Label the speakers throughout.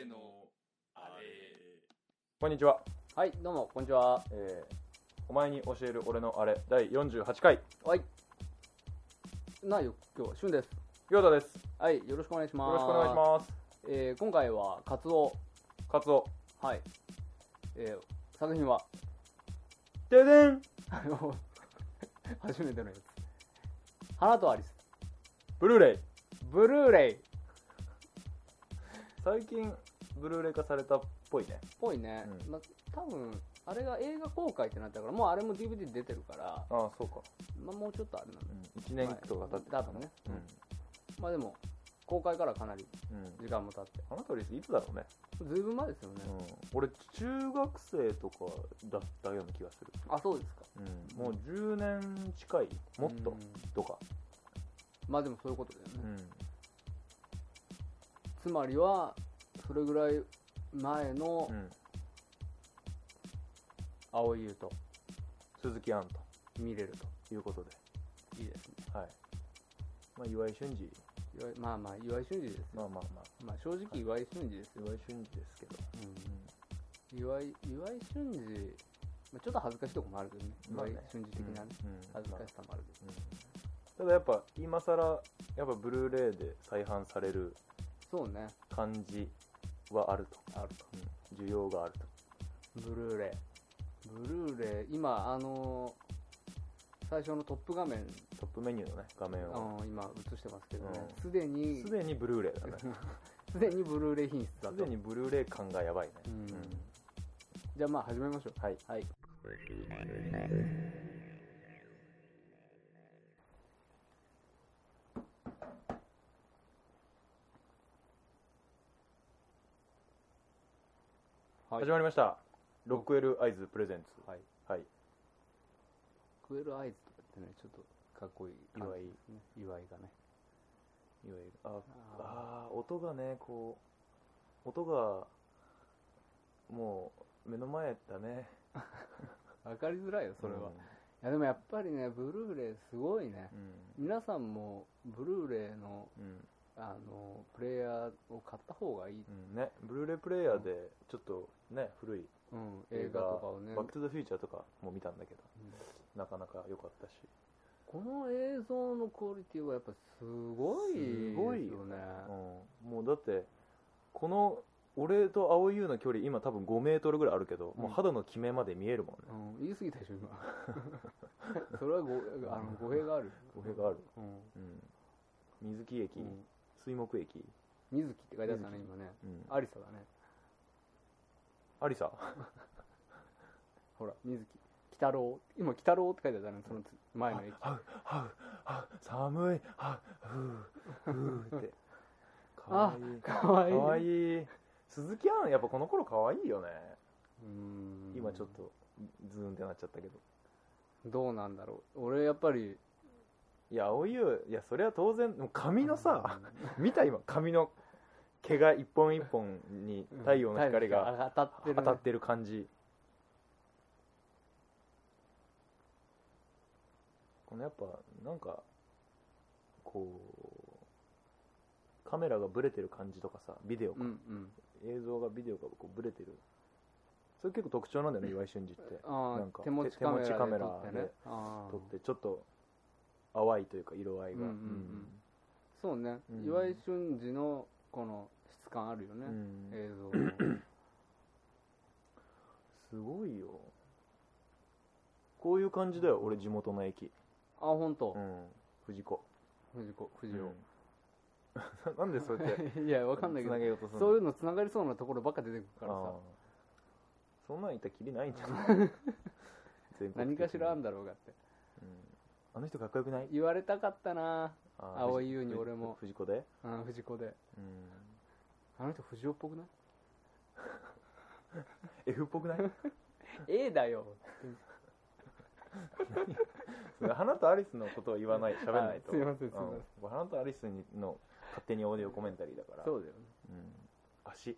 Speaker 1: のあれ。
Speaker 2: こんにちは。
Speaker 3: はい、どうもこんにちは。
Speaker 2: お前に教える俺のあれ第48回。
Speaker 3: はい。なよ、今日はしゅんです。
Speaker 2: ヨタです。
Speaker 3: はい、よろしくお願いします。
Speaker 2: よろしくお願いします。
Speaker 3: 今回はカツオ。
Speaker 2: カツオ。
Speaker 3: はい。作品は
Speaker 2: ででん
Speaker 3: 初めてのやつ。花とアリス。
Speaker 2: ブルーレイ。
Speaker 3: ブルーレイ。
Speaker 2: 最近ブルーレイ化されたっぽいね。
Speaker 3: ぽいね。
Speaker 2: うん
Speaker 3: ま、多分あれが映画公開ってなったから、もうあれも DVD 出てるから、
Speaker 2: ああ、そうか。
Speaker 3: まあ、もうちょっとあれなんだ、
Speaker 2: 1年とか経って
Speaker 3: 多分ね。まあでも公開からかなり時間も経って。
Speaker 2: 花とアリスいつだろうね。
Speaker 3: ずいぶん前ですよね。
Speaker 2: 俺中学生とかだったような気がする。
Speaker 3: あ、そうですか。
Speaker 2: もう10年近い、もっととか。
Speaker 3: まあでもそういうことだよね。つまりはそれぐらい前の蒼井優と
Speaker 2: 鈴木杏
Speaker 3: 見れる
Speaker 2: ということで
Speaker 3: といいですね。
Speaker 2: はい。まあ岩井俊二。
Speaker 3: まあ岩井俊二ですよ。
Speaker 2: まあ
Speaker 3: 正直岩井俊二ですよ。
Speaker 2: 岩井俊二ですけど。
Speaker 3: 岩井俊二、ちょっと恥ずかしいところもあるけどね。岩井俊二的なね、恥ずかしさもあるけど。
Speaker 2: ただやっぱ今更やっぱブルーレイで再販される
Speaker 3: そうね、
Speaker 2: 感じはあると。需要があると。
Speaker 3: ブルーレイ今最初のトップ
Speaker 2: メニューのね画面を
Speaker 3: 今映してますけどね、すでに
Speaker 2: ブルーレイだね。
Speaker 3: すでにブルーレイ品質だと。
Speaker 2: すでにブルーレイ感がやばいね。
Speaker 3: じゃあまあ始めましょう。
Speaker 2: はい。始まりました。ロックウェルアイズプレゼンツ。はい。
Speaker 3: クエルアイズとかってね、ちょっとかっこいい感じですね。岩井がね。
Speaker 2: 音がね、音がもう目の前だね。
Speaker 3: わかりづらいよそれは。いやでもやっぱりね、ブルーレイすごいね。皆さんもブルーレイのプレイヤーを買った方がいい。
Speaker 2: ね、ブルーレイプレイヤーでちょっとね古い
Speaker 3: 映画とかをね、
Speaker 2: バックトゥザフューチャーとかも見たんだけど、なかなか良かったし。
Speaker 3: この映像のクオリティはやっぱすごいですよね。
Speaker 2: もうだってこの俺と蒼井優の距離今多分5メートルぐらいあるけど、もう肌のキメまで見えるもんね。
Speaker 3: 言い過ぎたでしょ今。それは語弊がある。
Speaker 2: 水木駅、水木駅、
Speaker 3: 水木って書いてあったね今ね。アリサだね。
Speaker 2: アリサ。
Speaker 3: ほら水木、北郎、今北郎って書いてあったね、その前の駅。
Speaker 2: 寒い、ふーってかわいい。鈴木杏やっぱこの頃かわいいよね。今ちょっとズーンってなっちゃったけど、
Speaker 3: どうなんだろう。俺やっぱり、
Speaker 2: いや蒼井優、いやそれは当然、もう髪のさ、見た今髪の毛が一本一本に太陽の光が当たってる感じ。このやっぱなんかカメラがブレてる感じとかさ、ビデオがブレてる、それ結構特徴なんだよね岩井俊二って。なんか手持ちカメラで撮ってちょっと淡いというか色合いが。
Speaker 3: そうね、岩井俊二のこの質感あるよね、映像の。
Speaker 2: すごいよ。こういう感じだよ俺地元の駅。
Speaker 3: 本当。
Speaker 2: 藤尾。なんでそうやって
Speaker 3: いやわかんないけど、そういうのつながりそうなところばっか出てくるからさ。
Speaker 2: そんなん言ったらきりないんじゃない
Speaker 3: 何かしらあんだろうがって。
Speaker 2: あの人かっこよくない？
Speaker 3: 言われたかったな、蒼井優に。俺も
Speaker 2: 藤子で。
Speaker 3: 藤子で。あの人藤尾っぽくない？
Speaker 2: F っぽくない？
Speaker 3: A だよ。
Speaker 2: 花とアリスのことを言わない、喋らないと。
Speaker 3: すいません。
Speaker 2: 花とアリスの勝手にオーディオコメンタリーだから。
Speaker 3: そうだよね。
Speaker 2: 足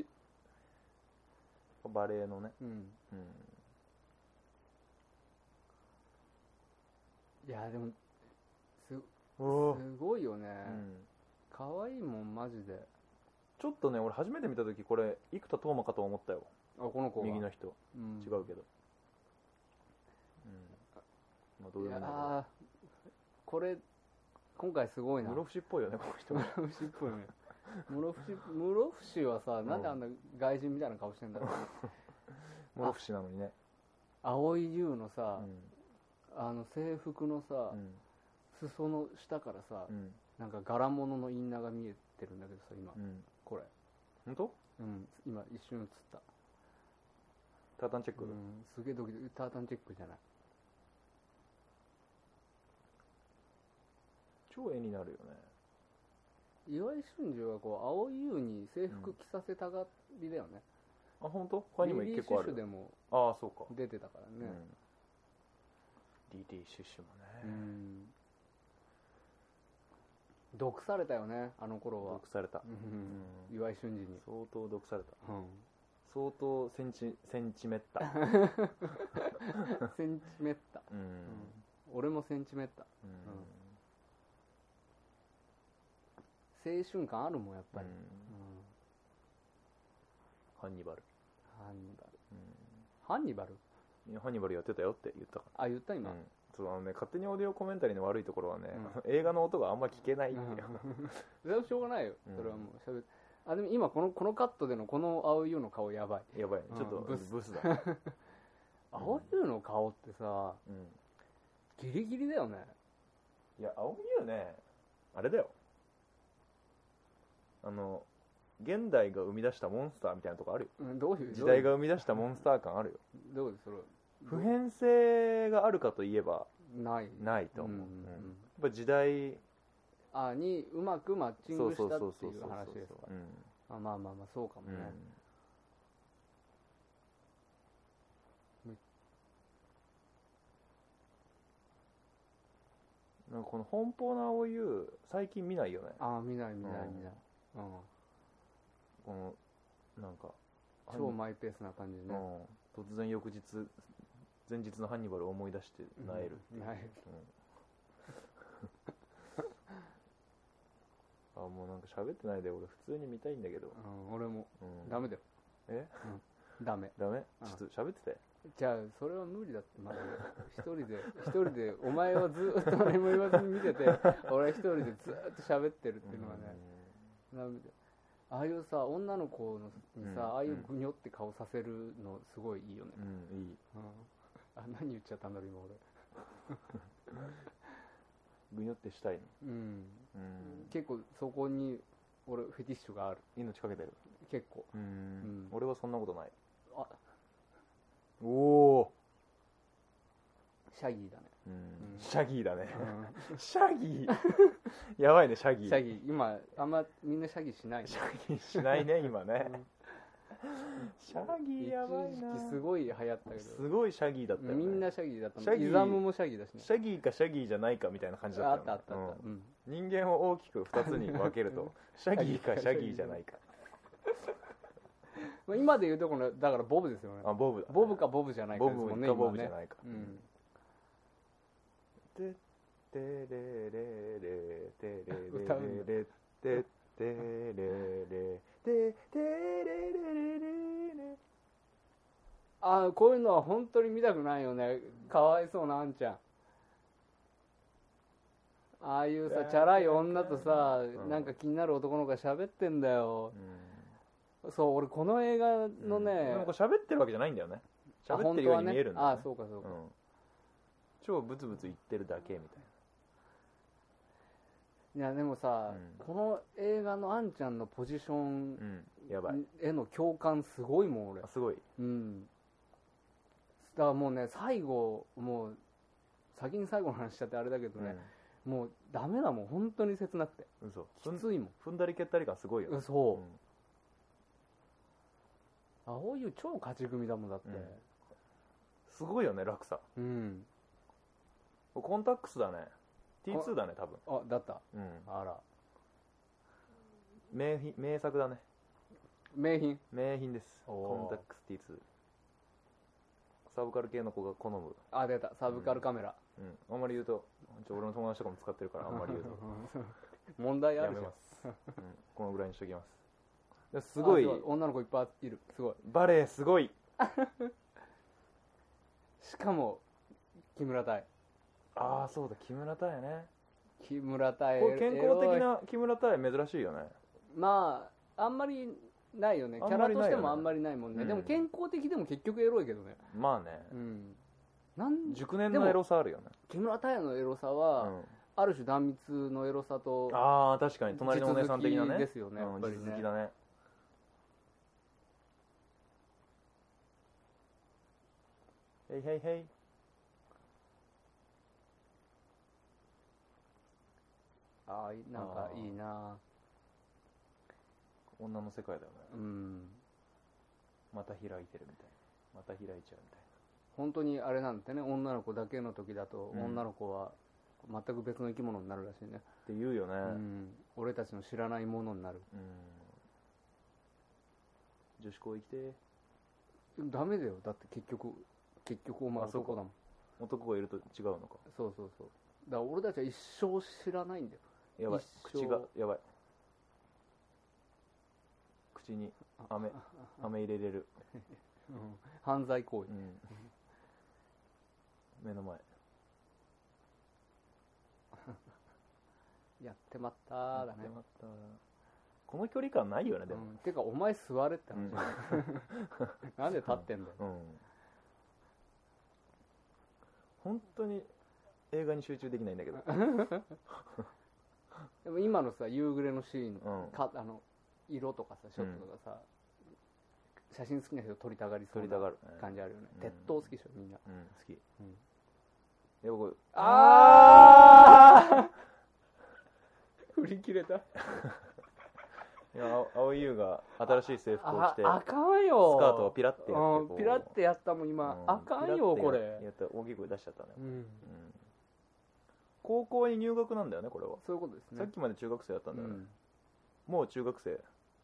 Speaker 2: バレエのね。
Speaker 3: いやでもすごいよね。可愛いもんマジで。
Speaker 2: ちょっとね俺初めて見た時これ生田斗真かと思ったよ。
Speaker 3: あこの子が
Speaker 2: 右の人、うん、違うけど、まあどうでもいいんだけど。
Speaker 3: これ今回すごいな。
Speaker 2: 室伏っぽいよねこの人。
Speaker 3: 室伏っぽいね。室伏はさ、なんであんな外人みたいな顔してんだろうね。
Speaker 2: 室伏なのにね。
Speaker 3: 蒼井優のさ、制服のさ、裾の下からさ、なんか柄物のインナーが見えてるんだけどさ今、これ
Speaker 2: 本当？
Speaker 3: 今一瞬映った。
Speaker 2: タータンチェック？
Speaker 3: すげえドキドキ。タータンチェックじゃない。
Speaker 2: 超絵になるよね。
Speaker 3: 岩井俊二はこう蒼井優に制服着させたがりだよね。
Speaker 2: あ本当？他にも結構ある。
Speaker 3: DD シュシュでも
Speaker 2: そうか
Speaker 3: 出てたからね。
Speaker 2: DD シュシュもね。
Speaker 3: 毒されたよねあの頃は。
Speaker 2: 毒された。
Speaker 3: 岩井俊二に
Speaker 2: 相当毒された。相当センチメッタ。
Speaker 3: センチメッタ。俺もセンチメッタ。青春感あるもんやっぱり。
Speaker 2: ハンニバル。
Speaker 3: ハンニバル
Speaker 2: やってたよって言ったから。
Speaker 3: 言った今。
Speaker 2: そう勝手にオーディオコメンタリーの悪いところはね、映画の音があんま聞けないっていう。
Speaker 3: それはしょうがないよ。それはもう喋でも今このカットでのこの蒼井優の顔やばい。
Speaker 2: やばいね。ちょっとブスだ。
Speaker 3: 蒼井優の顔ってさ、ギリギリだよね。
Speaker 2: いや蒼井優ね、あれだよ。現代が生み出したモンスターみたいなとこあるよ。
Speaker 3: どういう
Speaker 2: 時代が生み出したモンスター感あるよ。
Speaker 3: どうですそれ。
Speaker 2: 普遍性があるかといえば
Speaker 3: ない
Speaker 2: と思う。やっぱ時代
Speaker 3: にうまくマッチングしたっていう話ですか。まあそうかもね。
Speaker 2: なんかこの奔放な蒼井優最近見ないよね。
Speaker 3: 見ない。
Speaker 2: このなんか
Speaker 3: 超マイペースな感じね。
Speaker 2: 突然前日のハンニバルを思い出して萎えるっていう。もうなんか喋ってないで俺普通に見たいんだけど。
Speaker 3: 俺もダメだよ。ダメ
Speaker 2: ちょっと喋ってて。
Speaker 3: じゃあそれは無理だって。まだ一人でお前はずっと何も言わずに見てて俺は一人でずっと喋ってるっていうのはね、ダメだよ。ああいうさ女の子にさ、ああいうグニョって顔させるのすごいいいよね。
Speaker 2: いい。
Speaker 3: 何言っちゃったんだろう今俺。
Speaker 2: グニョってしたいの。
Speaker 3: 結構そこに俺フェティッシュがある。
Speaker 2: 命かけてる。
Speaker 3: 結構。
Speaker 2: 俺はそんなことない。
Speaker 3: シャギーだね。
Speaker 2: シャギーだね。シャギーやばいね。シャギー
Speaker 3: 今あんまみんなシャギーしないね。
Speaker 2: シャギーしないね今ね。シャギーやばいな。
Speaker 3: 一時期すごい流行ったけど
Speaker 2: すごいシャギーだったよね。
Speaker 3: みんなシャギーだった。イザムもシャギーだしね。
Speaker 2: シャギーかシャギーじゃないかみたいな感じだったよね。
Speaker 3: あった。
Speaker 2: 人間を大きく2つに分けるとシャギーかシャギーじゃないか。
Speaker 3: 今で言うとこのだからボブですよね。
Speaker 2: ボブだ。
Speaker 3: ボブかボブじゃないかです
Speaker 2: もんね。ボブじゃないか。ててれれれてれれれててれれててれれれれ。
Speaker 3: こういうのは本当に見たくないよね。かわいそうなあんちゃん。ああいうさチャラい女とさ、なんか気になる男の子が喋ってんだよ。そう俺この映画のね、
Speaker 2: なんか喋ってるわけじゃないんだよね。喋ってるように見えるんだよね。
Speaker 3: そうか、
Speaker 2: 超ブツブツ言ってるだけみたい
Speaker 3: な。いやでもさ、この映画のあんちゃんのポジション
Speaker 2: やばい
Speaker 3: への共感すごいもん俺。
Speaker 2: すごい。
Speaker 3: だからもうね最後もう先に最後の話しちゃってあれだけどね、もうダメだもん本当に切なくて。きついもん。
Speaker 2: 踏んだり蹴ったり感すごいよね。
Speaker 3: そう。蒼井優超勝ち組だもんだって。
Speaker 2: すごいよね落差。コンタックスだね。T2 だね多分。
Speaker 3: だった。あら。
Speaker 2: 名作だね。
Speaker 3: 名品
Speaker 2: です。コンタックス T2。サブカル系の子が好む。
Speaker 3: 出たサブカルカメラ。
Speaker 2: あんまり言うと俺の友達とかも使ってるからあんまり言うと
Speaker 3: 問題あるじゃん。
Speaker 2: やめます。このぐらいにしときます。 すごい
Speaker 3: 女の子いっぱいいる。すごい
Speaker 2: バレエすごい
Speaker 3: しかも木村多江。
Speaker 2: ああそうだ木村多江ね。
Speaker 3: 木村多江
Speaker 2: これ健康的な木村多江珍しいよね。
Speaker 3: まああんまりないよね。キャラとしてもあんまりないもんね、でも健康的でも結局エロいけどね。
Speaker 2: まあね、熟年のエロさあるよね。
Speaker 3: 木村多江のエロさは、ある種断密のエロさと
Speaker 2: ああ確かに隣のお姉さん的なね
Speaker 3: ですよね、やっぱりね。
Speaker 2: 地続きだね。へいへいへい。
Speaker 3: ああなんかいいな。
Speaker 2: 女の世界だよね。また開いてるみたいな。また開いちゃうみたいな。
Speaker 3: 本当にあれなんてね、女の子だけの時だと、女の子は全く別の生き物になるらしいね。
Speaker 2: って言うよね。
Speaker 3: 俺たちの知らないものになる。
Speaker 2: 女子校行きて
Speaker 3: ダメだよ。だって結局お前男だもん。
Speaker 2: 男がいると違うのか。
Speaker 3: そうだから俺たちは一生知らないんだよ。
Speaker 2: やばい、口がやばい。口に飴入れれる
Speaker 3: 犯罪行為、
Speaker 2: 目の前
Speaker 3: やってまっただね。
Speaker 2: この距離感ないよねでも、
Speaker 3: てかお前座れって話、なんで立ってんだよ、
Speaker 2: 本当に映画に集中できないんだけど
Speaker 3: でも今のさ夕暮れのシーン、色とかさショットとかさ、写真好きな人撮りたがりそうな感じあるよね。鉄塔好きでしょみんな。
Speaker 2: 好き。で僕
Speaker 3: 振り切れた。
Speaker 2: いや青井優が新しい制服を着て
Speaker 3: あかんよ。
Speaker 2: スカートをピラッてやって
Speaker 3: ピラッてやったもん今、あかんよこれ。
Speaker 2: やった大きい声出しちゃったね。高校に入学なんだよねこれは。
Speaker 3: そういうことですね。
Speaker 2: さっきまで中学生だったんだよね。もう中学生。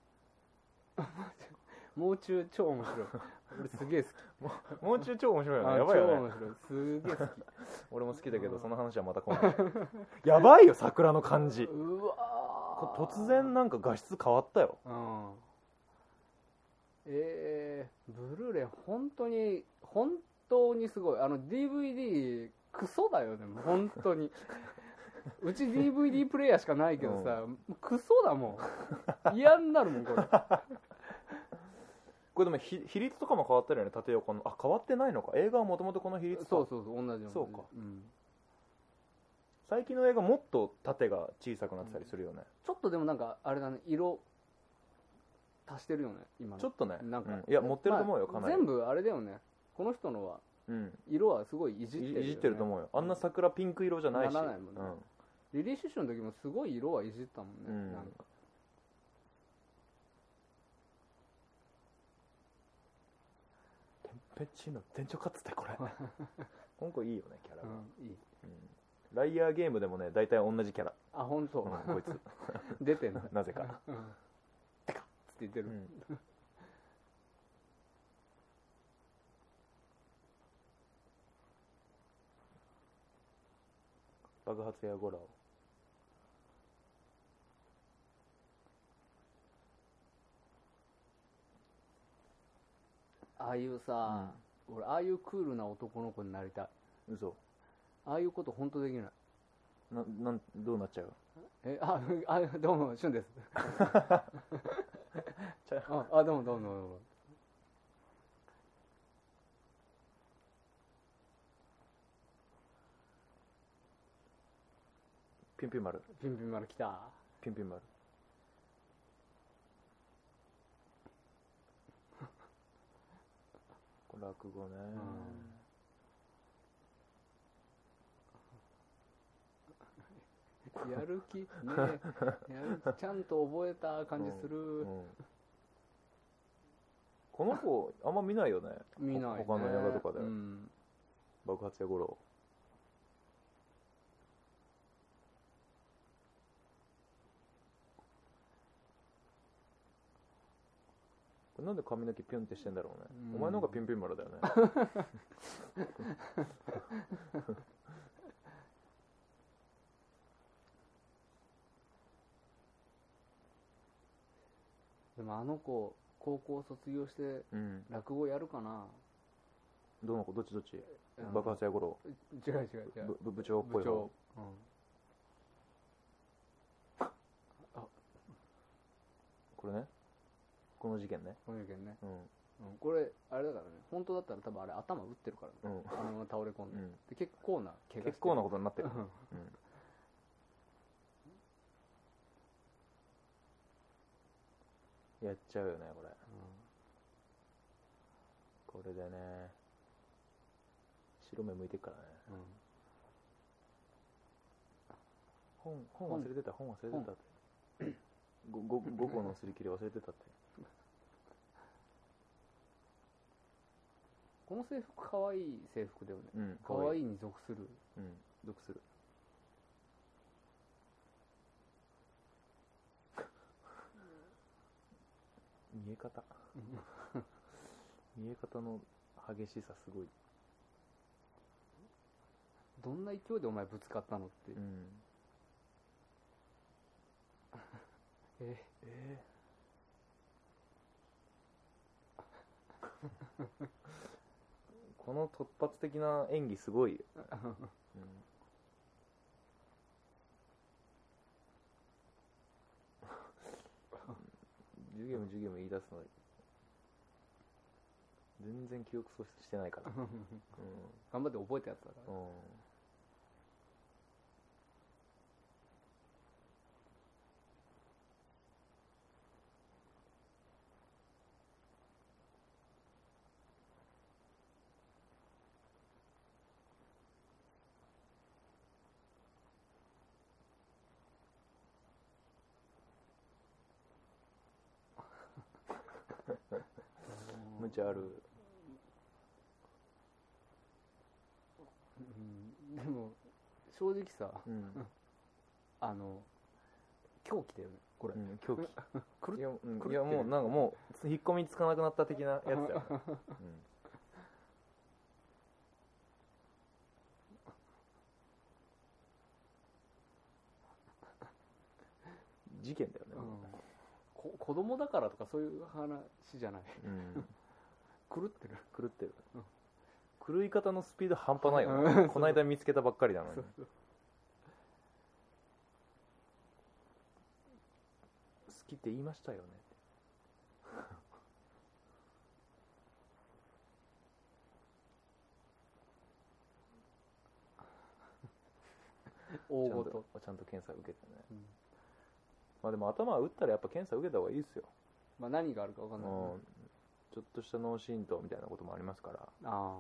Speaker 3: もう中超面白い。俺すげえ好
Speaker 2: き。もう中超面白いよね。やばいよね。
Speaker 3: 超面白い。すげえ好き。
Speaker 2: 俺も好きだけどその話はまた今度。やばいよ桜の感じ。
Speaker 3: うわ
Speaker 2: 突然なんか画質変わったよ。
Speaker 3: ブルーレイ本当にすごい。DVD クソだよね本当に。うち DVD プレイヤーしかないけどさ、クソだもん。嫌になるもんこれ。
Speaker 2: これでも比率とかも変わったよね。縦横の変わってないのか。映画はもともとこの比率か。
Speaker 3: そう同じよ。
Speaker 2: そうか、最近の映画もっと縦が小さくなってたりするよね。
Speaker 3: ちょっとでもなんかあれだね、色足してるよね今の。ちょ
Speaker 2: っとね。
Speaker 3: なんか、
Speaker 2: いや持ってると思うよかなり。
Speaker 3: 全部あれだよね。この人のは、色はすごいいじってるよね。
Speaker 2: いじってると思うよ。あんな桜ピンク色じゃないし。
Speaker 3: ならないもんね。リリー・シュシュの時もすごい色はいじったもんね。なんか
Speaker 2: テンペチーノ店長かっつってこれ。今回いいよねキャラが。
Speaker 3: いい。
Speaker 2: ライアーゲームでもね大体同じキャラ。
Speaker 3: あ本当。
Speaker 2: こいつ
Speaker 3: 出てんだ。
Speaker 2: なぜか。
Speaker 3: テカッつって言ってる。
Speaker 2: 爆発やゴラを。
Speaker 3: ああいうさ、俺ああいうクールな男の子になりたい。
Speaker 2: 嘘。
Speaker 3: ああいうこと本当できない。
Speaker 2: どうなっちゃう。
Speaker 3: どうもしゅんです。どうも。
Speaker 2: ピンピン丸
Speaker 3: 来た。
Speaker 2: ピンピン丸。落語ね。
Speaker 3: やる気ね。ちゃんと覚えた感じする。
Speaker 2: この子あんま見ないよね。
Speaker 3: 見ないね。
Speaker 2: 他の映画とかで。爆発やゴロ。なんで髪の毛ピュンってしてんだろうね。お前の方がピンピン丸だよね。
Speaker 3: でもあの子高校卒業して落語やるかな。
Speaker 2: どの子？どっち爆発屋五郎？
Speaker 3: 違う
Speaker 2: 部長っぽい方。これね、この事件ね、
Speaker 3: これあれだからね、本当だったら多分あれ頭打ってるからね、あのまま倒れ込んで、で結構な怪我してる、
Speaker 2: 結構なことになってる。やっちゃうよねこれ、これでね白目向いてるからね、本忘れてたって5個のすり切り忘れてたって。
Speaker 3: この制服かわいい制服だよね。かわいいに属する。
Speaker 2: 属する。見え方見え方の激しさすごい。
Speaker 3: どんな勢いでお前ぶつかったのって。
Speaker 2: この突発的な演技すごいよ。授業言い出すの全然記憶喪失してないから、
Speaker 3: 頑張って覚えたやつだから、
Speaker 2: 無茶ある。
Speaker 3: でも正直さ、狂気だよねこれ。
Speaker 2: 狂気。いやもうなんかもう引っ込みつかなくなった的なやつだよ。事件だよね。
Speaker 3: 子供だからとかそういう話じゃない。狂ってる。狂い方のスピード半端ないよね。この間見つけたばっかりなのに。好
Speaker 2: きって言いましたよね。
Speaker 3: 大ごと
Speaker 2: ちゃんと検査受けてね。まあでも頭打ったらやっぱ検査受けた方がいいですよ。
Speaker 3: まあ何があるか分かんない、
Speaker 2: ちょっとした脳震盪みたいなこともありますから。ちゃ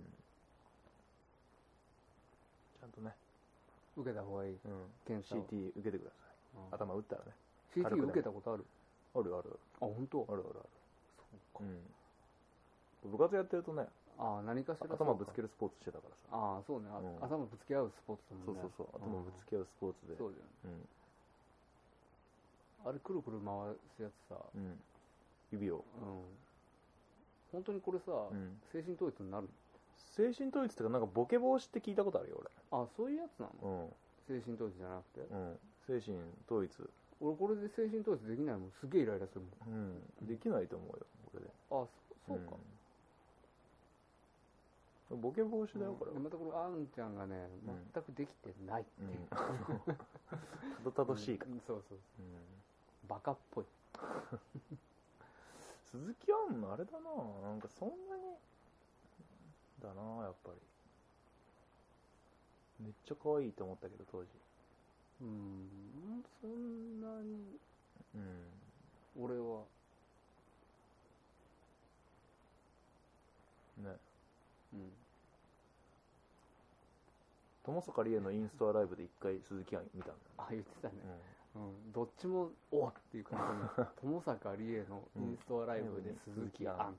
Speaker 2: んとね
Speaker 3: 受けた方がいい、
Speaker 2: 検査 CT 受けてください。頭打ったらね。
Speaker 3: CT 受けたことある？
Speaker 2: ある。あ、
Speaker 3: 本当？
Speaker 2: ある。そうか。部活やってるとね、
Speaker 3: 何かしら
Speaker 2: 頭ぶつけるスポーツしてたからさ。
Speaker 3: そうね、頭ぶつけ合うスポーツだもんね。
Speaker 2: そう頭ぶつけ合うスポーツで。
Speaker 3: そうだよね。あれくるくる回すやつさ、
Speaker 2: 指を、
Speaker 3: 本当にこれさ、精神統一になる？
Speaker 2: 精神統一ってか、なんかボケ防止って聞いたことあるよ
Speaker 3: 俺。そういうやつなの？精神統一じゃなくて。
Speaker 2: 精神統一。
Speaker 3: 俺これで精神統一できないもん。すげえイライラするもん。
Speaker 2: できないと思うよこれで。
Speaker 3: そうか。
Speaker 2: ボケ防止だよこれ。
Speaker 3: またこれあんちゃんがね、全くできてないっていう。
Speaker 2: たどたどしいから。
Speaker 3: そう。バカっぽい。
Speaker 2: 鈴木杏奈あれだな、なんかそんなにだな、やっぱりめっちゃ可愛いと思ったけど当時。
Speaker 3: そんなに。俺は
Speaker 2: ね。友坂理恵のインストアライブで一回鈴木杏見たんだよ。
Speaker 3: 言ってたね。どっちもおっっていう感じで友坂理恵のインストアライブで鈴木杏。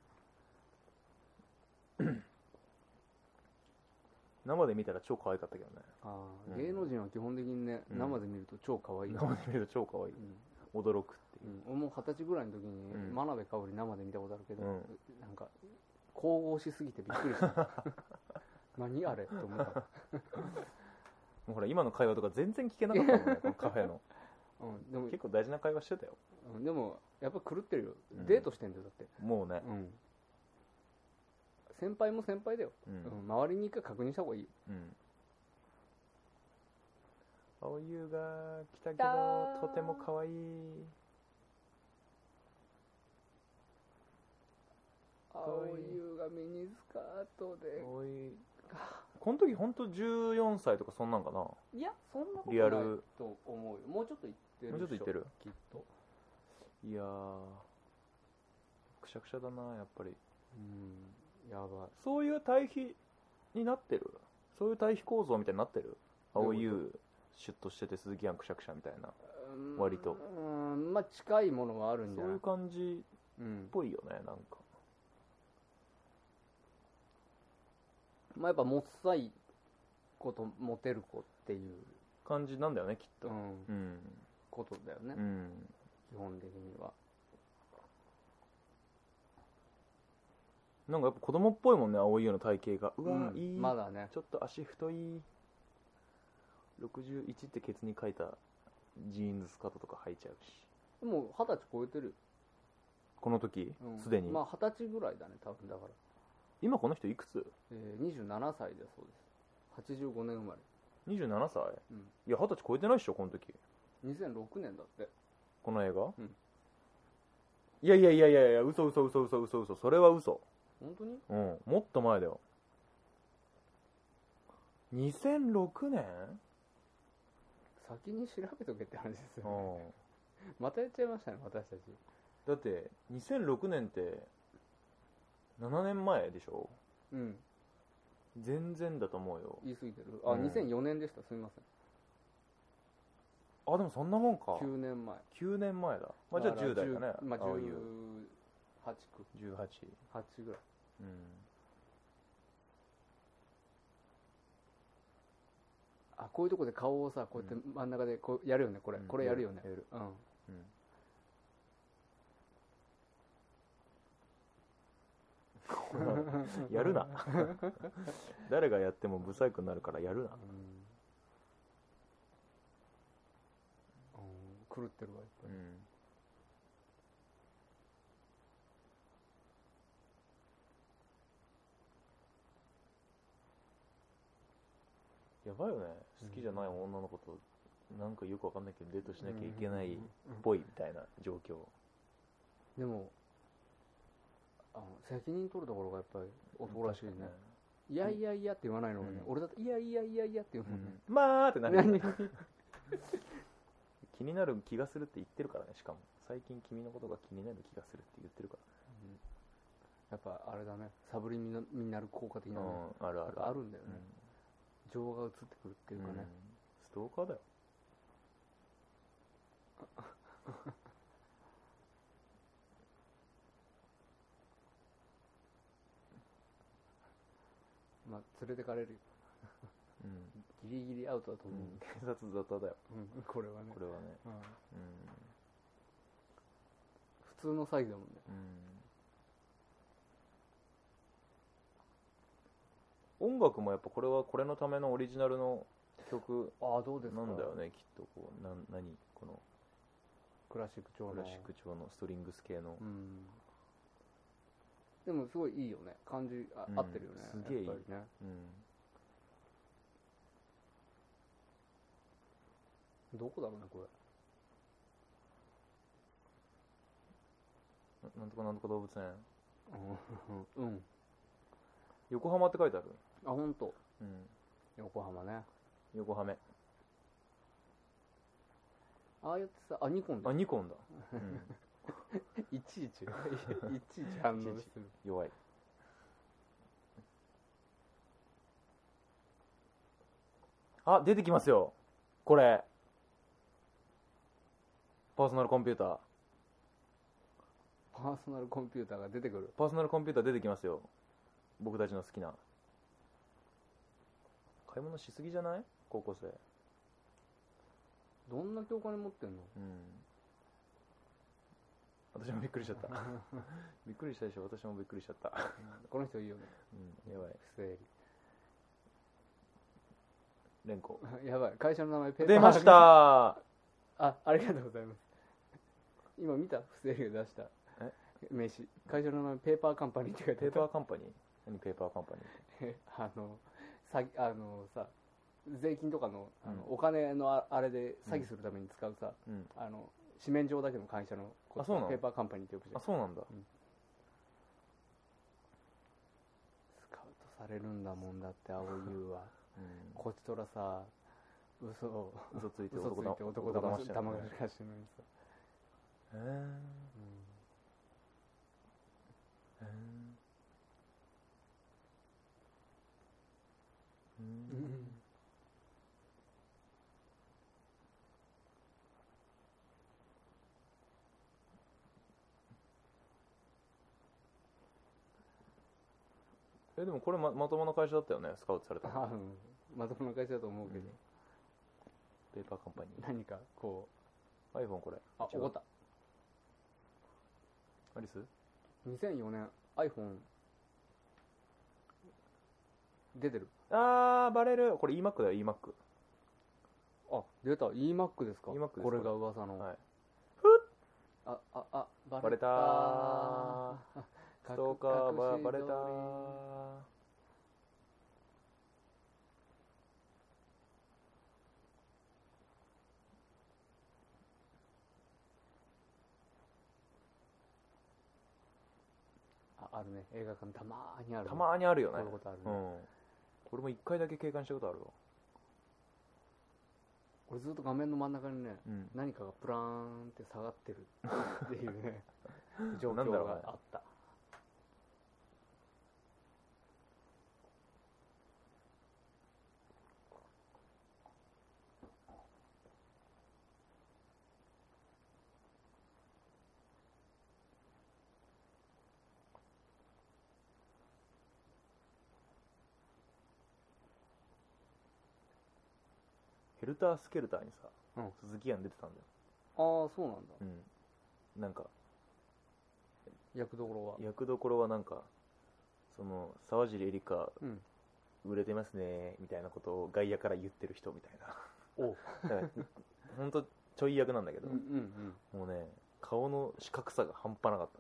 Speaker 2: 生で見たら超可愛かったけどね。
Speaker 3: 芸能人は基本的にね、生で見ると超可愛い。
Speaker 2: 生で見ると超可愛い。驚くっていう。
Speaker 3: 俺も20歳ぐらいの時に真鍋かおり生で見たことあるけど、なんか神々しすぎてびっくりした。何あれと思った。
Speaker 2: もうほら今の会話とか全然聞けなかったもんね、このカフェの。
Speaker 3: でも
Speaker 2: 結構大事な会話してたよ。
Speaker 3: でもやっぱ狂ってるよ、デートしてんだよだって。
Speaker 2: もうね、
Speaker 3: 先輩も先輩だよ、周りに一回確認した方がいいよ。
Speaker 2: 青優が来たけどとても可愛い。
Speaker 3: 青優がミニスカートで
Speaker 2: この時ほんと14歳とかそんなんかな。
Speaker 3: いやそんなことないと思うよ。もうちょっといってる。
Speaker 2: もうちょっといってる
Speaker 3: きっと。
Speaker 2: いやーくしゃくしゃだなやっぱり。
Speaker 3: やばい。
Speaker 2: そういう対比になってる。そういう対比構造みたいになってる。青優シュッとしてて鈴木やんくしゃくしゃみたいな。割と
Speaker 3: まあ近いものはあるんじゃない。
Speaker 2: そういう感じっぽいよね、なんか。
Speaker 3: まあやっぱもっさい子とモテる子っていう
Speaker 2: 感じなんだよねきっと。
Speaker 3: ことだよね、基本的には。
Speaker 2: なんかやっぱ子供っぽいもんね青いような体型が。うわ、いい。
Speaker 3: まだね
Speaker 2: ちょっと足太い。61ってケツに書いたジーンズスカートとか履いちゃうし。
Speaker 3: でも20歳超えてるよ
Speaker 2: この時すでに。
Speaker 3: まあ20歳ぐらいだね多分。だから
Speaker 2: 今この人いくつ
Speaker 3: ？27歳だそうです。85年生まれ。
Speaker 2: 27歳？いや20歳超えてないっしょこの時。
Speaker 3: 2006年だって
Speaker 2: この映画。いやいやいやいやいや、嘘。それは嘘。
Speaker 3: 本当に？
Speaker 2: もっと前だよ。2006年？
Speaker 3: 先に調べとけって話ですよね。またやっちゃいましたね私たち。
Speaker 2: だって2006年って7年前でしょ。全然だと思うよ。
Speaker 3: 言い過ぎてる。2004年でした。すみません。
Speaker 2: でもそんなもんか。
Speaker 3: 9年前。
Speaker 2: 9年前だ。まあじゃあ10代だね。
Speaker 3: まあ18区。
Speaker 2: 18。
Speaker 3: 8ぐらい。こういうとこで顔をさこうやって真ん中でこうやるよね。これやるよね。
Speaker 2: やるな。誰がやってもブサイクになるからやるな。
Speaker 3: 狂ってるわやっぱり。
Speaker 2: やばいよね。好きじゃない女の子となんかよくわかんないけどデートしなきゃいけないっぽいみたいな状況。
Speaker 3: でも責任取るところがやっぱり男らしいね。いやいやいやって言わないのがね。俺だっていやいやいやいやって言うもんね。
Speaker 2: まあってなる。気になる気がするって言ってるからね。しかも最近君のことが気になる気がするって言ってるから。
Speaker 3: やっぱあれだね。サブリミナル効果的なね。
Speaker 2: ある
Speaker 3: んだよね。情が移ってくるっていうかね。
Speaker 2: ストーカーだよ。
Speaker 3: まあ連れてかれるよ。ギリギリアウトだと思う。
Speaker 2: 警察沙汰だよ。
Speaker 3: これはね。普通の詐欺だもんね。
Speaker 2: 音楽もやっぱこれはこれのためのオリジナルの曲なんだよねきっと。こう何この
Speaker 3: クラシック調の
Speaker 2: ストリングス系の。
Speaker 3: でもすごいいいよね。感じ合ってるよね。
Speaker 2: すげえいいね。
Speaker 3: どこだろうねこ
Speaker 2: れ。なんとかなんとか動物園。横浜って書いてある。
Speaker 3: 本当。横浜ね。
Speaker 2: 横浜。
Speaker 3: やってさニコンだ。
Speaker 2: ニコンだ。
Speaker 3: いちいち反応する。
Speaker 2: 弱い。出てきますよこれ。パーソナルコンピューター。
Speaker 3: パーソナルコンピューターが出てくる。
Speaker 2: パーソナルコンピューター出てきますよ。僕たちの好きな。買い物しすぎじゃない？高校生。
Speaker 3: どんだけお金持ってんの？
Speaker 2: 私もびっくりしちゃった。びっくりしたでしょ。私もびっくりしちゃった。
Speaker 3: この人いいよね。
Speaker 2: やばい。
Speaker 3: 不正理。
Speaker 2: 連呼。
Speaker 3: やばい。会社の名前
Speaker 2: 出ました。
Speaker 3: ありがとうございます。今見た不正流出した名刺、会社の名前ペーパーカンパニーって書いて
Speaker 2: ペーパーカンパニー？何ペーパーカンパニーって？
Speaker 3: さ税金とかの、お金のあれで詐欺するために使うさ、紙面上だけの会社のことをペーパーカンパニーって呼ぶじゃん。
Speaker 2: あ、そうなんだ。
Speaker 3: スカウトされるんだもんだって青い優は、こっちとらさ嘘ついて男騙してるのにさ。
Speaker 2: でもこれ まともな会社だったよね、スカウトされたの。
Speaker 3: まともな会社だと思うけど、
Speaker 2: ペーパーカンパニー。
Speaker 3: 何かこ
Speaker 2: う iPhone これ。
Speaker 3: 起こった。
Speaker 2: アリス
Speaker 3: 2004年 iPhone 出てる。
Speaker 2: バレる。これ eMac だよ。eMac。
Speaker 3: 出た。eMac ですか。
Speaker 2: eMac です。
Speaker 3: これが噂の。
Speaker 2: はい。
Speaker 3: バレたー。
Speaker 2: ストーカーバレたー。
Speaker 3: あるね。映画館たまーにある。
Speaker 2: たまーにあるよね。
Speaker 3: こういうことあるね。
Speaker 2: これも1回だけ経験したことあるわ。
Speaker 3: 俺ずっと画面の真ん中にね、何かがプラーンって下がってるっていうね状況があった。
Speaker 2: ヘルタースケルターにさ、鈴木杏出てたんだよ。
Speaker 3: そうなんだ。
Speaker 2: なんか
Speaker 3: 役どこ
Speaker 2: ろはなんかその沢尻エリカ、売れてますねみたいなことを外野から言ってる人みたいな。ほんとちょい役なんだけど、もうね顔の四角さが半端なかった。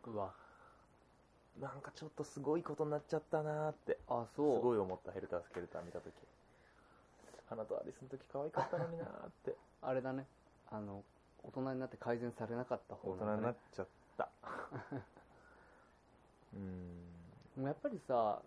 Speaker 3: うわ、
Speaker 2: なんかちょっとすごいことになっちゃったなーって。すごい思った。ヘルタースケルター見たとき、花とアリスの時可愛かったのになーって
Speaker 3: あれだね、大人になって改善されなかった方なんだね。
Speaker 2: 大人になっちゃった
Speaker 3: もうやっぱりさ、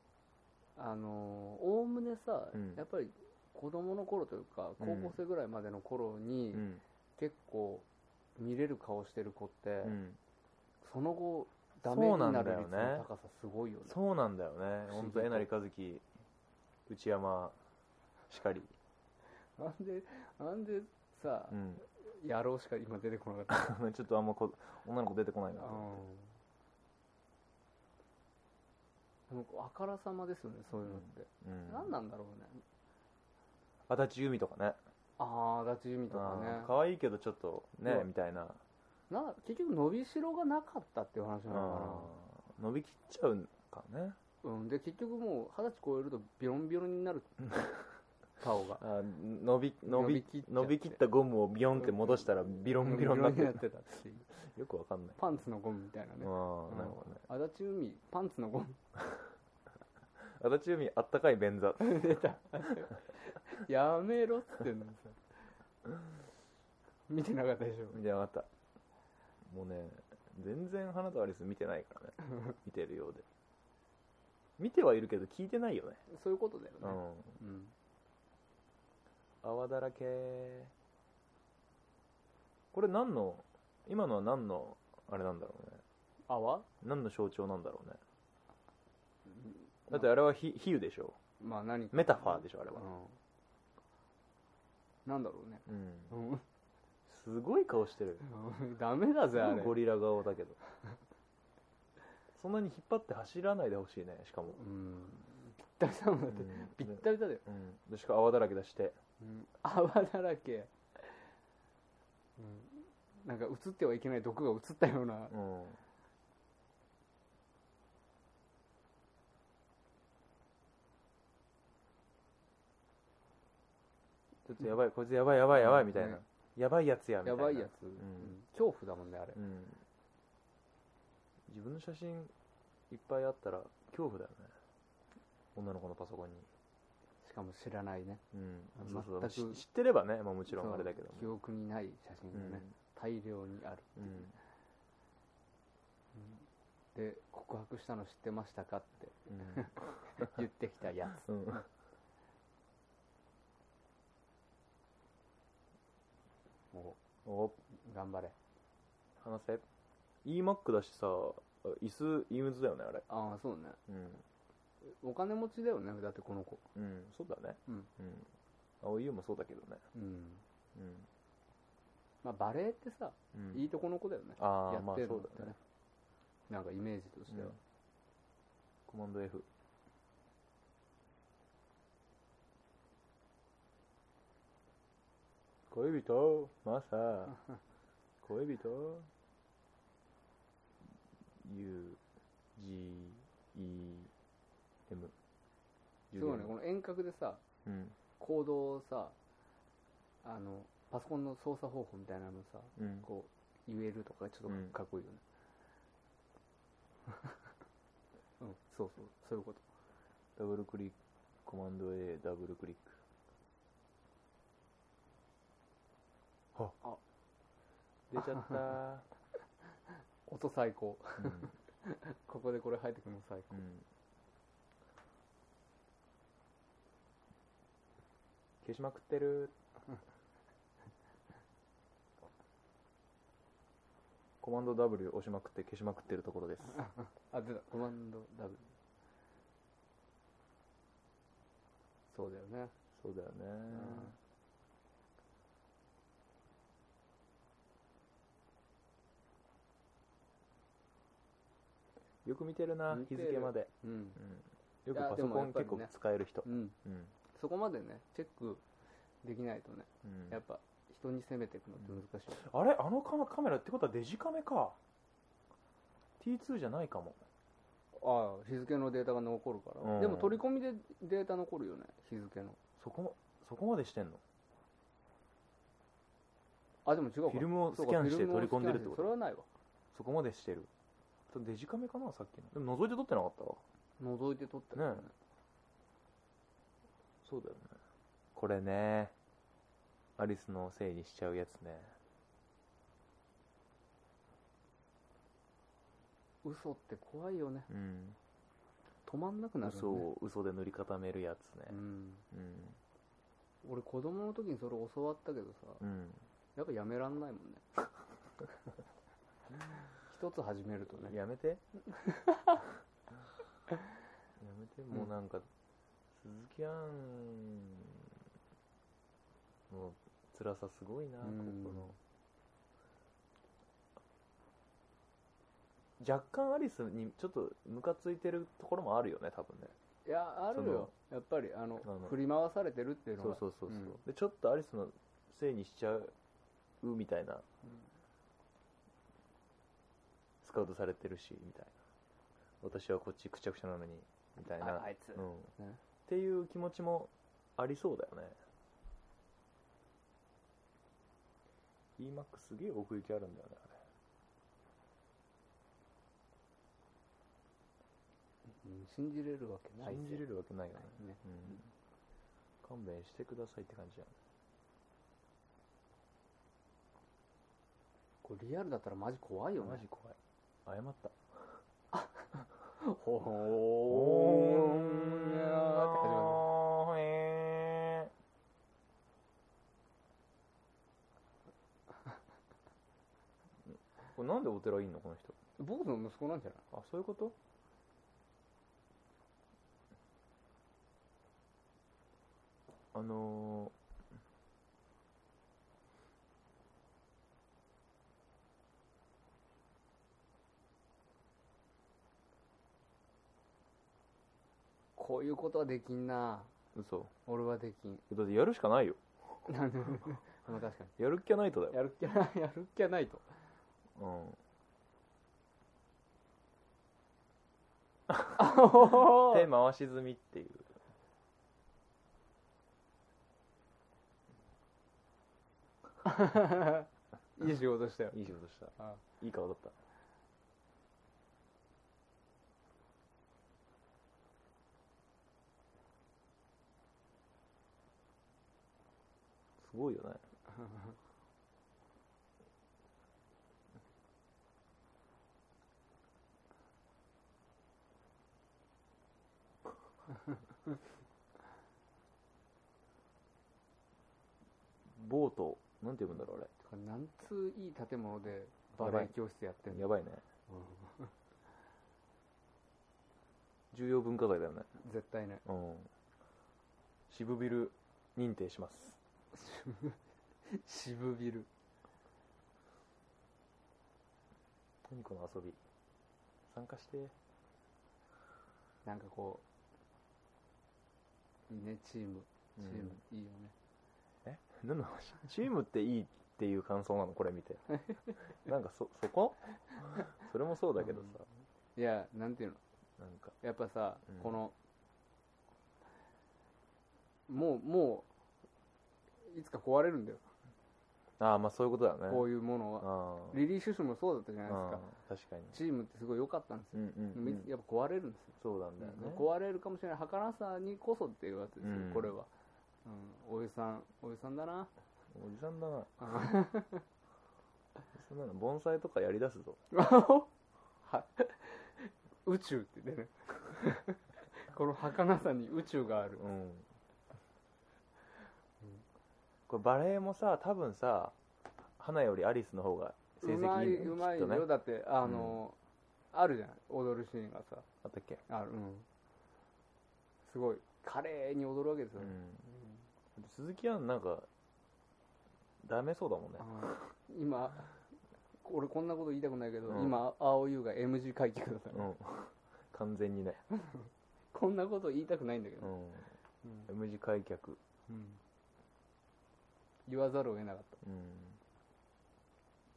Speaker 3: おおむねさ、やっぱり子供の頃というか高校生ぐらいまでの頃に、結構見れる顔してる子って、その後ダメになる率の高さすごいよね。
Speaker 2: そうなんだよね。本当えなりかずき、内山しかり。
Speaker 3: なんでさ、野郎しか今出てこなかった
Speaker 2: ちょっとあんま女の子出てこないな。
Speaker 3: でもあからさまですよね、そういうのって。何なんだろうね。
Speaker 2: 足立由美とかね。
Speaker 3: 足立由美とかね。
Speaker 2: 可愛いけどちょっとねみたいな。
Speaker 3: 結局伸びしろがなかったっていう話なのかな。
Speaker 2: 伸びきっちゃうかね。
Speaker 3: で結局もう20歳超えるとビロンビロンになる顔が
Speaker 2: 伸びきったゴムをビヨンって戻したらビロンビロンになってたっていう。よくわかんない。
Speaker 3: パンツのゴムみたいなね。
Speaker 2: なるほどね。
Speaker 3: 足立由美パンツのゴム
Speaker 2: 足立由美あったかい便座
Speaker 3: 出たやめろっつってんのにさ見てなかったでしょ。
Speaker 2: 見てなかった。もうね全然花とアリス見てないからね見てるようで。見てはいるけど聞いてないよね。
Speaker 3: そういうことだよね。
Speaker 2: 泡だらけ。これ今のは何のあれなんだろうね。
Speaker 3: 泡？
Speaker 2: 何の象徴なんだろうね。だってあれは比喩でしょ。
Speaker 3: 何か
Speaker 2: メタファーでしょあれは。
Speaker 3: なんだろうね。
Speaker 2: すごい顔してる。
Speaker 3: ダメだぜあれ。
Speaker 2: ゴリラ顔だけど。そんなに引っ張って走らないでほしいね。しかも
Speaker 3: ぴったりだもんだって。ぴったりだよ。
Speaker 2: しかも泡だらけだして。
Speaker 3: 泡だらけ。なんか映ってはいけない毒が映ったような。
Speaker 2: ちょっとやばい、こいつやばいみたいな。 やばいやつやみたいな。
Speaker 3: やばいやつ、恐怖だもんねあれ、
Speaker 2: 自分の写真いっぱいあったら恐怖だよね、女の子のパソコンに。
Speaker 3: しかも知らないね、
Speaker 2: そうそう、知ってればね、もちろんあれだけども、
Speaker 3: 記憶にない写真がね、大量にあるっていう、で告白したの知ってましたかって、言ってきたやつ、お頑張れ、
Speaker 2: 話せ。 eMac だしさ、椅子イムズだよねあれ。
Speaker 3: ああそうね、お金持ちだよねだってこの子。
Speaker 2: そうだね。青い優もそうだけどね。
Speaker 3: まあバレエってさ、いいとこの子だよね。
Speaker 2: ああ、
Speaker 3: やってるのってね、
Speaker 2: まあそうだね。
Speaker 3: なんかイメージとしては。
Speaker 2: コマンド F。恋人マサ恋人 U G E M。
Speaker 3: そうね、この遠隔でさ、コードをさ、パソコンの操作方法みたいなのさ、こう言えるとかちょっとかっこいいよね。そうそう、そういうこと。
Speaker 2: ダブルクリック、コマンド A、ダブルクリック。出ちゃった
Speaker 3: 音最高、ここでこれ入ってくるの最高、
Speaker 2: 消しまくってるコマンド W 押しまくって消しまくってるところです
Speaker 3: あ、出た、コマンド W。 そうだよね、
Speaker 2: そうだよね、よく見てるな、日付まで、よくパソコン結構使える人、
Speaker 3: そこまでねチェックできないとね、やっぱ人に攻めていくのって難しい、
Speaker 2: あれ、あのカメラってことはデジカメか。 T2 じゃないかも。
Speaker 3: ああ、日付のデータが残るから、でも取り込みでデータ残るよね、日付の。
Speaker 2: そこまでしてんの。
Speaker 3: あ、でも違うか、
Speaker 2: フィルムをスキャンして取り込んでるってこと。
Speaker 3: それはないわ。
Speaker 2: そこまでしてる。デジカメかな、さっきの。でも覗いて撮ってなかったわ。
Speaker 3: 覗いて撮ったよね。
Speaker 2: そうだよね。これね、アリスのせいにしちゃうやつね。
Speaker 3: 嘘って怖いよね。止まんなくなるよね。
Speaker 2: 嘘で塗り固めるやつね。
Speaker 3: 俺子供の時にそれ教わったけどさ、やっぱやめらんないもんね。一つ始めるとね。
Speaker 2: やめてもうなんか鈴木杏の辛さすごいな、ここの。若干アリスにちょっとムカついてるところもあるよね、多分ね。
Speaker 3: いや、あるよ、やっぱり振り回されてるっていうのが。
Speaker 2: そう、でちょっとアリスのせいにしちゃうみたいな、スカウトされてるしみたいな、私はこっちくちゃくちゃなのにみたいな、
Speaker 3: あいつ、
Speaker 2: っていう気持ちもありそうだよね。 eMac すげえ奥行きあるんだよね、あれ。
Speaker 3: 信じれるわけない。
Speaker 2: 信じれるわけないよね。勘弁してくださいって感じじゃん。
Speaker 3: これリアルだったらマジ怖いよね。
Speaker 2: マジ怖い。謝った。
Speaker 3: ほほーんやーって始まる。
Speaker 2: これなんでお寺いんのこの人。
Speaker 3: 坊主の息子なんじゃない？
Speaker 2: あ、そういうこと？
Speaker 3: こういうことはできんな。
Speaker 2: 嘘。
Speaker 3: 俺はできん。
Speaker 2: だってやるしかないよ。
Speaker 3: まあ確かに。
Speaker 2: やるっきゃないとだよ。
Speaker 3: やるっきゃないと。
Speaker 2: 手回し済みっていう。
Speaker 3: いい仕事したよ。
Speaker 2: いい仕事した。
Speaker 3: ああ、
Speaker 2: いい顔だった。すごいよね。ボートなんて読むんだろうあれ。
Speaker 3: なんついい建物でバレエ教室やってんの。
Speaker 2: やばいね、うん、重要文化財だよね
Speaker 3: 絶対ね、
Speaker 2: うん、渋ビル認定します
Speaker 3: 渋ビル。
Speaker 2: 何この遊び、参加して。
Speaker 3: なんかこういいね、チーム、いいよね。
Speaker 2: 何の話？チームっていいっていう感想なのこれ見てなんかそこそれもそうだけどさ、
Speaker 3: いや、なんていうの、
Speaker 2: なんか
Speaker 3: やっぱさ、このもういつか壊れるんだよ。
Speaker 2: ああ、まあそういうことだよね。
Speaker 3: こういうものはリリー・シュシュもそうだったじゃないですか。
Speaker 2: 確かに
Speaker 3: チームってすごい良かったんですよ、やっぱ壊れるんですよ。
Speaker 2: そうなんだよね、
Speaker 3: 壊れるかもしれない儚さにこそっていうやつですよ、これは。おじさんだな。
Speaker 2: おじさんだなそんなの盆栽とかやりだすぞ
Speaker 3: 宇宙ってねこの儚さに宇宙がある、
Speaker 2: これバレエもさ、多分さ、花よりアリスの方が成績いいの。
Speaker 3: うまいよ、ね、だってあるじゃん、踊るシーンがさ。
Speaker 2: あったっけ？
Speaker 3: ある、すごい華麗に踊るわけですよね、
Speaker 2: 鈴木杏なんかダメそうだもんね。
Speaker 3: 今俺こんなこと言いたくないけど、今青優が M 字開脚だから、
Speaker 2: 完全にね
Speaker 3: こんなこと言いたくないんだけど、
Speaker 2: M 字開脚、
Speaker 3: 言わざるを得なかった、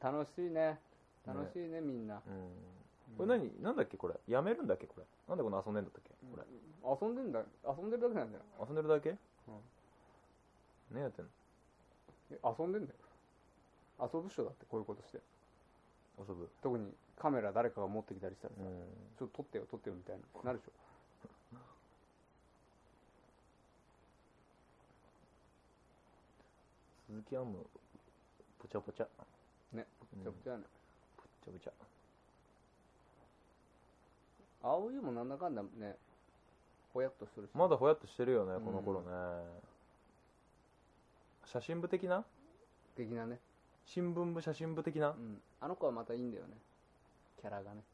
Speaker 3: 楽しいねみんな、
Speaker 2: これなんだっけこれ、やめるんだっけこれ、なんでこの遊んでんだったっけこれ、
Speaker 3: 遊んでるだけなんだよ。
Speaker 2: 遊んでるだけ？何やってんの？
Speaker 3: 遊んでんだよ。遊ぶ人だって、こういうことして
Speaker 2: 遊ぶ。
Speaker 3: 特にカメラ誰かが持ってきたりしたらさ、ちょっと撮ってよみたいななるでしょ
Speaker 2: 鈴木杏もぽちゃぽちゃ
Speaker 3: ね、ぽちゃぽちゃね、
Speaker 2: ぽちゃぽちゃ。
Speaker 3: 青湯もなんだかんだね、ほやっとするし、
Speaker 2: まだほやっとしてるよね、この頃ね。写真部的な
Speaker 3: ね、
Speaker 2: 新聞部写真部的な、
Speaker 3: あの子はまたいいんだよね、キャラがね。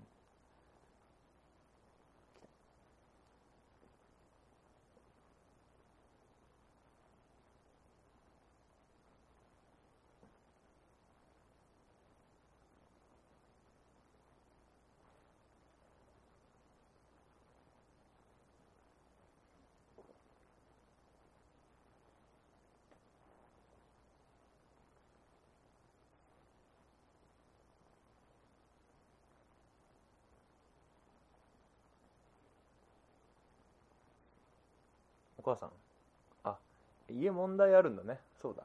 Speaker 2: お母さん、あ、家問題あるんだね。そうだ。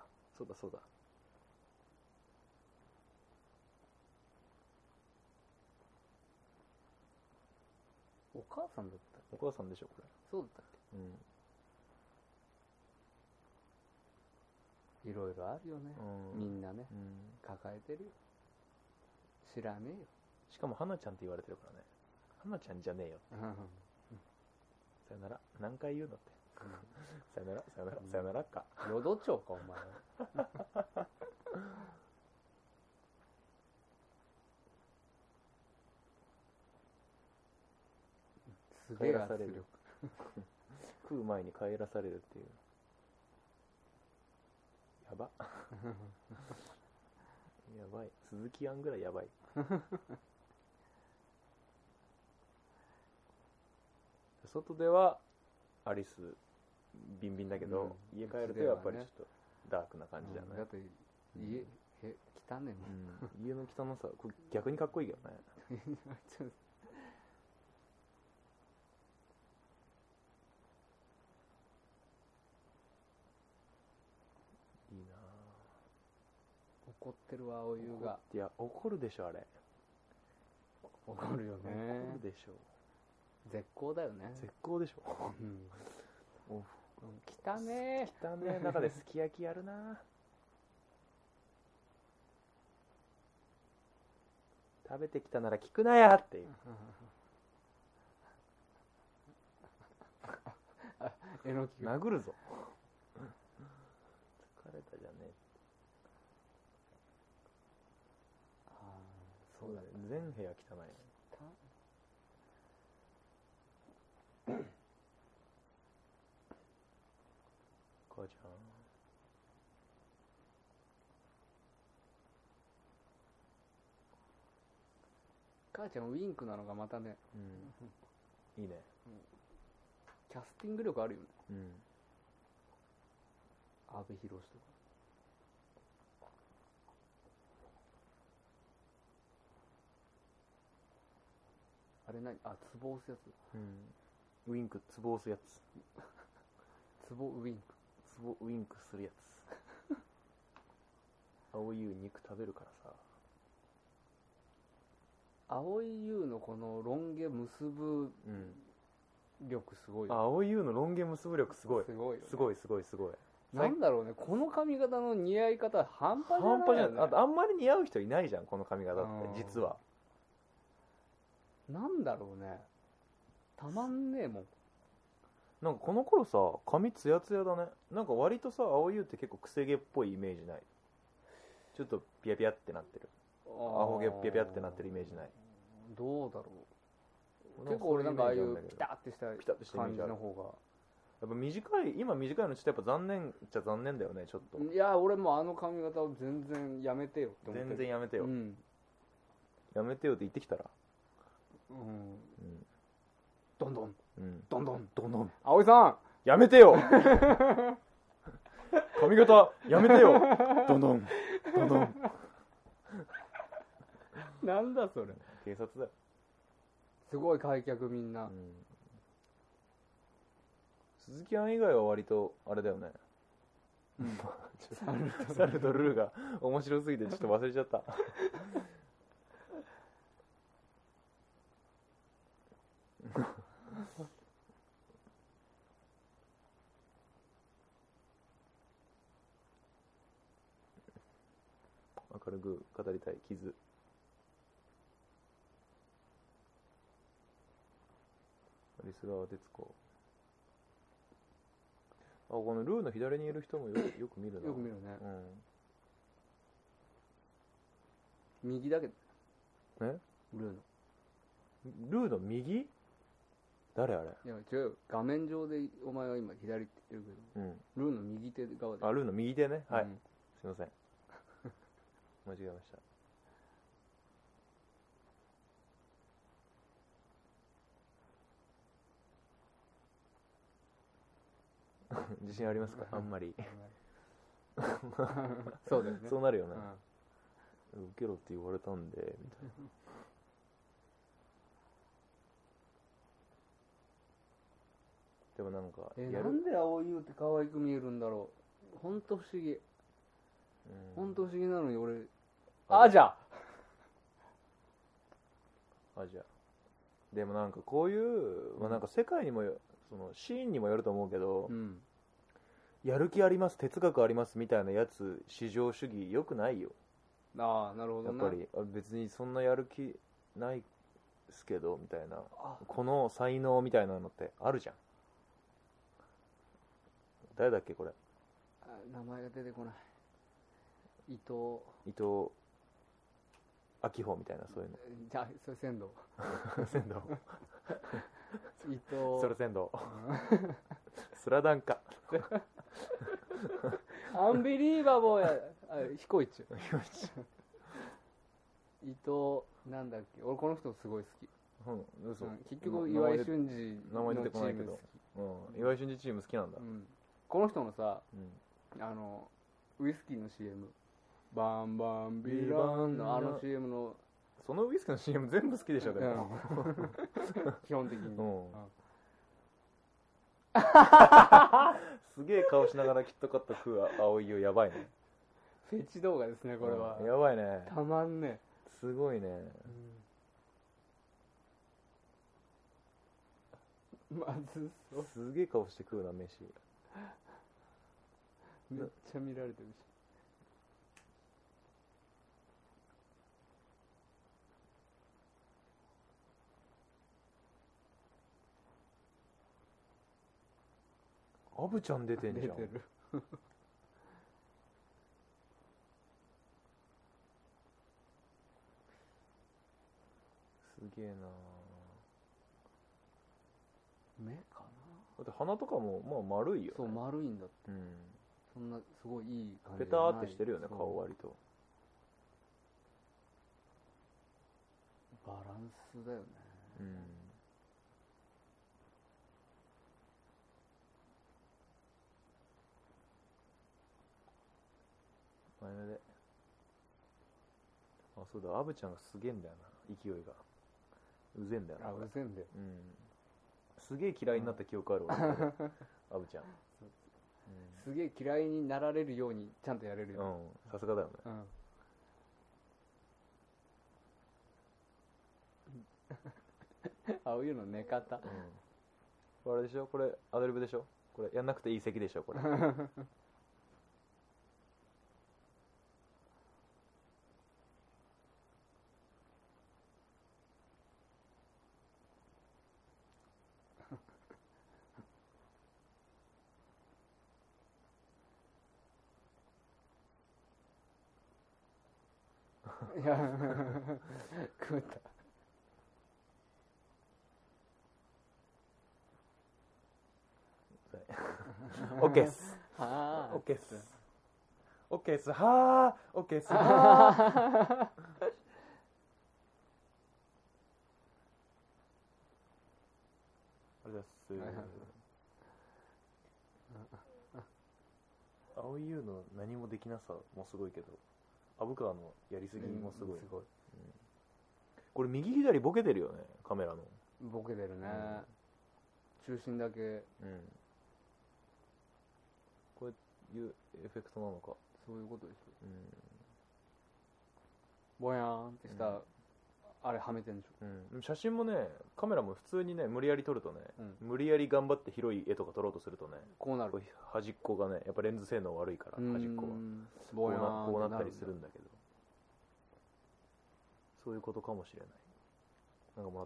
Speaker 3: お母さんだった？
Speaker 2: お母さんでしょこれ。
Speaker 3: そうだったっけ？いろいろあるよね、みんなね、抱えてるよ。知らねえよ。
Speaker 2: しかも花ちゃんって言われてるからね。花ちゃんじゃねえよさよなら、何回言うのってさよならか。
Speaker 3: 淀町かお前すげえ圧力
Speaker 2: 食う前に帰らされるっていう。やばやばい。鈴木杏ぐらいやばい外ではアリスビンビンだけど、家帰るとやっぱりちょっとダークな感じだよね。
Speaker 3: だって家汚ね
Speaker 2: え、家の汚さこれ逆にかっこいいけどねいいな
Speaker 3: 怒ってるわ、お湯が。
Speaker 2: いや怒るでしょ、あれ
Speaker 3: 怒るよね。
Speaker 2: 怒るでしょ。
Speaker 3: 絶好だよね。
Speaker 2: 絶好でしょ。
Speaker 3: 汚ね
Speaker 2: え汚ねえ中ですき焼きやるな。食べてきたなら聞くなやっていう
Speaker 3: えのき
Speaker 2: 殴るぞ。疲れたじゃねえ。そうだね、全部屋汚いね。母ちゃん、
Speaker 3: 母ちゃんウィンクなのがまたね、
Speaker 2: いいね、
Speaker 3: キャスティング力あるよね。阿部寛とか。あれ何、あ、ツボ押すやつ。
Speaker 2: ウィンク、ツボ押すやつ。
Speaker 3: ツボウィンク。
Speaker 2: ツボウィンクするやつ。青い優肉食べるからさ。
Speaker 3: 青い優のこのロン毛結ぶ力すごいよ。
Speaker 2: 青い優のロン毛結ぶ力すごい。
Speaker 3: すごいよね。
Speaker 2: すごいすごいすごい。
Speaker 3: なんだろうね、この髪型の似合い方半端じゃないよね。
Speaker 2: 半端じゃない。あんまり似合う人いないじゃん、この髪型って実は。
Speaker 3: なんだろうね、たまんねえもん。
Speaker 2: なんかこの頃さ、髪ツヤツヤだね。なんか割とさ、青い優って結構くせ毛っぽいイメージない？ちょっとピヤピヤってなってる。アホ毛ピヤピヤってなってるイメージない？
Speaker 3: どうだろう。結構俺なんかああいうピタってした感じの方が。
Speaker 2: やっぱ今短いのちょっとやっぱ残念っちゃ残念だよね、ちょっと。
Speaker 3: いや、俺もあの髪型を全然やめてよって思ってる。
Speaker 2: 全然やめてよ。やめてよって言ってきたら。
Speaker 3: どんどん。どんどん。
Speaker 2: どんどん。
Speaker 3: 葵さん
Speaker 2: やめてよ髪型やめてよどんどん。どんどん。
Speaker 3: なんだそれ。
Speaker 2: 警察だよ。
Speaker 3: すごい開脚みんな。
Speaker 2: 鈴木杏以外は割とあれだよね。サルとルーが面白すぎてちょっと忘れちゃった明るく語りたい傷。リス川徹子。このルーの左にいる人もよく見るな。
Speaker 3: よく見るね。右だけど。
Speaker 2: ルーの右？誰あれ？
Speaker 3: いや違うよ、画面上でお前は今左って言ってるけど、ルーの右手側で。
Speaker 2: ルーの右手ね。はい、すいません間違えました自信ありますか？あんまり
Speaker 3: そうだよね。
Speaker 2: そうなるよね、受けろって言われたんでみたいなでもなんか
Speaker 3: なんで青い優って可愛く見えるんだろう。ほんと不思議。ほんと不思議なのに俺アジャでもなんかこういう、なんか世界にもそのシーンにもよると思うけど、やる気あります哲学ありますみたいなやつ至上主義よくないよ。ああ、なるほどね。
Speaker 2: やっぱり別にそんなやる気ないっすけどみたいな、この才能みたいなのってあるじゃん。誰だっけこれ。
Speaker 3: 名前が出てこない。伊藤
Speaker 2: 秋穂みたいな、そういうの。
Speaker 3: じゃあそれ仙道
Speaker 2: 仙道
Speaker 3: 伊藤
Speaker 2: それ仙道スラダンか
Speaker 3: アンビリーバボーや彦一伊藤なんだっけ、俺この人すごい好き。
Speaker 2: 嘘、
Speaker 3: 結局岩井俊二
Speaker 2: 名前出てこないけど、岩井俊二チーム好きなんだ。
Speaker 3: この人のさ、ウイスキーの CM バンバンビランのあの CM の、
Speaker 2: そのウイスキーの CM 全部好きでしょでも
Speaker 3: 基本的に
Speaker 2: すげえ顔しながらキットカット食う青いよ、やばいね。
Speaker 3: フェチ動画ですねこれは、
Speaker 2: やばいね、
Speaker 3: たまんね。
Speaker 2: すごいね、
Speaker 3: まずそう。
Speaker 2: すげえ顔して食うな飯。
Speaker 3: めっちゃ見られてるし。
Speaker 2: アブちゃん出てんじゃん。
Speaker 3: 出てる
Speaker 2: すげえな。
Speaker 3: 目かな。
Speaker 2: だって鼻とかもまあ丸いよね。
Speaker 3: そう丸いんだって、
Speaker 2: うん、
Speaker 3: そんなすごいいい感じ
Speaker 2: ペターってしてるよね顔割と。
Speaker 3: バランスだよね。
Speaker 2: うん。前目で。あ、そうだ、アブちゃんがすげえんだよな、勢いが。うぜんだよな。
Speaker 3: あ、うぜんだよ。
Speaker 2: うん。すげえ嫌いになった記憶あるわ、アブちゃん。
Speaker 3: すげえ嫌いになられるようにちゃんとやれるよ。
Speaker 2: うん、さすがだよね。
Speaker 3: うん。ああいうの寝方。
Speaker 2: うん。あれでしょ、これアドリブでしょ、これやんなくていい席でしょ、これ。
Speaker 3: いや食った。
Speaker 2: オッケーっす。
Speaker 3: は
Speaker 2: オッケーっす。オッケーっす。はー。オッケーっす。はー。ありがとうございます。青い優の何もできなさもすごいけど、虻川のやりすぎもすごい。
Speaker 3: すごい。
Speaker 2: これ右左ボケてるよね、カメラの。
Speaker 3: ボケてるね。中心だけ。
Speaker 2: こういうエフェクトなのか。
Speaker 3: そういうことでしょ。ぼやーんってした、あれはめてんでしょ。
Speaker 2: 写真もね、カメラも普通にね、無理やり撮るとね、無理やり頑張って広い絵とか撮ろうとするとね、
Speaker 3: こうなる。
Speaker 2: 端っこがね、やっぱレンズ性能悪いから、端っこはこうなったりするんだけど、そういうことかもしれない。なんかもらった。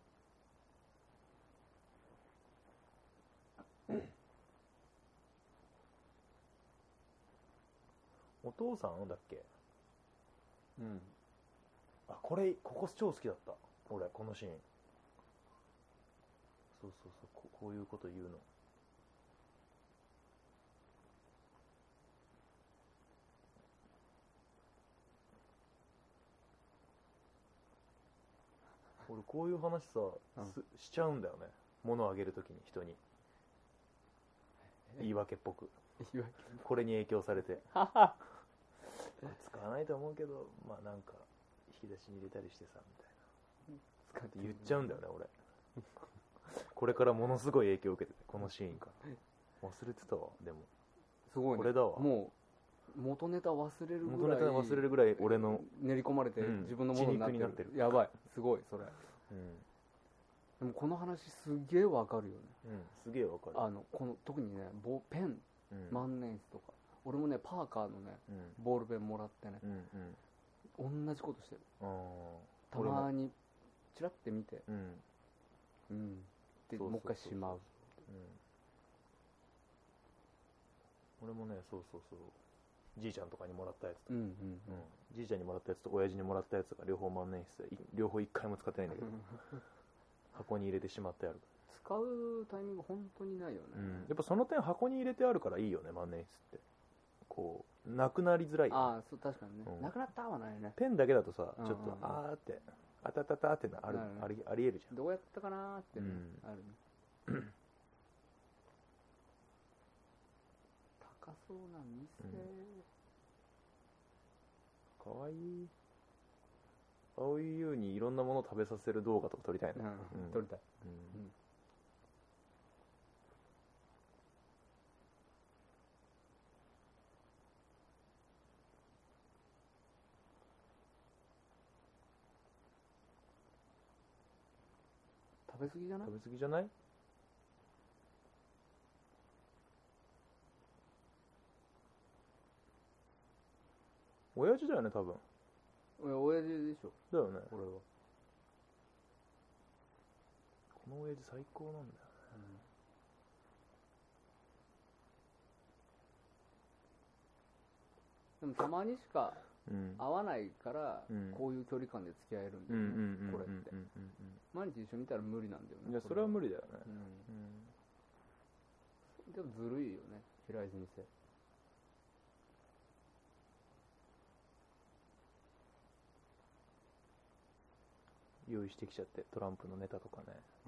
Speaker 2: お父さんだっけ。あ、ここ超好きだった、俺このシーン。そうそうそう、こういうこと言うの。俺こういう話さ、しちゃうんだよね、物をあげるときに人に。言い訳っぽく。これに影響されて使わないと思うけど、まあなんか引き出しに入れたりしてさみたいなって言っちゃうんだよね俺。これからものすごい影響を受けてて、このシーンから忘れてたわ。でも
Speaker 3: すごいね、
Speaker 2: これだわ。
Speaker 3: もう元ネタ忘れるぐ
Speaker 2: らい俺の
Speaker 3: 練り込まれて自分のものになってる。やばい、すごいそれ。でもこの話すげえわかるよね。
Speaker 2: すげえわかる。
Speaker 3: この特にね、ペン、万年筆とか、俺もねパーカーのね、ボールペンもらってね、同じことしてる。たまにチラッて見て、でもう一回しまう。
Speaker 2: 俺もね、そうじいちゃんとかにもらったやつと、じいちゃんにもらったやつと親父にもらったやつが両方万年筆で、両方一回も使ってないんだけど箱に入れてしまってある。
Speaker 3: 使うタイミング本当にないよね。
Speaker 2: やっぱその点箱に入れてあるからいいよね、万年筆って。こうなくなりづらいよね。
Speaker 3: ああ、そう、確かにね、なくなったはないね。
Speaker 2: ペンだけだとさ、ちょっとあーってあたたたってありえるじゃん。
Speaker 3: どうやったかなーってね、あるね。高そうな店、
Speaker 2: かわいい。青い優にいろんなものを食べさせる動画とか撮りたいな。
Speaker 3: 撮りたい。 べ過ぎじゃない？
Speaker 2: 食べ過ぎじゃない？親父だよね多分。
Speaker 3: 親父でしょ。
Speaker 2: だよね。
Speaker 3: これは
Speaker 2: この親父最高なんだよね。
Speaker 3: でもたまにしか会わないから、こういう距離感で付き合えるんだよね、これって。毎日一緒にいたら無理なんだよね。
Speaker 2: いや、それは無理だよね。
Speaker 3: でもずるいよね、平井先生。
Speaker 2: 用意してきちゃって、トランプのネタとかね。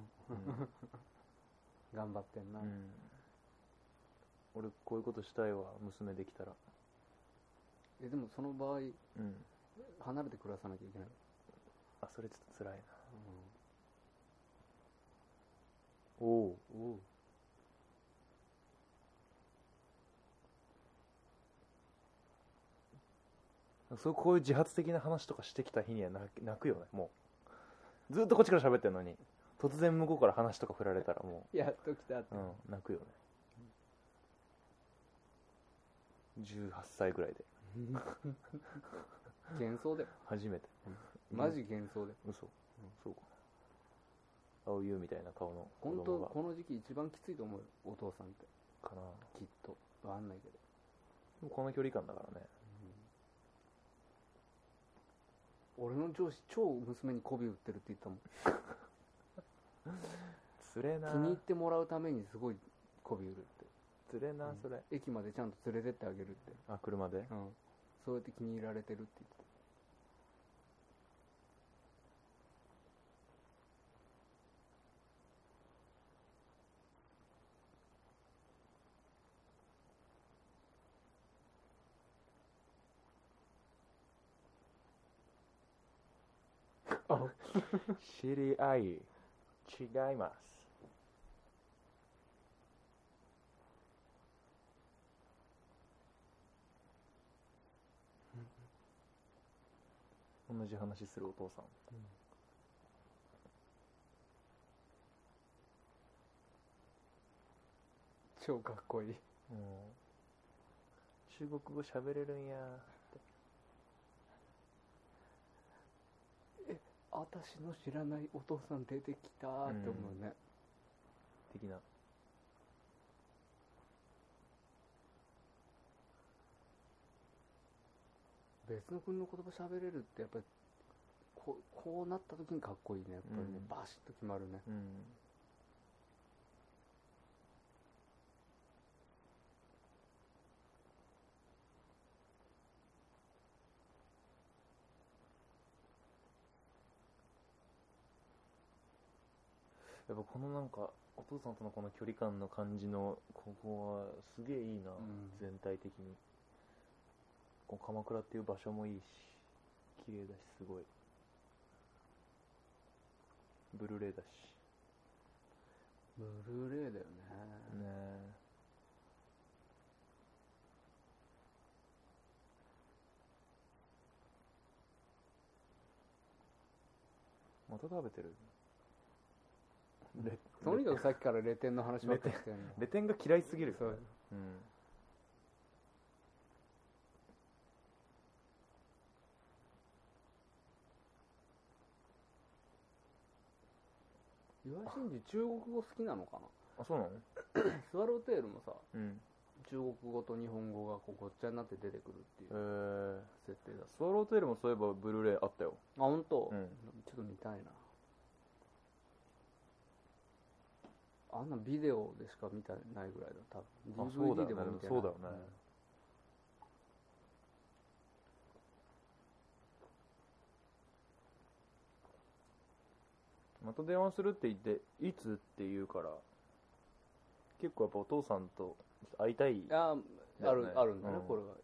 Speaker 3: 頑張ってんな。
Speaker 2: 俺こういうことしたいわ、娘できたら。
Speaker 3: でもその場合、離れて暮らさなきゃいけない。
Speaker 2: あ、それちょっと辛いな。おうこういう自発的な話とかしてきた日には泣くよね。もうずっとこっちから喋ってんのに突然向こうから話とか振られたらも
Speaker 3: うやっと来たって、
Speaker 2: 泣くよね。18歳ぐらいで
Speaker 3: 幻想で
Speaker 2: 初めて、
Speaker 3: マジ幻想で。
Speaker 2: 嘘、そうかな。青優みたいな顔の子
Speaker 3: 本
Speaker 2: 供が。
Speaker 3: 当この時期一番きついと思うよ、お父さんって
Speaker 2: かな。
Speaker 3: きっとわかんないけど、
Speaker 2: でもこの距離感だからね。
Speaker 3: 俺の上司超娘に媚び売ってるって言ったもん。
Speaker 2: つれな。
Speaker 3: 気に入ってもらうためにすごい媚び売るって。
Speaker 2: つれな、それ。
Speaker 3: 駅までちゃんと連れてってあげるって。
Speaker 2: あ、車で。
Speaker 3: そうやって気に入られてるって言ってた。
Speaker 2: 知り合い違います。同じ話するお父さん、
Speaker 3: 超かっこいい。
Speaker 2: 中国語喋れるんや。
Speaker 3: 私の知らないお父さん出てきたーって思うね、
Speaker 2: 的な。
Speaker 3: 別の国の言葉喋れるってやっぱりこうなった時にかっこいいね、やっぱりね、バシッと決まるね。
Speaker 2: やっぱこのなんかお父さんとのこの距離感の感じのここはすげえいいな、全体的に。こう鎌倉っていう場所もいいし綺麗だし、すごいブルーレイだし。
Speaker 3: ブルーレイだよね。
Speaker 2: また食べてる。
Speaker 3: とにかくさっきからレテンの話ばっかりしてるの。
Speaker 2: レテンが嫌いすぎる。
Speaker 3: そう、岩井真司中国語好きなのかな。
Speaker 2: あ、そうなの？
Speaker 3: スワローテールもさ、中国語と日本語がこうごっちゃになって出てくるっていう設定だ。
Speaker 2: スワローテールもそういえばブルーレイあったよ。
Speaker 3: あ、本当？ちょっと見たいな。あんなビデオでしか見てないぐらいだ、多分。DVD でも見てない。
Speaker 2: そうだよね。また電話するって言っていつって言うから、結構やっぱお父さんと会いたい、ね、
Speaker 3: あるんだね、これは。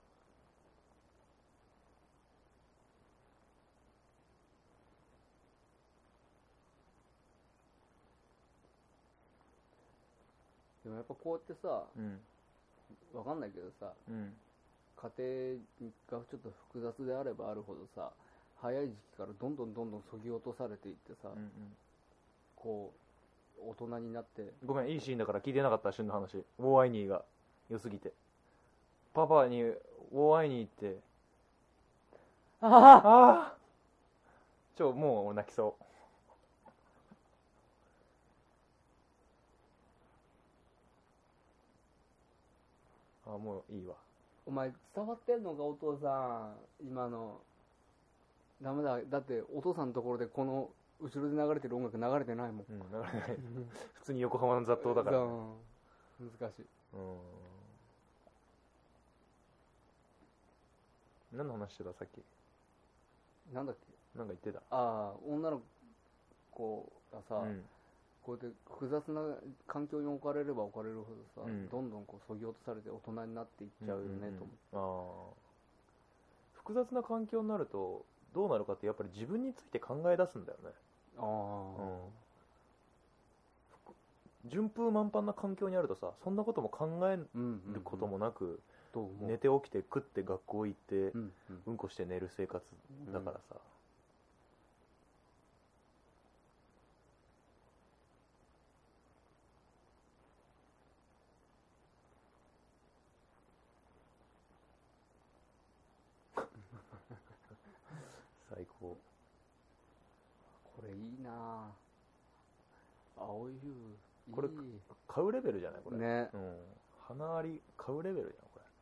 Speaker 3: でもやっぱこうやってさ、わかんないけどさ、家庭がちょっと複雑であればあるほどさ、早い時期からどんどんそぎ落とされていってさ、こ大人になって。
Speaker 2: ごめん、いいシーンだから聞いてなかった。旬の話、ウォーアイニーが良すぎて、パパにウォーアイニーってああもう泣きそう。もういいわ。
Speaker 3: お前伝わってんのかお父さん、今の。ダメだ、だってお父さんのところでこの後ろで流れてる音楽流れてないもん。
Speaker 2: 流れてない普通に横浜の雑踏だから、ね、
Speaker 3: 難しい。
Speaker 2: 何の話してたさっき。
Speaker 3: なんだっ
Speaker 2: け、なんか言ってた。
Speaker 3: 女の子がさ、こうやって複雑な環境に置かれれば置かれるほどさ、どんどんこうそぎ落とされて大人になっていっちゃうよね、と思って。
Speaker 2: 複雑な環境になるとどうなるかって、やっぱり自分について考え出すんだよね。順風満帆な環境にあるとさ、そんなことも考えることもなく、寝て起きて食って学校行って、うんこして寝る生活だからさ、最高。
Speaker 3: これいいなぁ。青い湯
Speaker 2: これ買うレベルじゃないこれ
Speaker 3: ね。
Speaker 2: 花あり買うレベルじゃんこ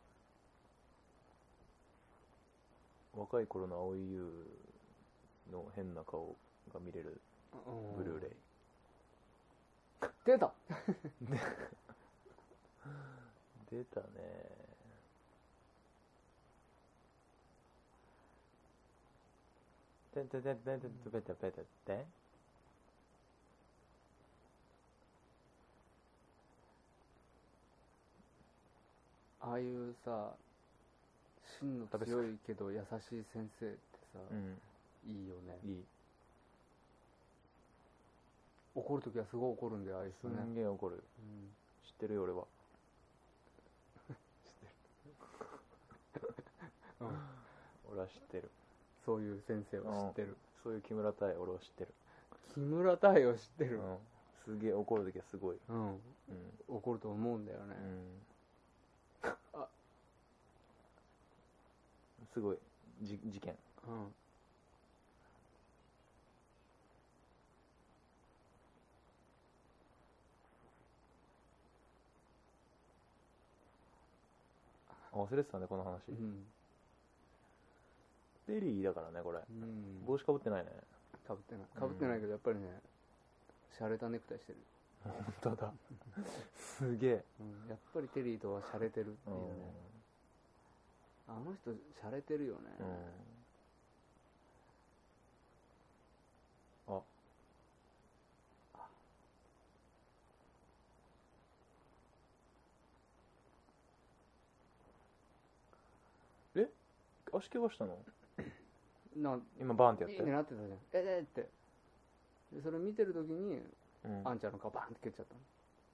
Speaker 2: れ。若い頃の青い優の変な顔が見れるブルーレイ。
Speaker 3: 出た
Speaker 2: 出たね。てんてんてんてんてんてんてんてんてんてん。
Speaker 3: ああいうさ、芯の強いけど優しい先生ってさ、いいよね。
Speaker 2: いい。
Speaker 3: 怒るときはすごい怒るんだよ、ああいう人ね。
Speaker 2: すんげえ怒る。知ってるよ俺は。知ってる。俺は知ってる。
Speaker 3: そういう先生を知ってる。
Speaker 2: そういう木村多江俺は知ってる。
Speaker 3: 木村多江を知ってる。
Speaker 2: すげえ怒るときはすごい。
Speaker 3: 怒ると思うんだよね。
Speaker 2: すごい事件。忘れてたねこの話。テリーだからねこれ。帽子かぶってないね。
Speaker 3: かぶってないけど、やっぱりね、洒落たネクタイしてる。
Speaker 2: 本当だすげえ。
Speaker 3: やっぱりテリーとは洒落てるっていうね。あの人洒落てるよね。
Speaker 2: 足怪我したの？
Speaker 3: 今
Speaker 2: バーンってやって
Speaker 3: なってたじゃん。ってでそれ見てるときに、あんちゃんの顔バーンって蹴っちゃったの。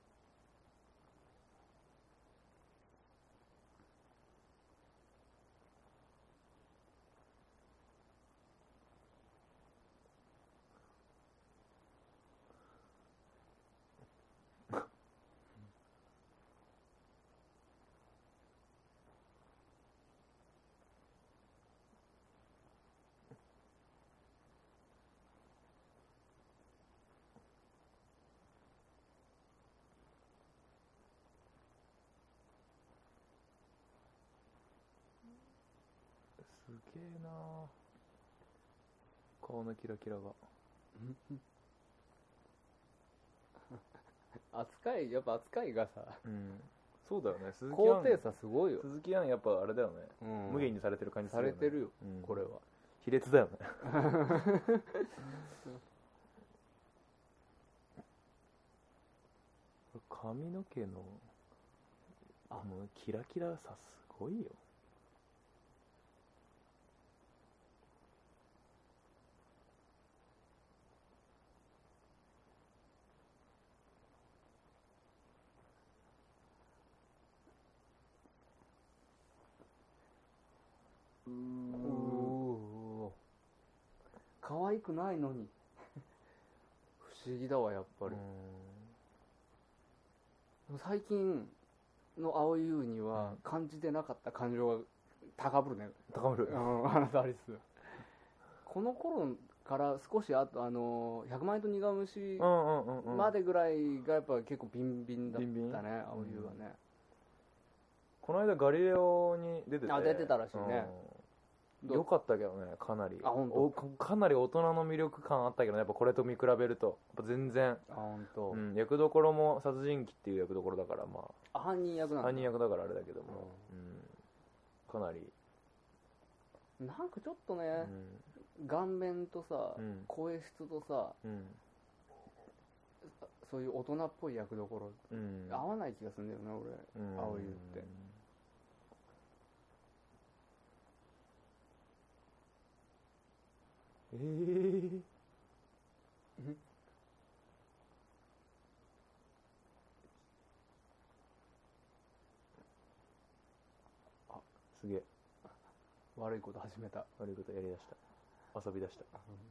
Speaker 2: すげえな顔のキラキラが
Speaker 3: やっぱ扱いがさ、
Speaker 2: そうだよね。鈴木
Speaker 3: 高低差すごいよ。
Speaker 2: 鈴木杏やっぱあれだよね、無限にされてる感じするよね。
Speaker 3: されてるよ、これは
Speaker 2: 卑劣だよね髪の毛のキラキラさすごいよ。
Speaker 3: 可愛くないのに不思思議だわやっぱり。最近の青い優には感じてなかった感情が高ぶるね。
Speaker 2: 高ぶる。
Speaker 3: アナザーリス。この頃から少しあと100万円と苦虫までぐらいがやっぱ結構ビンビンだったね、青い優はね。
Speaker 2: この間ガリレオに出てて。
Speaker 3: 出てたらしいね。
Speaker 2: よかったけどね、かなり。
Speaker 3: 本当。
Speaker 2: かなり大人の魅力感あったけど、やっぱこれと見比べるとやっぱ全然。
Speaker 3: 本当。
Speaker 2: 役どころも殺人鬼っていう役どころだから、まあ
Speaker 3: 犯人役なんだ。
Speaker 2: 犯人役だからあれだけども、かなり
Speaker 3: なんかちょっとね、顔面とさ、声質とさ、そういう大人っぽい役どころ、合わない気がするんだよね俺、青い優って。
Speaker 2: すげえ
Speaker 3: 悪いこと始めた。
Speaker 2: 悪いことやりだした。遊び出した。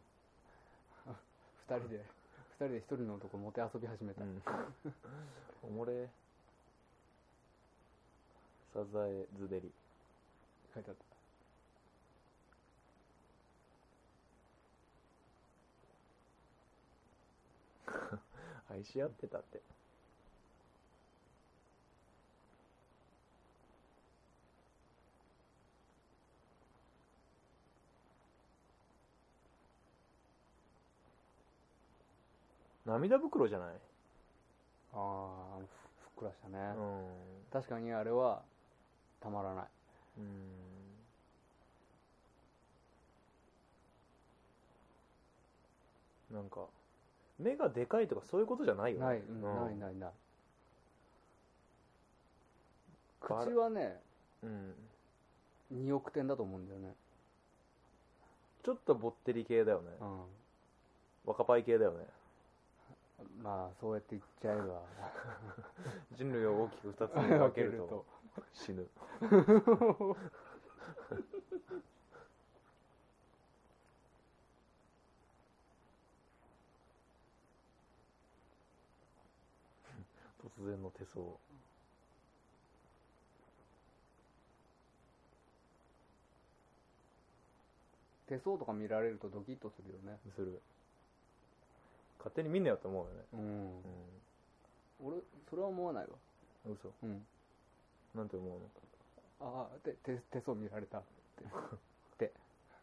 Speaker 3: 二人で一人の男もて遊び始めた。
Speaker 2: おもれ。サザエズデリ
Speaker 3: 書いてあった。
Speaker 2: 愛し合ってたって。涙袋じゃない？
Speaker 3: ふっくらしたね。確かにあれはたまらない。
Speaker 2: なんか目がでかいとかそういうことじゃないよね。
Speaker 3: ない。口はね、2億点だと思うんだよね。
Speaker 2: ちょっとぼってり系だよね。若パイ系だよね。
Speaker 3: まあそうやって言っちゃえば
Speaker 2: 人類を大きく2つに分けると死ぬ。突然の手相。
Speaker 3: 手相とか見られるとドキッとするよね。
Speaker 2: する。勝手に見んなよって思うよね。
Speaker 3: 俺それは思わないわ。
Speaker 2: 嘘。なんて思うの？
Speaker 3: 手相見られたって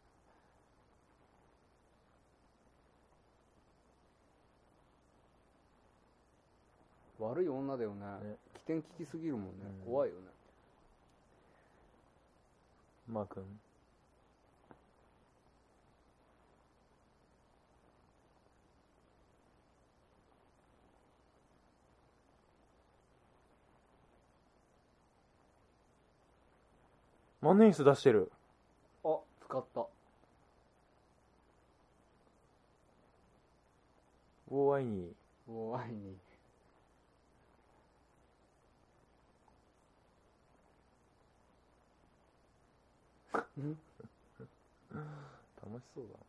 Speaker 3: 悪い女だよね。起点聞きすぎるもんね。怖いよね。
Speaker 2: マー君。万年筆出してる。
Speaker 3: 使った。
Speaker 2: ウォーアイニー。楽しそうだ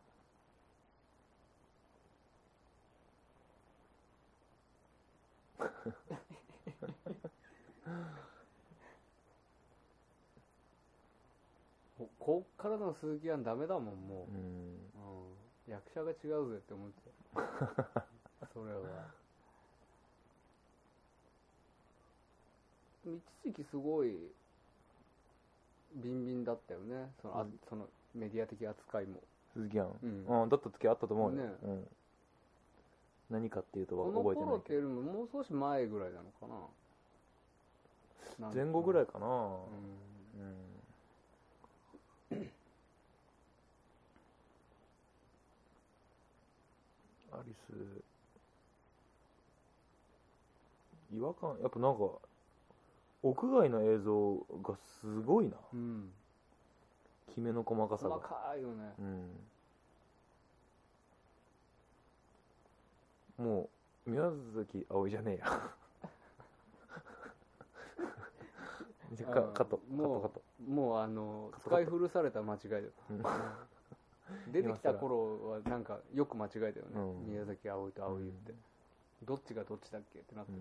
Speaker 3: こっからの鈴木はダメだもんもう。役者が違うぜって思っちゃう。それは一時期すごいビンビンだったよね。そのメディア的扱いも。
Speaker 2: 鈴木やん。だった時あったと思うね。何かっていうと覚えてないけど。
Speaker 3: この頃っていうよりももう少し前ぐらいなのかな。
Speaker 2: 前後ぐらいかな。アリス違和感やっぱなんか屋外の映像がすごいな。きめの細かさが
Speaker 3: 細かいよね。
Speaker 2: もう宮崎あおいじゃねえや
Speaker 3: カットもう使い古された間違いだ出てきた頃はなんかよく間違えたよね、宮崎あおいと蒼井優って、どっちがどっちだっけってなって、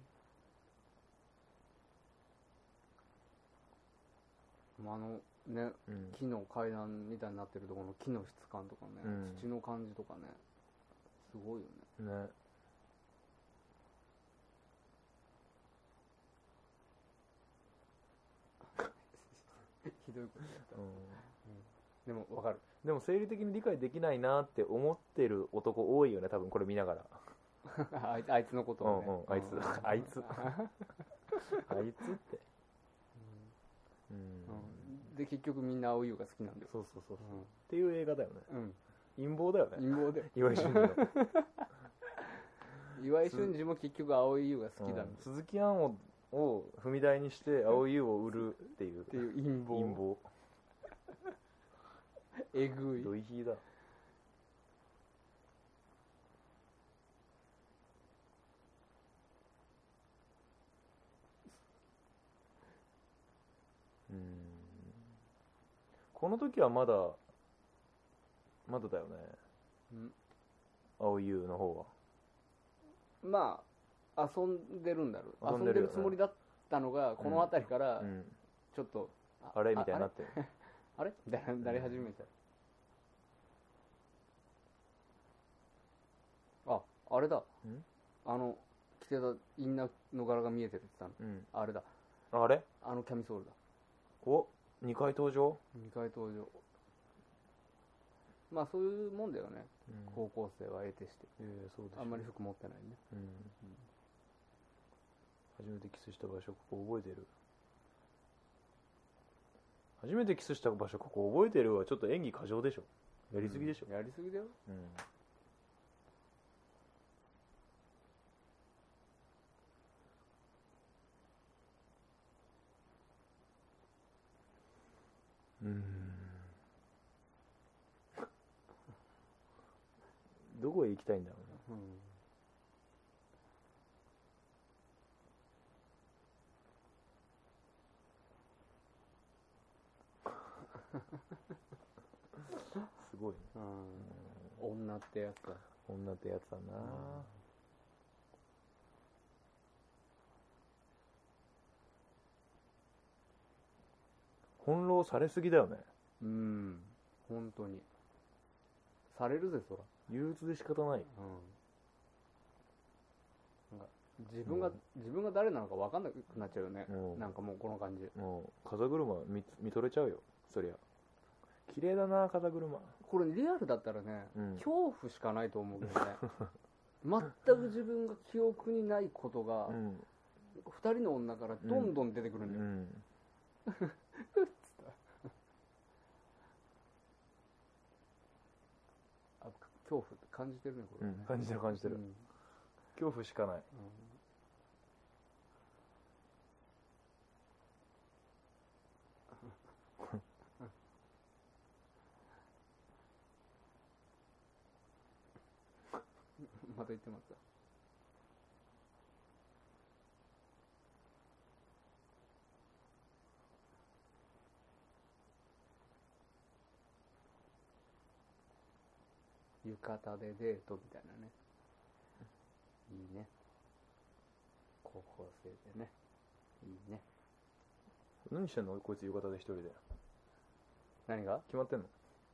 Speaker 3: ね、木の階段みたいになってるところの木の質感とかね、土の感じとかね、すごいよね。ひどいことやった、でも分かる。
Speaker 2: でも生理的に理解できないなって思ってる男多いよね、多分これ見ながら
Speaker 3: あいつのことをね、
Speaker 2: あいつあいつって、
Speaker 3: で結局みんな蒼井優が好きなんだよ。
Speaker 2: そう、っていう映画だよね。陰謀だよね。
Speaker 3: 陰謀で
Speaker 2: 岩井俊二の
Speaker 3: 岩井俊二も結局蒼井優が好きだ、
Speaker 2: 鈴木杏を踏み台にして蒼井優を売るっていう
Speaker 3: 陰謀えぐい
Speaker 2: ドイヒーだ。この時はまだだよね、蒼井優の方は。
Speaker 3: まあ遊んでるんだろう、遊んでるつもりだったのが、この辺りからちょっと、
Speaker 2: あれみたいになってる
Speaker 3: あれなり始めちゃう。あれだ、着てたインナーの柄が見えてるって言ったの、あれだ、
Speaker 2: あれ
Speaker 3: キャミソールだ。
Speaker 2: お、2回登場。
Speaker 3: まあそういうもんだよね、高校生は得てして、
Speaker 2: そうです、
Speaker 3: あんまり服持ってないね。
Speaker 2: 初めてキスした場所ここ覚えてる？初めてキスした場所ここ覚えてるはちょっと演技過剰でしょ。やりすぎでしょ。
Speaker 3: やりすぎだよ。
Speaker 2: どこへ行きたいんだろうな。すごいね。
Speaker 3: 女ってやつだ。
Speaker 2: 女ってやつだな。翻弄されすぎだよね。
Speaker 3: 本当にされるぜ、そら。
Speaker 2: 憂鬱で仕方ない。
Speaker 3: なんか自分が誰なのか分かんなくなっちゃうよね。なんかもうこの感じ。
Speaker 2: 風車見とれちゃうよ、そりゃ。綺麗だな、風車。
Speaker 3: これリアルだったらね、恐怖しかないと思うけどね全く自分が記憶にないことが、2人の女からどんどん出てくるんだよ。恐怖って感じてるね、これね。
Speaker 2: 感じてる。恐怖しかない。
Speaker 3: また言ってますか。浴衣でデートみたいなね。いいね。高校生でね。いいね。
Speaker 2: 何してんのこいつ浴衣で一人で。
Speaker 3: 何が
Speaker 2: 決まってんの？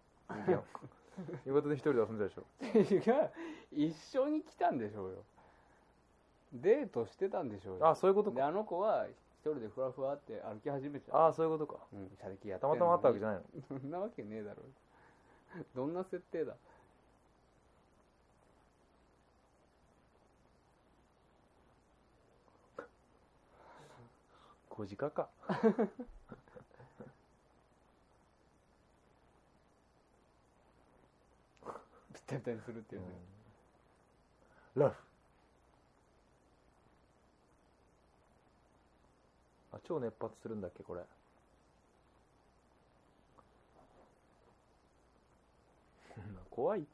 Speaker 2: 浴衣で一人で遊んでたでしょ。
Speaker 3: 違う、一緒に来たんでしょうよ。デートしてたんでしょうよ。
Speaker 2: あ、そういうことか。
Speaker 3: であの子は一人でふわふわって歩き始めちゃう。
Speaker 2: あ、そういうことか。
Speaker 3: 車歴やって
Speaker 2: たまたまあったわけじゃないの。
Speaker 3: そんなわけねえだろ。どんな設定だ。
Speaker 2: 小鹿か。
Speaker 3: ぴったりたりにするっていうね。
Speaker 2: ラフ。超熱発するんだっけこれ。怖いって。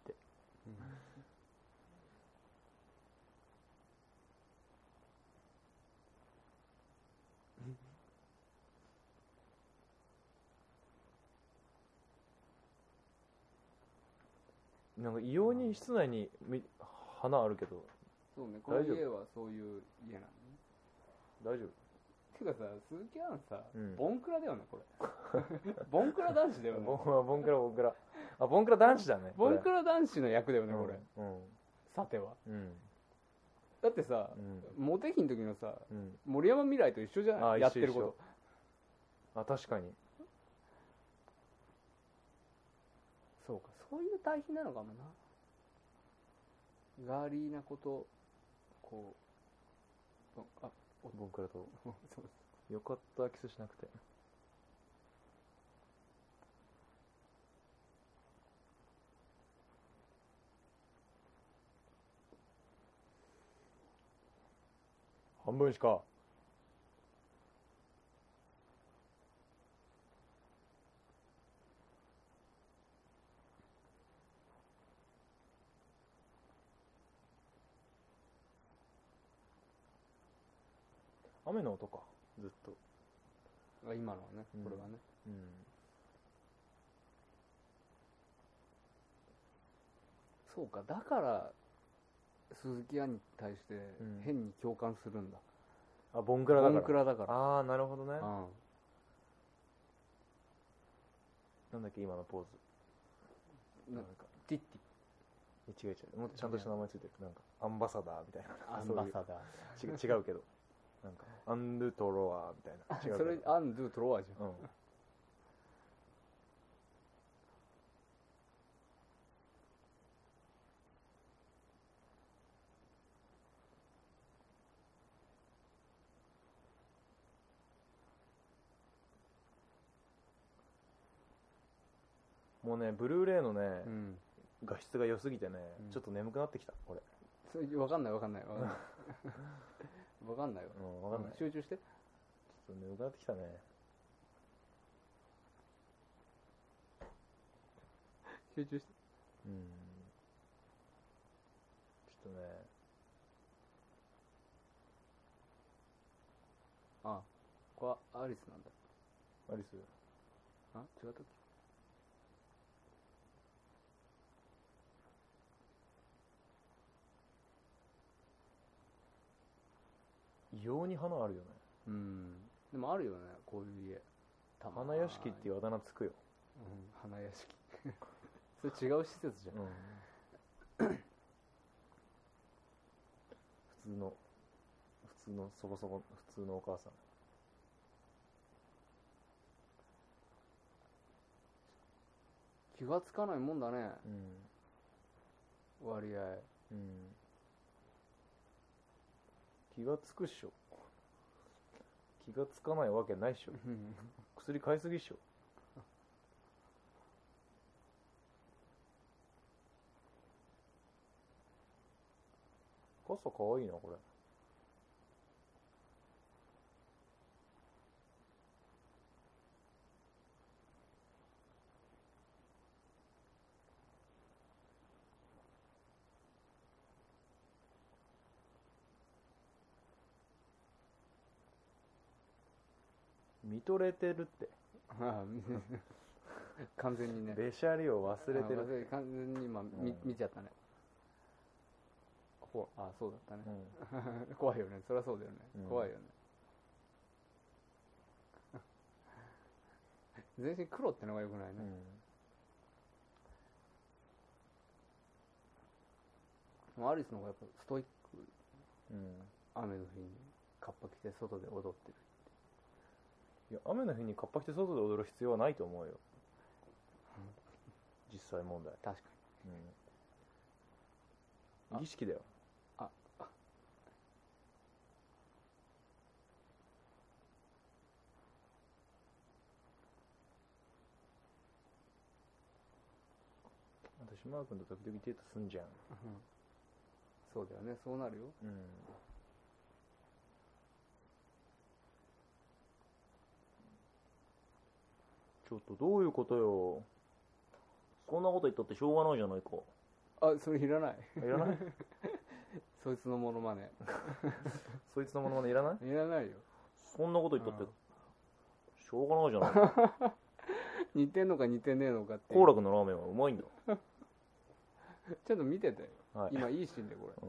Speaker 2: なんか異様に室内に花あるけど。
Speaker 3: そうね、この家はそういう家なのね。
Speaker 2: 大丈夫？
Speaker 3: てかさ、鈴木杏さ、ボンクラだよね、これ。ボンクラ男子だよね。ボ
Speaker 2: ンクラ。あ、ボンクラ男子だね。
Speaker 3: ボンクラ男子の役だよね、これ。さては。だってさ、モテ期の時のさ、森山未来と一緒じゃない？やってること。
Speaker 2: あ、確かに。
Speaker 3: そうか、そういう対比なのかもな。ガーリーなこと、こう、あ、
Speaker 2: ボンクラと。そうよかった、キスしなくて。半分しか。雨の音か、ずっと。
Speaker 3: あ、今のはね、これはね。そうか、だから鈴木杏に対して変に共感するんだ。
Speaker 2: あ、ボンクラだから。
Speaker 3: ボンクラだから。
Speaker 2: ああ、なるほどね。なんだっけ今のポーズ。
Speaker 3: なんかティッテ
Speaker 2: ィ。違う。もっとちゃんとした名前ついてる。なんかアンバサダーみたいな。
Speaker 3: アンバサダ
Speaker 2: ー。違うけど。なんかアンドゥトロワーみたいな。
Speaker 3: 違う。それアンドゥトロワーじゃん。
Speaker 2: もうね、ブルーレイのね、画質が良すぎてね、ちょっと眠くなってきた、これ。
Speaker 3: それ分かんない。分かんないよ。
Speaker 2: 分かんない。
Speaker 3: 集中して。
Speaker 2: ちょっと眠くなってきたね。
Speaker 3: 集中して。
Speaker 2: ちょっとね。
Speaker 3: あ、これはアリスなんだ。
Speaker 2: アリス？
Speaker 3: あ、違ったっけ？
Speaker 2: 異様に花あるよね。
Speaker 3: でもあるよね、こういう家。
Speaker 2: 花屋敷っていうあだ名つくよ。
Speaker 3: 花屋敷。それ違う施設じゃん。
Speaker 2: 普通のそこそこ普通のお母さん。
Speaker 3: 気がつかないもんだね。割合。
Speaker 2: 気がつくっしょ。気がつかないわけないっしょ。薬買いすぎっしょ。傘かわいいな、これ。見とれてるって。
Speaker 3: 完全にね。
Speaker 2: べしゃりを忘れてる。
Speaker 3: 完全に今見ちゃったね。あ、そうだったね。怖いよね。そりゃそうだよね。怖いよね。全身黒ってのがよくないね。アリスの方がやっぱストイック。雨の日にカッパ着て外で踊ってる。
Speaker 2: いや、雨の日にカッパ着て外で踊る必要はないと思うよ。実際問題。
Speaker 3: 確か
Speaker 2: に。儀式だよ。私マー君と時々デートすんじゃん。
Speaker 3: そうだよね。そうなるよ。
Speaker 2: ちょっとどういうことよ。そんなこと言ったってしょうがないじゃないか。
Speaker 3: あ、それいらない。
Speaker 2: いらない？
Speaker 3: そいつのモノマネ。
Speaker 2: そいつのモノマネいらない？
Speaker 3: いらないよ。
Speaker 2: そんなこと言ったってしょうがないじゃないか。
Speaker 3: 似てんのか似てねえのかって。
Speaker 2: 幸楽のラーメンはうまいんだ。
Speaker 3: ちょっと見てて、
Speaker 2: はい、
Speaker 3: 今いいシーンでこれ、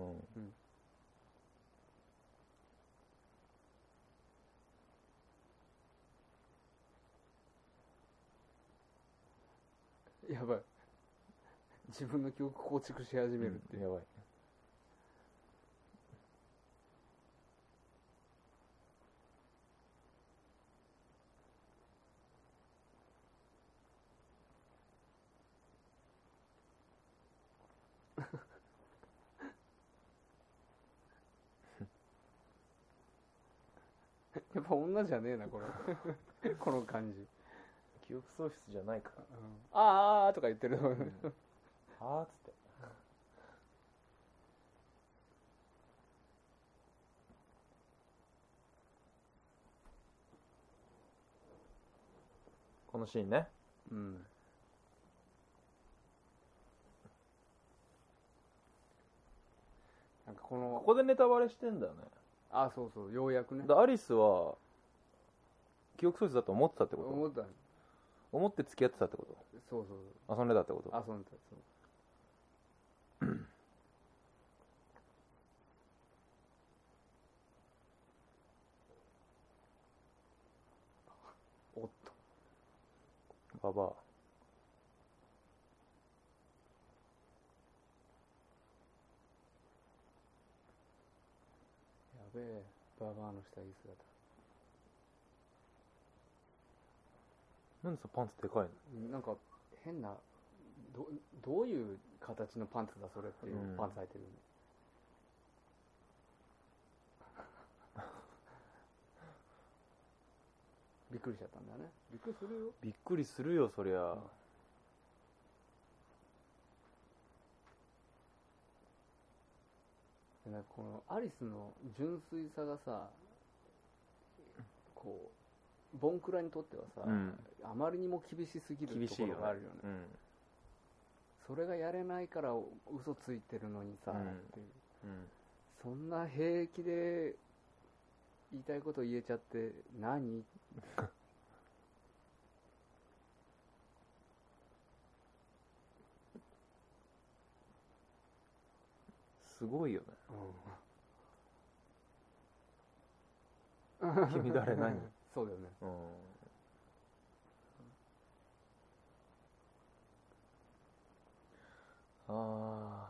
Speaker 3: やばい、自分の記憶構築し始めるっていう、
Speaker 2: やばい。
Speaker 3: やっぱ女じゃねえなこれこの感じ、
Speaker 2: 記憶喪失じゃないか、
Speaker 3: あーとか言ってる、
Speaker 2: はあっつって、このシーンね、
Speaker 3: なんかこ
Speaker 2: こでネタバレしてんだよね。
Speaker 3: あ、そうそう、ようやくね。
Speaker 2: アリスは記憶喪失だと思ってたってこと？思って付き合ってたってこと？
Speaker 3: そう
Speaker 2: 遊んでたってこと？
Speaker 3: 遊んでた、そうおっと
Speaker 2: ババア、
Speaker 3: やべえ、ババアの下着姿。
Speaker 2: なんでさパンツでかい
Speaker 3: の？なんか変な、どういう形のパンツだそれっていうパンツ履いてる、びっくりしちゃったんだよね。びっくりするよ。
Speaker 2: びっくりするよそりゃ、
Speaker 3: なんかこのアリスの純粋さがさ、こうボンクラにとってはさ、あまりにも厳しすぎるところがあるよね。それがやれないから嘘ついてるのにさ、っていう、そんな平気で言いたいこと言えちゃって何
Speaker 2: すごいよね、君誰何
Speaker 3: そうだよね、
Speaker 2: ああ、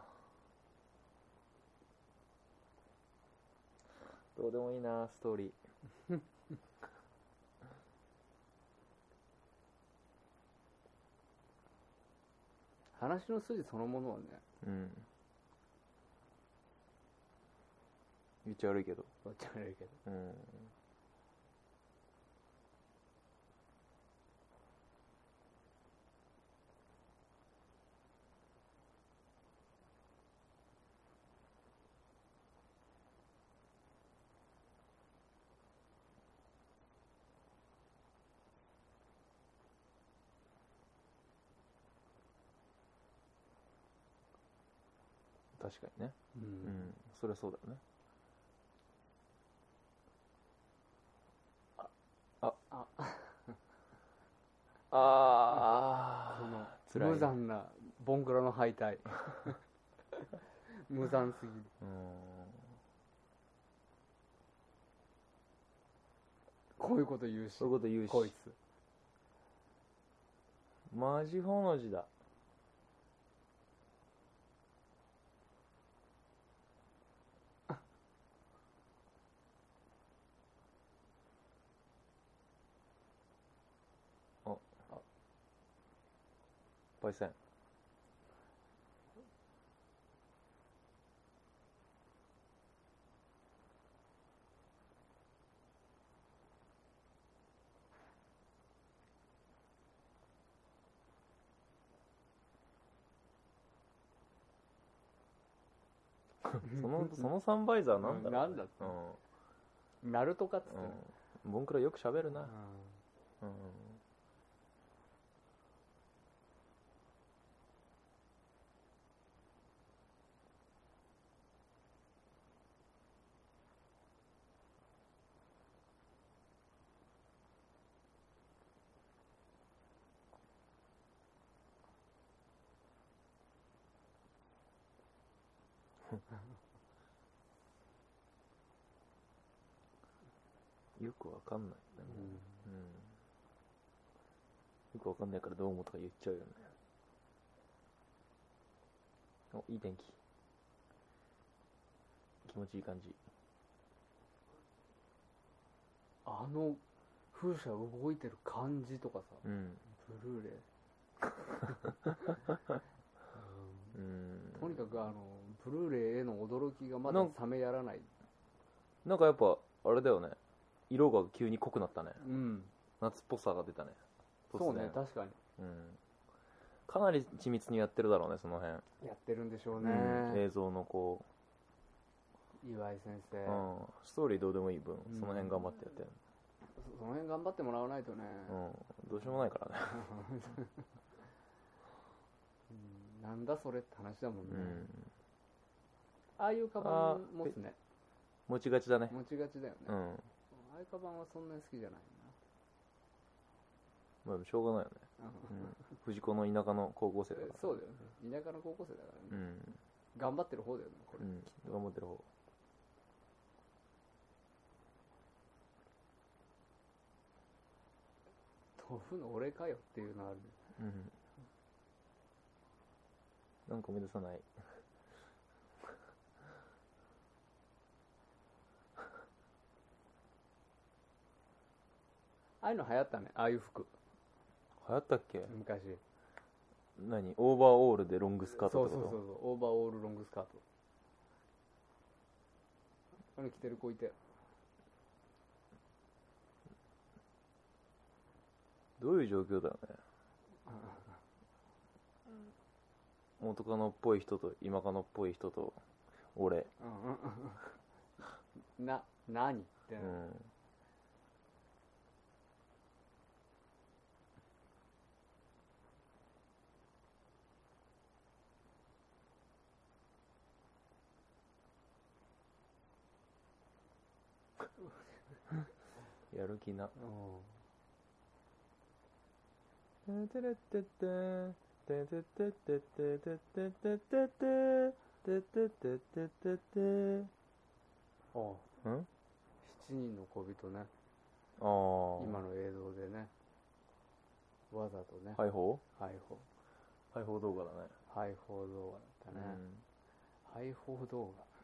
Speaker 2: どうでもいいなストーリー
Speaker 3: 話の筋そのものはね、
Speaker 2: 言っちゃ悪いけど、確かにね、そりゃそうだよね。
Speaker 3: この無残なボンクラの敗退無残すぎる。こういうこと言うし、こいつ
Speaker 2: マジほの字だ。パイセンそのサンバイザーなんだろう、
Speaker 3: なんだって、ナルトかっつって、
Speaker 2: ボンクラよく喋るな、 よくわかんない、よくわかんないからどう思うとか言っちゃうよね。お、いい天気、気持ちいい感じ。
Speaker 3: 風車動いてる感じとかさ、ブルーレイとにかくブルーレイへの驚きがまだ冷めやらない。
Speaker 2: なんかやっぱあれだよね、色が急に濃くなったね。夏っぽさが出たね。
Speaker 3: そうね、確かに。
Speaker 2: かなり緻密にやってるだろうね、その辺。
Speaker 3: やってるんでしょうね。
Speaker 2: 映像のこ
Speaker 3: う、岩井先生。
Speaker 2: ストーリーどうでもいい分、その辺頑張ってやってる。
Speaker 3: その辺頑張ってもらわないとね。
Speaker 2: どうしようもないからね。
Speaker 3: なんだそれって話だもんね。ああいうカバン持つね。
Speaker 2: 持ちがちだね。
Speaker 3: 持ちがちだよね。ああいうカバンはそんなに好きじゃない
Speaker 2: な。まあしょうがないよね。藤子の田舎の高校生だから。
Speaker 3: そうだよね。田舎の高校生だからね。頑張ってる方だよね、これ。
Speaker 2: 頑張ってる方。
Speaker 3: 豆腐の俺かよっていうのある。
Speaker 2: なんか目指さない。
Speaker 3: ああいうの流行ったね、ああいう服。
Speaker 2: 流行ったっけ？
Speaker 3: 昔。
Speaker 2: 何？オーバーオールでロングスカートってこと？
Speaker 3: そう、オーバーオールロングスカート。あれ着てる子いて。
Speaker 2: どういう状況だよね。元カノっぽい人と今カノっぽい人と俺。
Speaker 3: 何って。
Speaker 2: やる気な。
Speaker 3: 7人の小人ね。今の映像でね。わざとね。
Speaker 2: ハイホ
Speaker 3: ー
Speaker 2: 動画だね。
Speaker 3: ハイホー動画だったね。ハイホー動画。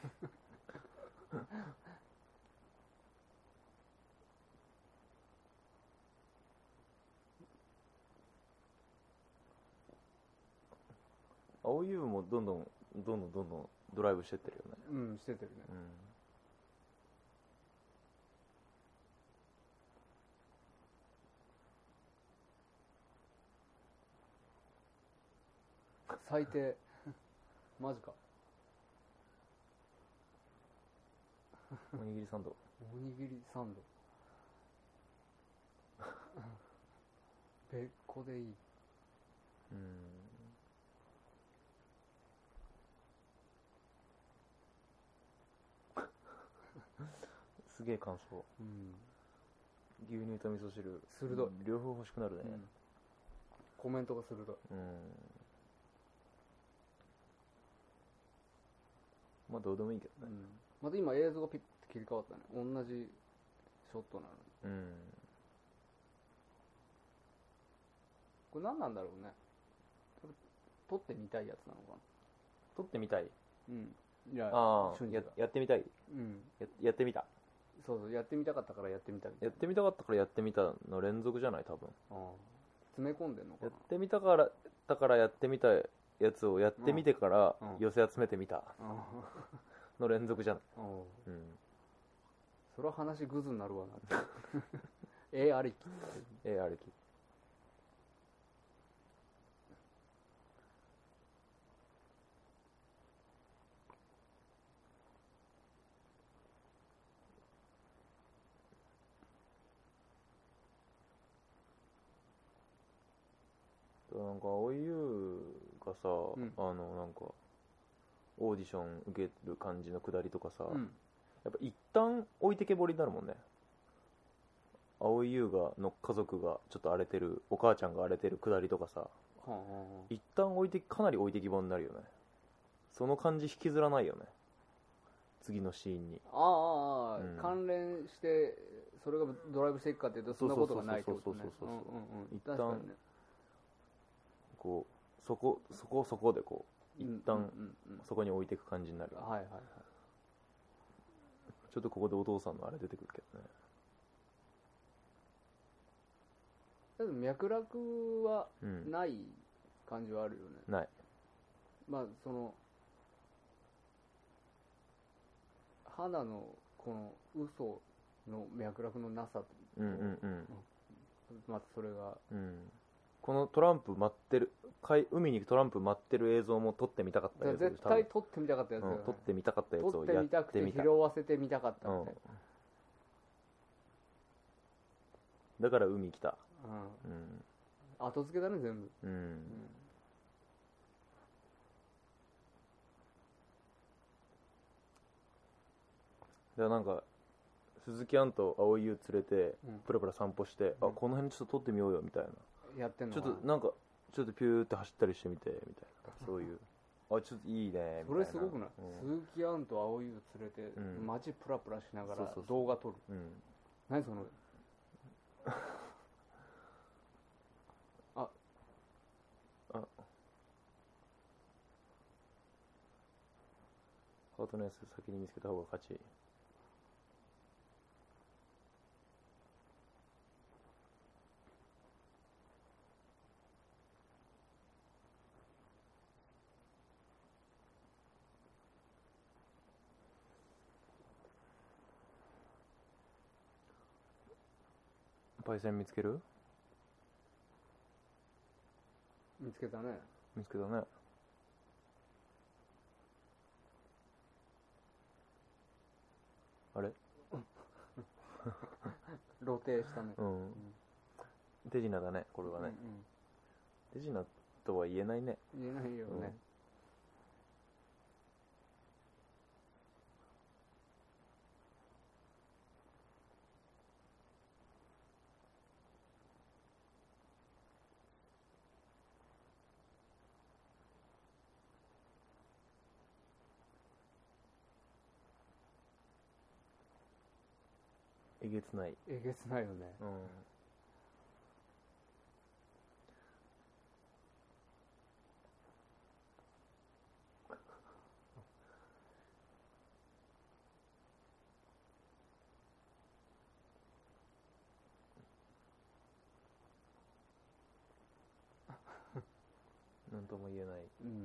Speaker 2: 青い部もどんどんドライブしてってるよね。
Speaker 3: してってるね。最低。マジか。
Speaker 2: おにぎりサンド。
Speaker 3: おにぎりサンド。別個でいい。
Speaker 2: すげえ感想。牛乳と味噌汁。
Speaker 3: 鋭い。
Speaker 2: 両方欲しくなるね。
Speaker 3: コメントが鋭い。
Speaker 2: まあどうでもいいけどね。
Speaker 3: また今映像がピッて切り替わったね。同じショットなのに。これ何なんだろうね。撮ってみたいやつなのかな。
Speaker 2: 撮ってみたい。
Speaker 3: いや、
Speaker 2: やってみたい。やってみた。
Speaker 3: そう、やってみたかったからやってみた。
Speaker 2: やってみたかったからやってみたの連続じゃない多分。
Speaker 3: 詰め込んでんのかな。
Speaker 2: やってみたからだからやってみたやつをやってみてから寄せ集めてみたの連続じゃない。
Speaker 3: それは話グズになるわな。ありき。
Speaker 2: ありき。なんか青い優がさ、なんかオーディション受ける感じのくだりとかさ、やっぱ一旦置いてけぼりになるもんね。青い優がの家族がちょっと荒れてる、お母ちゃんが荒れてるくだりとかさ、一旦かなり置いてきぼりになるよね。 その感じ引きずらないよね、次のシーンに。
Speaker 3: 関連してそれがドライブしていくかっていうとそんなことがないってことね。
Speaker 2: 一旦こうそこでこう一旦そこに置いていく感じになる。ちょっとここでお父さんのあれ出てくるけどね。
Speaker 3: だって脈絡はない感じはあるよね。
Speaker 2: ない。
Speaker 3: まあその花のこの嘘の脈絡のなさと、まずそれが、
Speaker 2: このトランプ待ってる海にトランプ待ってる映像も撮ってみたかったやつ。
Speaker 3: 絶対撮ってみたかったやつだよね。
Speaker 2: 撮ってみたかったやつを
Speaker 3: やってみた。撮ってみたくて拾わせてみたかったみたい
Speaker 2: だから海来た。
Speaker 3: 後付けだね全部。
Speaker 2: だからなんか鈴木杏と蒼井優連れてプラプラ散歩して、この辺ちょっと撮ってみようよみたいな
Speaker 3: やってんの。
Speaker 2: ちょっとなんかちょっとピューって走ったりしてみてみたいな、そういうちょっといいねみたいな。
Speaker 3: それすごくない？鈴木杏と蒼井優連れて街プラプラしながら動画撮る。何その
Speaker 2: ハートのやつ先に見つけた方が勝ち。パイセン見つける？
Speaker 3: 見つけたね。
Speaker 2: 見つけたね。あれ
Speaker 3: 露呈したね。
Speaker 2: 手品だねこれはね。手品とは言えないね。
Speaker 3: 言えないよね。
Speaker 2: えげつない。
Speaker 3: えげつないよね。
Speaker 2: なんとも言えない。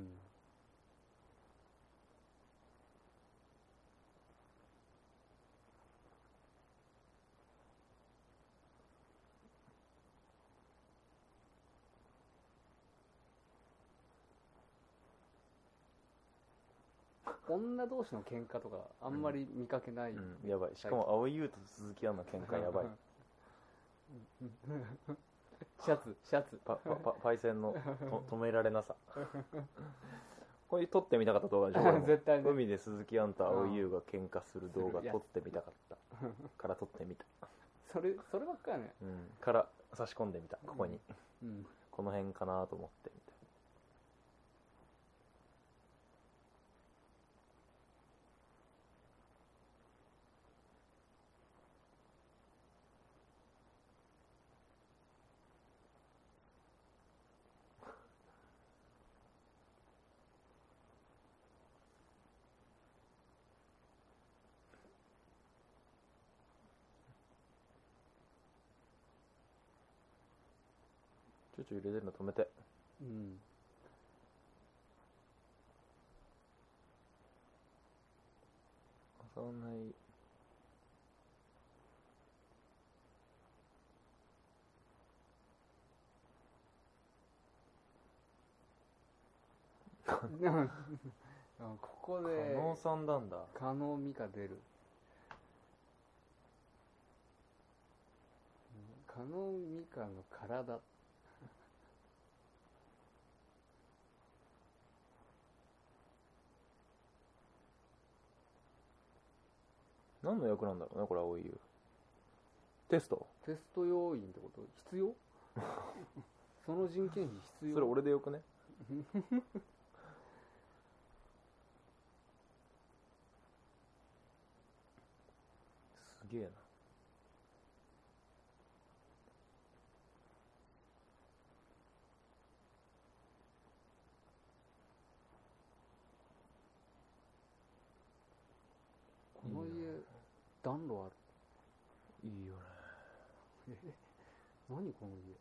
Speaker 3: 女同士の喧嘩とかあんまり見かけない。
Speaker 2: やばい。しかも蒼井優と鈴木杏の喧嘩やばい。
Speaker 3: シャツ
Speaker 2: パイセンの止められなさ。これ撮ってみたかった動画でしょ。
Speaker 3: 絶対ね。
Speaker 2: 海で鈴木杏と蒼井優が喧嘩する動画撮ってみたかったから撮ってみた。
Speaker 3: そればっかりね。
Speaker 2: から差し込んでみた、ここに。この辺かなと思ってみた。ちょ入れてるの止めて。遊ばない。
Speaker 3: ここで
Speaker 2: 加納さんなんだ。
Speaker 3: 加納美香出る。加納美香の体。
Speaker 2: 何の役なんだろうねこれ蒼井優。テスト
Speaker 3: 要員ってこと？必要？その人件費必要？
Speaker 2: それ俺でよくね。 げえな。
Speaker 3: この家暖炉あ
Speaker 2: る。いいよね。
Speaker 3: 何この家。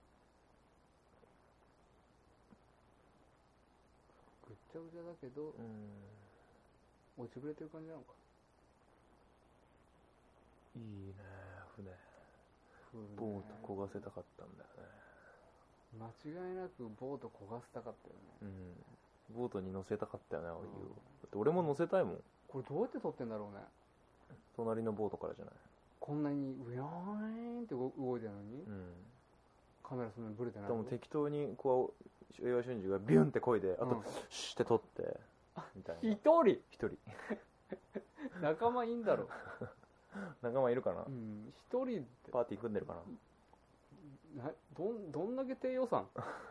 Speaker 3: ぐっちゃぐちゃだけど、落ちてくれてる感じなのか。
Speaker 2: いいね、船。ボート焦がせたかったんだよね。
Speaker 3: 間違いなくボート焦がせたかったよね。
Speaker 2: ボートに乗せたかったよね、青いを。だって俺も乗せたいもん。
Speaker 3: これどうやって撮ってんだろうね。
Speaker 2: 隣のボートからじゃない。
Speaker 3: こんなにウヤーンって動いてるのに、カメラそんなにブレてない。
Speaker 2: でも適当にこう岩井俊二がビュンって漕いで、あとシュッて撮ってみたいな。
Speaker 3: 一人仲間いいんだろ。
Speaker 2: 仲間いるかな。
Speaker 3: 一人
Speaker 2: パーティー組んでるかな。
Speaker 3: どんだけ低予算。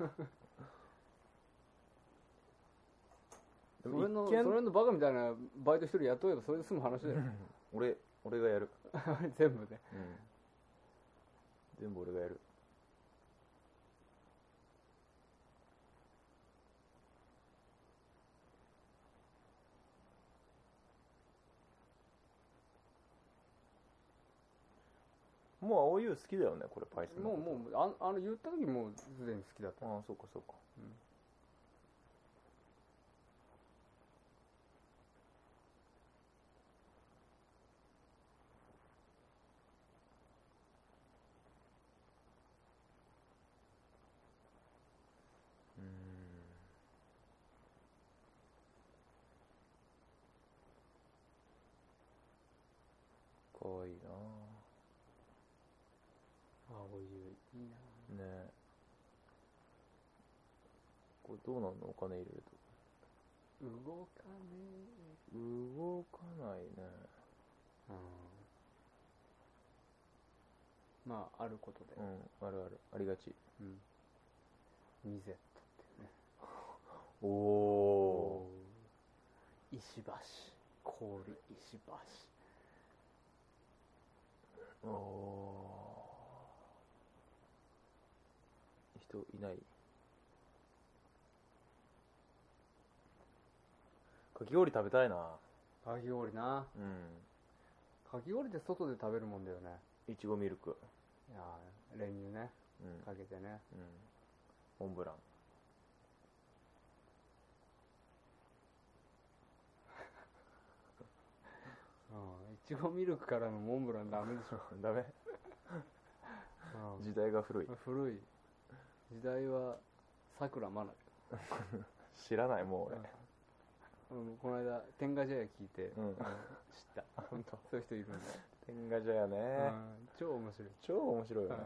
Speaker 3: それのバカみたいなバイト一人雇えばそれで済む話だよ。
Speaker 2: 俺がやる。
Speaker 3: 全部ね。
Speaker 2: 全部俺がやる。もう青湯好きだよね、これパイセン。
Speaker 3: もう言った時もうすでに好きだった。
Speaker 2: ああ、そうかそうか。かわいいな。
Speaker 3: 青湯いいな。
Speaker 2: ねえ。これどうなんの、お金入れると。
Speaker 3: 動かね
Speaker 2: え。動かないね。
Speaker 3: まああることで。
Speaker 2: あるある、ありがち。
Speaker 3: ミゼットってね。
Speaker 2: おお。
Speaker 3: 石橋、氷石橋。
Speaker 2: おお。人いない。かき氷食べたいな。
Speaker 3: かき氷な。かき氷って外で食べるもんだよね。
Speaker 2: いちごミルク。
Speaker 3: いや練乳ね、かけてね。
Speaker 2: モンブラン。
Speaker 3: いちごミルクからのモンブランダメでしょ。
Speaker 2: ダメ。時代が古い。
Speaker 3: 古い。時代はさくらまな。
Speaker 2: 知らないもう俺。
Speaker 3: この間天下茶屋聞いて、知った。本当そういう人いるんだ。
Speaker 2: 天下茶屋ね。
Speaker 3: 超面白い。
Speaker 2: 超面白いよね。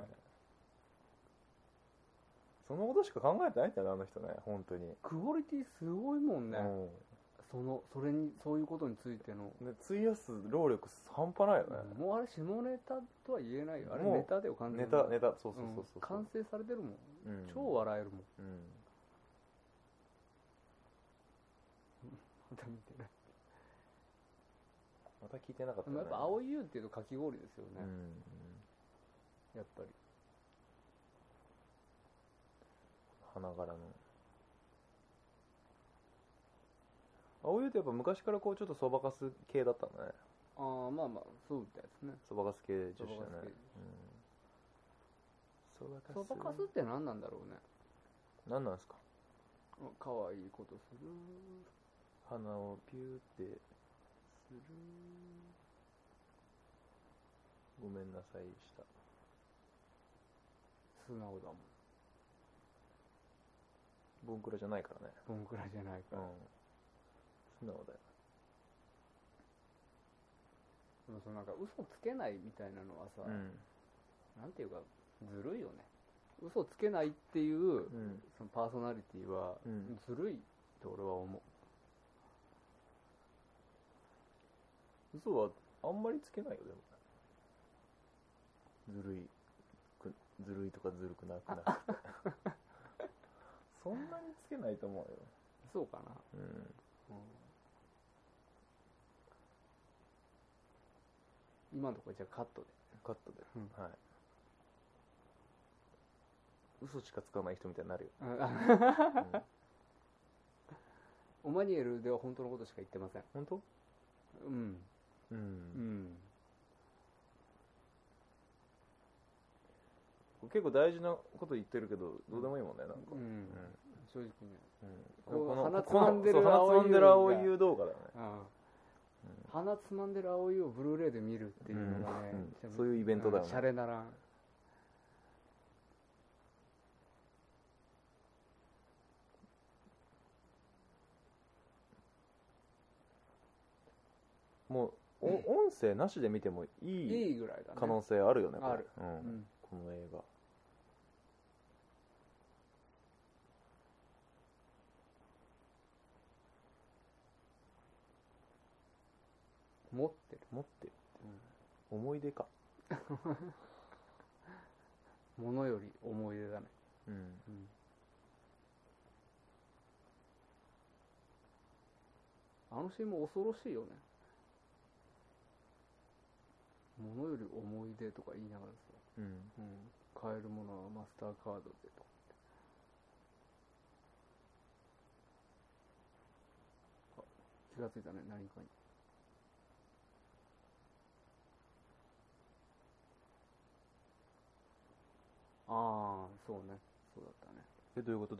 Speaker 2: そのことしか考えてないんだよね、あの人ね、本当に。
Speaker 3: クオリティすごいもんね。そういうことについての
Speaker 2: 費やす労力半端ないよね。
Speaker 3: もうあれ下ネタとは言えないよ。あれネタだよ、完全に。
Speaker 2: ネタ、そう。
Speaker 3: 完成されてるもん。超笑えるもん。また見てない。
Speaker 2: また聞いてなかったね。
Speaker 3: やっぱ青い湯っていうとかき氷ですよね。やっぱり。
Speaker 2: 花柄の。青湯ってやっぱ昔からこうちょっとそばかす系だったんだね。
Speaker 3: まあそうみたいですね。
Speaker 2: そばかす系女子だね。
Speaker 3: そばかすって何なんだろうね。
Speaker 2: 何なんですか。
Speaker 3: かわいいことする。
Speaker 2: 鼻をピューってする。ごめんなさいした。
Speaker 3: 素直だもん。
Speaker 2: ボンクラじゃないからね。
Speaker 3: ボンクラじゃないから。
Speaker 2: 素直だよ。
Speaker 3: でもそのなんか嘘つけないみたいなのはさ、なんていうかずるいよね。嘘つけないっていう、そのパーソナリティはずるいと俺は思う。
Speaker 2: 嘘はあんまりつけないよ、でも。ずるいとかずるくなくなくて。そんなにつけないと思うよ。
Speaker 3: そうかな。 今のところじゃあカットで、
Speaker 2: はい。嘘しかつかない人みたいになるよ。
Speaker 3: オマニエルでは本当のことしか言ってません。
Speaker 2: 本当？結構大事なこと言ってるけどどうでもいいもんね、なんか。
Speaker 3: 正直ね。
Speaker 2: この鼻つまんでる青い動画だよね。
Speaker 3: 鼻つまんでる青いをブルーレイで見るっていうのがね、
Speaker 2: そういうイベントだよね。
Speaker 3: シャレならん。
Speaker 2: もう音声なしで見てもいい
Speaker 3: ぐらいだね。
Speaker 2: 可能性あるよね。
Speaker 3: ある。
Speaker 2: この映画。
Speaker 3: 持ってる、
Speaker 2: 思い出か。
Speaker 3: ものより思い出だね。あのシーンも恐ろしいよね。ものより思い出とか言いながらさ、買えるものはマスターカードでとか。気がついたね、何かに。ああ、そうね、そうだったね。
Speaker 2: どういうこと？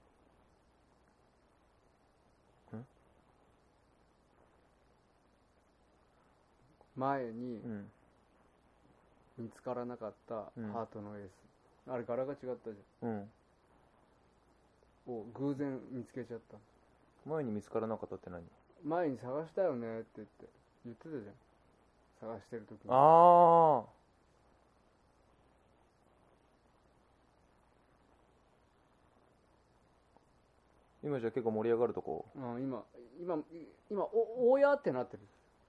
Speaker 3: 前に見つからなかったハートのエース、あれ柄が違ったじゃん、を偶然見つけちゃった。
Speaker 2: 前に見つからなかったって何？
Speaker 3: 前に探したよねって言ってたじゃん、探してる時に。
Speaker 2: ああ、今じゃ結構盛り上がるとこ。
Speaker 3: 今おやってなってる。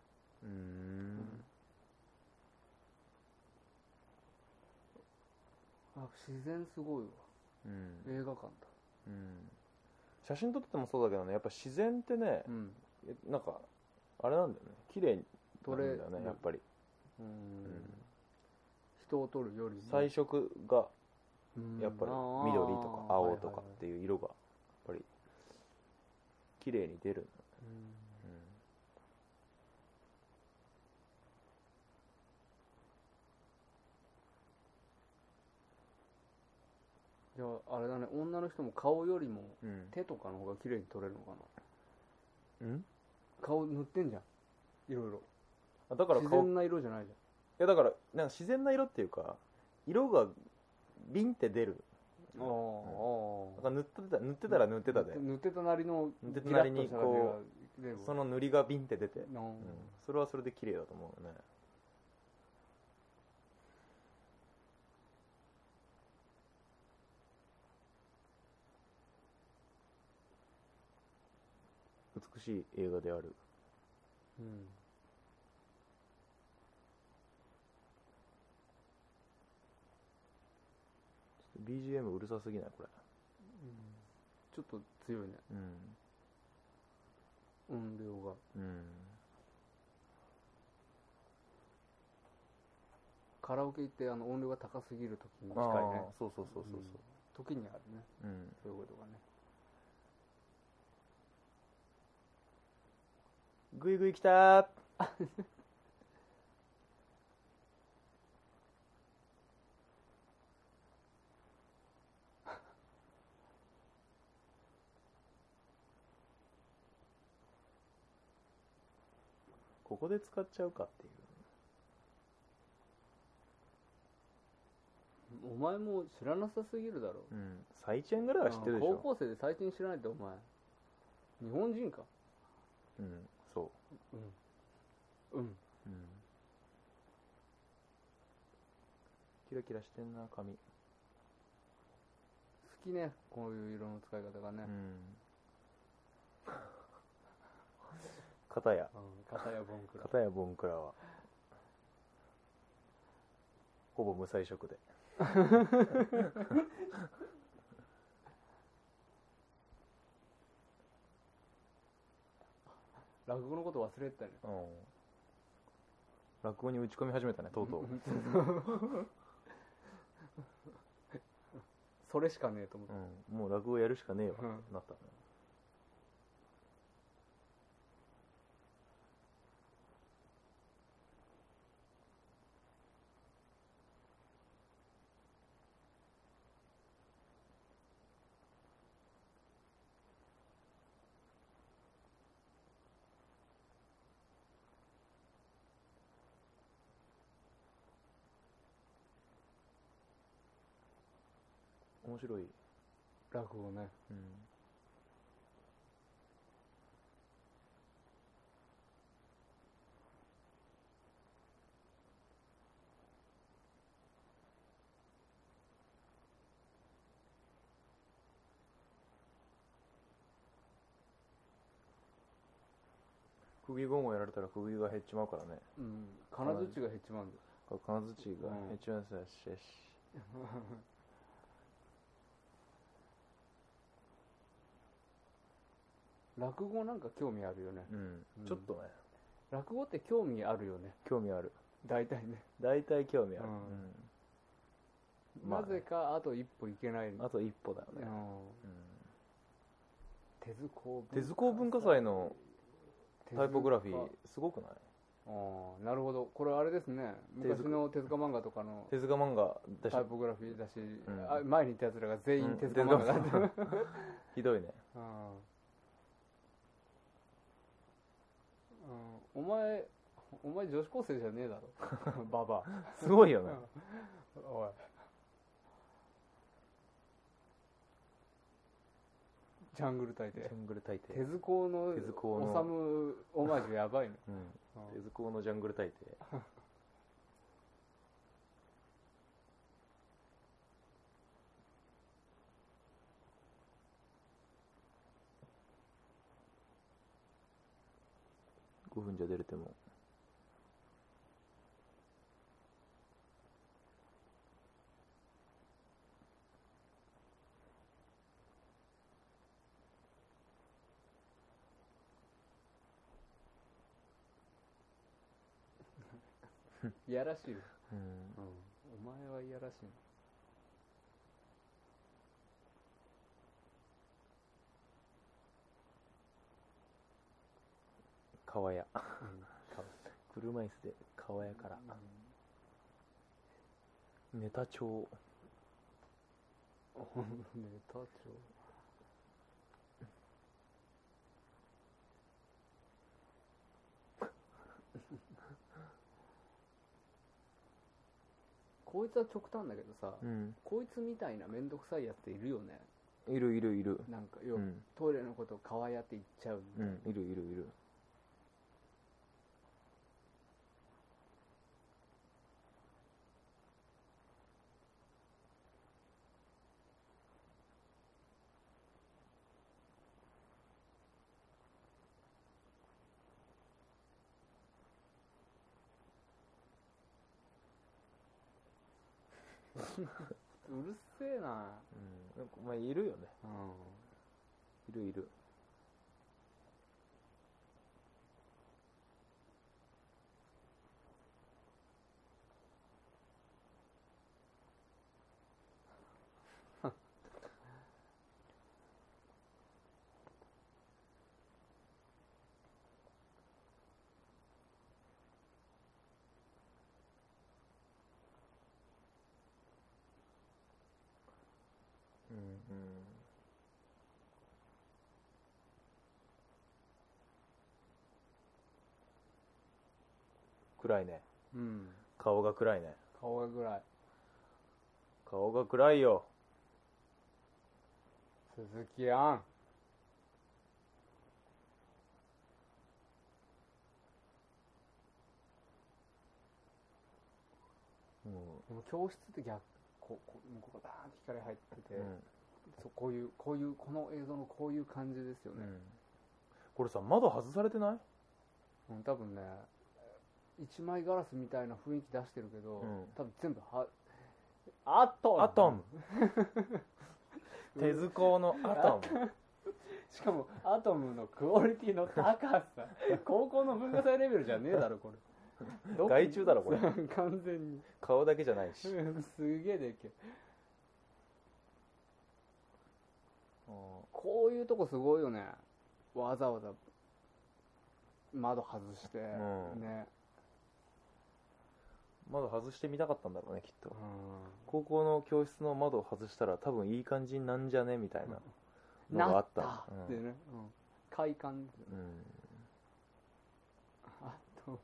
Speaker 3: 自然すごいわ。映画館だ。
Speaker 2: 写真撮っててもそうだけどね、やっぱ自然ってね、なんかあれなんだよね、綺麗に撮れるんだよね、やっぱり。
Speaker 3: 人を撮るより
Speaker 2: 彩色がやっぱり緑とか青とかっていう色がやっぱり綺麗に出るんだ。
Speaker 3: じゃああれだね、女の人も顔よりも手とかの方が綺麗に撮れるのかな。顔塗ってんじゃん、いろいろ。だから自然な色じゃないじゃん。
Speaker 2: いやだからなんか自然な色っていうか、色がビンって出る。だから塗ってたら塗ってたで、
Speaker 3: 塗ってたなりの
Speaker 2: にこうその塗りがビンって出て、それはそれで綺麗だと思うよね。美しい映画である。BGM うるさすぎないこれ。
Speaker 3: ちょっと強いね。音量が。カラオケ行って音量が高すぎる時に近いね。
Speaker 2: そう、
Speaker 3: 時にあるね。そういうことがね。
Speaker 2: グイグイ来たー。ここで使っちゃうかっていう。
Speaker 3: お前も知らなさすぎるだろ。
Speaker 2: サイチェンぐらいは知ってるでしょ。
Speaker 3: 高校生でサイチェン知らないってお前日本人か。
Speaker 2: そう。キラキラしてんな髪。好
Speaker 3: きね、こういう色の使い方がね。
Speaker 2: 片やボンクラはほぼ無彩色で
Speaker 3: 落語のこと忘れてたね。
Speaker 2: 落語に打ち込み始めたねとうとう
Speaker 3: それしかねえと思って、
Speaker 2: もう落語やるしかねえわってなったね。面白い
Speaker 3: 落語ね。
Speaker 2: 釘ゴムやられたら釘が減っちまうからね。
Speaker 3: 金槌が減っちまうんだよ。
Speaker 2: 金槌が減っちまうやつだし。
Speaker 3: 落語なんか興味あるよね。
Speaker 2: ちょっとね。
Speaker 3: 落語って興味あるよね。
Speaker 2: 興味ある。
Speaker 3: 大体ね。
Speaker 2: 大体興味ある。
Speaker 3: なぜかあと一歩いけない。
Speaker 2: あと一歩だよね。
Speaker 3: 手
Speaker 2: 津港文化祭のタイポグラフィーすごくない？
Speaker 3: なるほど。これあれですね。昔の手塚漫画とかの
Speaker 2: 手塚漫画だし
Speaker 3: タイポグラフィーだし、前にいたやつらが全員手塚漫画だった。
Speaker 2: ひどいね。
Speaker 3: お前女子高生じゃねえだろババア
Speaker 2: すごいよね。
Speaker 3: おいジャングル大帝手津港のおさむオマージュやばいね。
Speaker 2: 手津港のジャングル大帝5分じゃ出れても
Speaker 3: いやらしいよ。お前はいやらしい。
Speaker 2: 川屋車椅子で川屋からネタ帳
Speaker 3: ネタ帳こいつは極端だけどさ、こいつみたいなめんどくさいやつっているよね。
Speaker 2: いる
Speaker 3: なんかトイレのことを川屋って言っちゃうみたいな。
Speaker 2: いる
Speaker 3: うるせえな。
Speaker 2: まあいるよね。いる暗いね。顔が暗いね。
Speaker 3: 顔が暗い。
Speaker 2: 顔が暗いよ。
Speaker 3: 鈴木杏。教室って向こうがダーンと光入ってて、この映像のこういう感じですよね。
Speaker 2: これさ、窓外されてない？
Speaker 3: 多分ね、一枚ガラスみたいな雰囲気出してるけど、多分全部アトム
Speaker 2: 手津港のアトム
Speaker 3: しかもアトムのクオリティの高さ高校の文化祭レベルじゃねえだろこれ。
Speaker 2: 害虫だろこれ
Speaker 3: 完全に
Speaker 2: 顔だけじゃないし
Speaker 3: すげえでけえ。こういうとこすごいよね。わざわざ窓外して、ね。
Speaker 2: 窓外してみたかったんだろうねきっと、高校の教室の窓を外したら多分いい感じになんじゃねみたいなのがあった、
Speaker 3: なったってね、快感、あと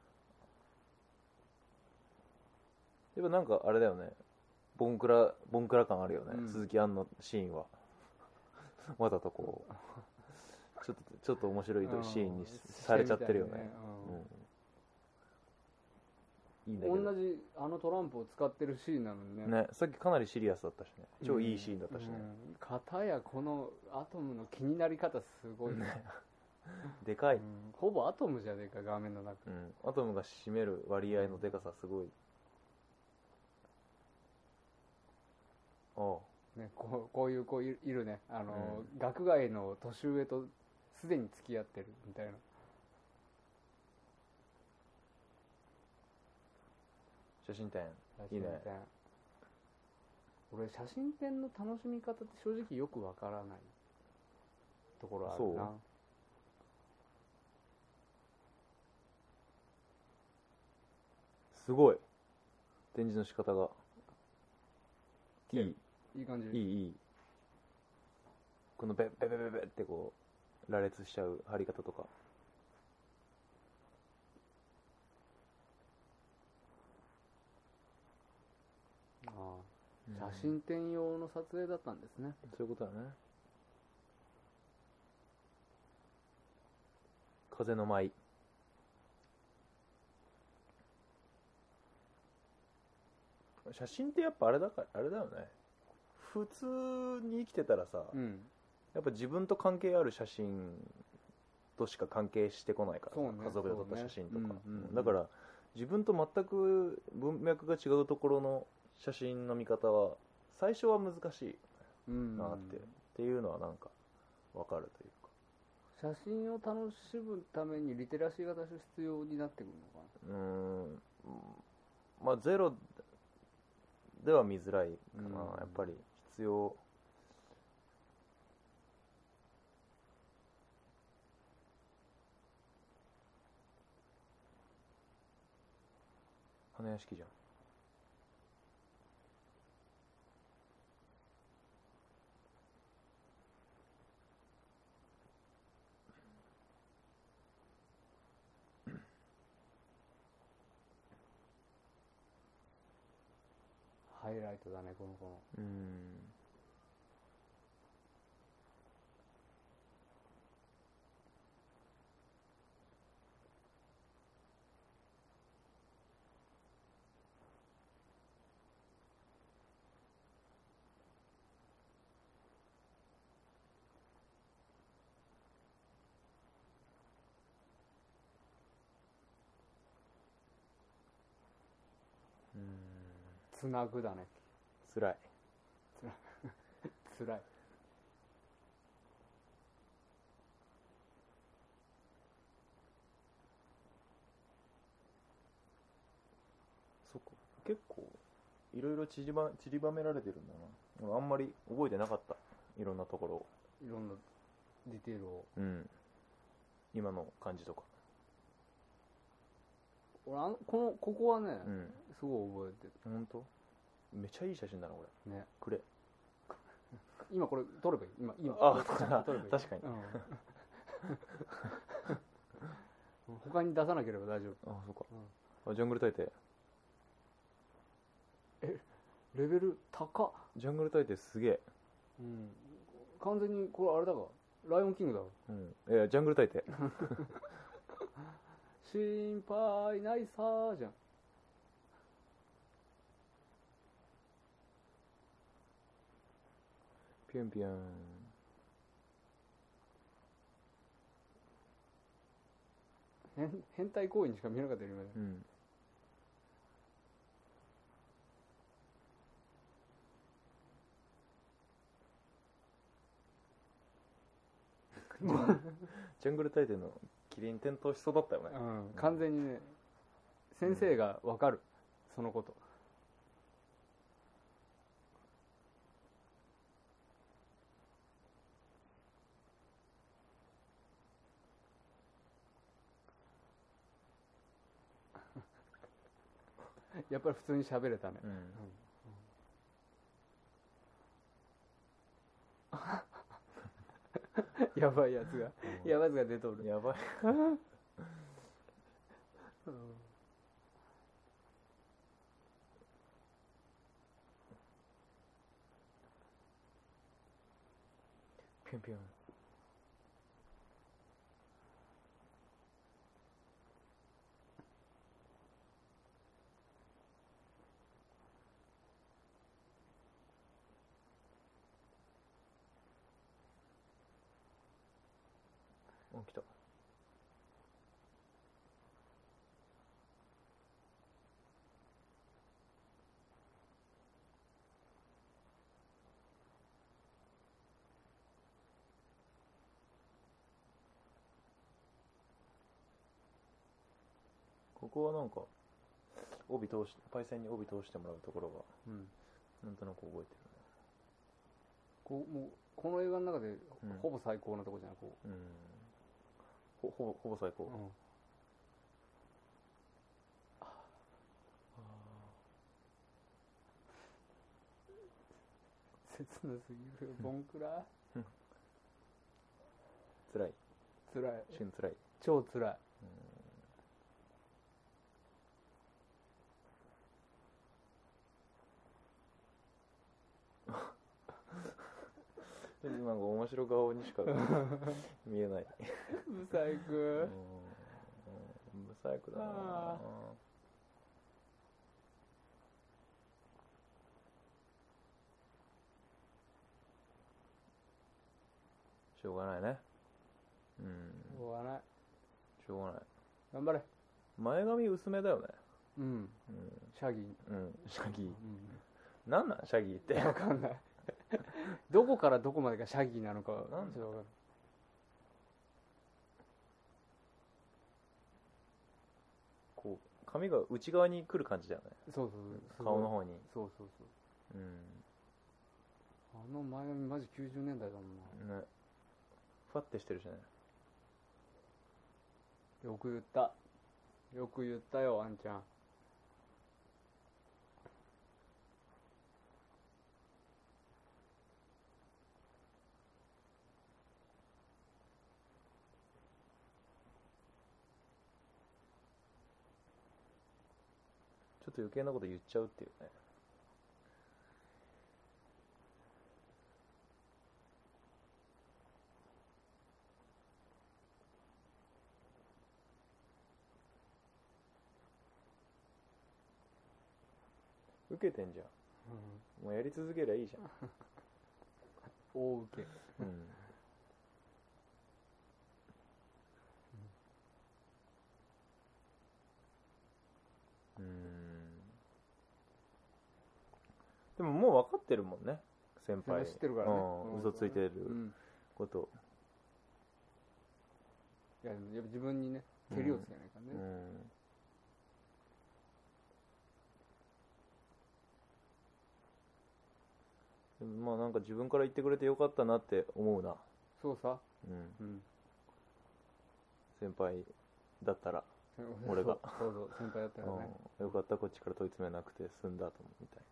Speaker 2: やっぱなんかあれだよね、ボンクラ感あるよね、鈴木杏のシーンはわざとこうちょっと面白いシーンにされちゃってるよね、いいんだけど
Speaker 3: 同じあのトランプを使ってるシーンなのに
Speaker 2: ね、さっきかなりシリアスだったしね、超いいシーンだったしね、
Speaker 3: 片やこのアトムの気になり方すごいね
Speaker 2: でかい、
Speaker 3: ほぼアトムじゃねえか画面の中、
Speaker 2: アトムが占める割合のでかさすごい、
Speaker 3: ね、こういう子いるね、学外の年上とすでに付き合ってるみたいな。
Speaker 2: 写真展いいね。
Speaker 3: 俺写真展の楽しみ方って正直よくわからないところあるな。
Speaker 2: すごい展示の仕方が
Speaker 3: いい感じ。
Speaker 2: いいこのベベベベベってこう羅列しちゃう貼り方とか、
Speaker 3: 写真展用の撮影だったんですね。
Speaker 2: そういうことだね。風の舞、写真ってやっぱあれだよね、普通に生きてたらさ、やっぱ自分と関係ある写真としか関係してこないから、家族で撮った写真とか、だから自分と全く文脈が違うところの写真の見方は最初は難しいなっていうのはなんか分かるという
Speaker 3: か、写真を楽しむためにリテラシーが多少必要になってくるのかな。
Speaker 2: まあゼロでは見づらいかな、やっぱり必要。花屋敷じゃん。
Speaker 3: ハイライトだねこの子の。つなぐだね。
Speaker 2: つらい
Speaker 3: つらい。
Speaker 2: そこ結構いろいろ散りばめられてるんだな。俺あんまり覚えてなかった、いろんなところを、
Speaker 3: いろんなディテールを。
Speaker 2: 今の感じとか。
Speaker 3: 俺ここはね、すごい覚えてる。
Speaker 2: 本当？めっちゃいい写真だなこれ。
Speaker 3: ね。
Speaker 2: くれ。
Speaker 3: 今これ撮ればいい。今
Speaker 2: 撮ればいい。確かに。
Speaker 3: 他に出さなければ大丈夫。
Speaker 2: そうか。ジャングル大帝。
Speaker 3: レベル高っ。
Speaker 2: ジャングル大帝すげえ。
Speaker 3: 完全にこれあれだが、ライオンキングだわ。
Speaker 2: いやジャングル大帝。
Speaker 3: 心配ないさーじゃん。
Speaker 2: ピョンピョン。
Speaker 3: 変態行為にしか見えなかったよ今ね。
Speaker 2: ジャングル大帝のキリン転倒しそうだったよね。
Speaker 3: 完全にね。 先生が分かる、そのこと。やっぱり普通に喋れたね、やばいやつが、やばいやつが出とる。
Speaker 2: やばいピュンピュン。来た。ここはなんか帯通しパイセンに帯通してもらうところが、なんとなく覚えてるね。
Speaker 3: もうこの映画の中でほぼ最高なとこじゃない、
Speaker 2: ほぼ最高、
Speaker 3: 切なすぎる。ボンクラ
Speaker 2: つらい
Speaker 3: 旬
Speaker 2: つらい、
Speaker 3: 超つらい。
Speaker 2: なんか面白顔にしか見えない
Speaker 3: ブサイク、
Speaker 2: ブサイクだな。しょうがないね。
Speaker 3: しょうがない。
Speaker 2: しょうがない。
Speaker 3: 頑張れ。
Speaker 2: 前髪薄めだよね。
Speaker 3: シャギー。
Speaker 2: シャギー。なんなんシャギーって。
Speaker 3: わかんない。どこからどこまでがシャギーなのかなんでしょうか。
Speaker 2: こう髪が内側に来る感じだよね。
Speaker 3: そう
Speaker 2: 顔の方に。
Speaker 3: そう。あの前髪マジ90年代だもんな。ね。
Speaker 2: ふわってしてるしね。
Speaker 3: よく言ったよ、あんちゃん。
Speaker 2: ちょっと余計なこと言っちゃうっていうね。受けてんじゃん、もうやり続けりゃいいじゃん
Speaker 3: 大受け。
Speaker 2: でももう分かってるもんね、先輩。
Speaker 3: 知ってるからね、
Speaker 2: 嘘ついてること。
Speaker 3: いや、でも自分にね、蹴りをつけないからね。
Speaker 2: まあなんか自分から言ってくれてよかったなって思うな。
Speaker 3: そうさ。
Speaker 2: 先輩だったら、俺が。
Speaker 3: そう先輩だったらね。
Speaker 2: よかった、こっちから問い詰めなくて済んだと思うみたいな。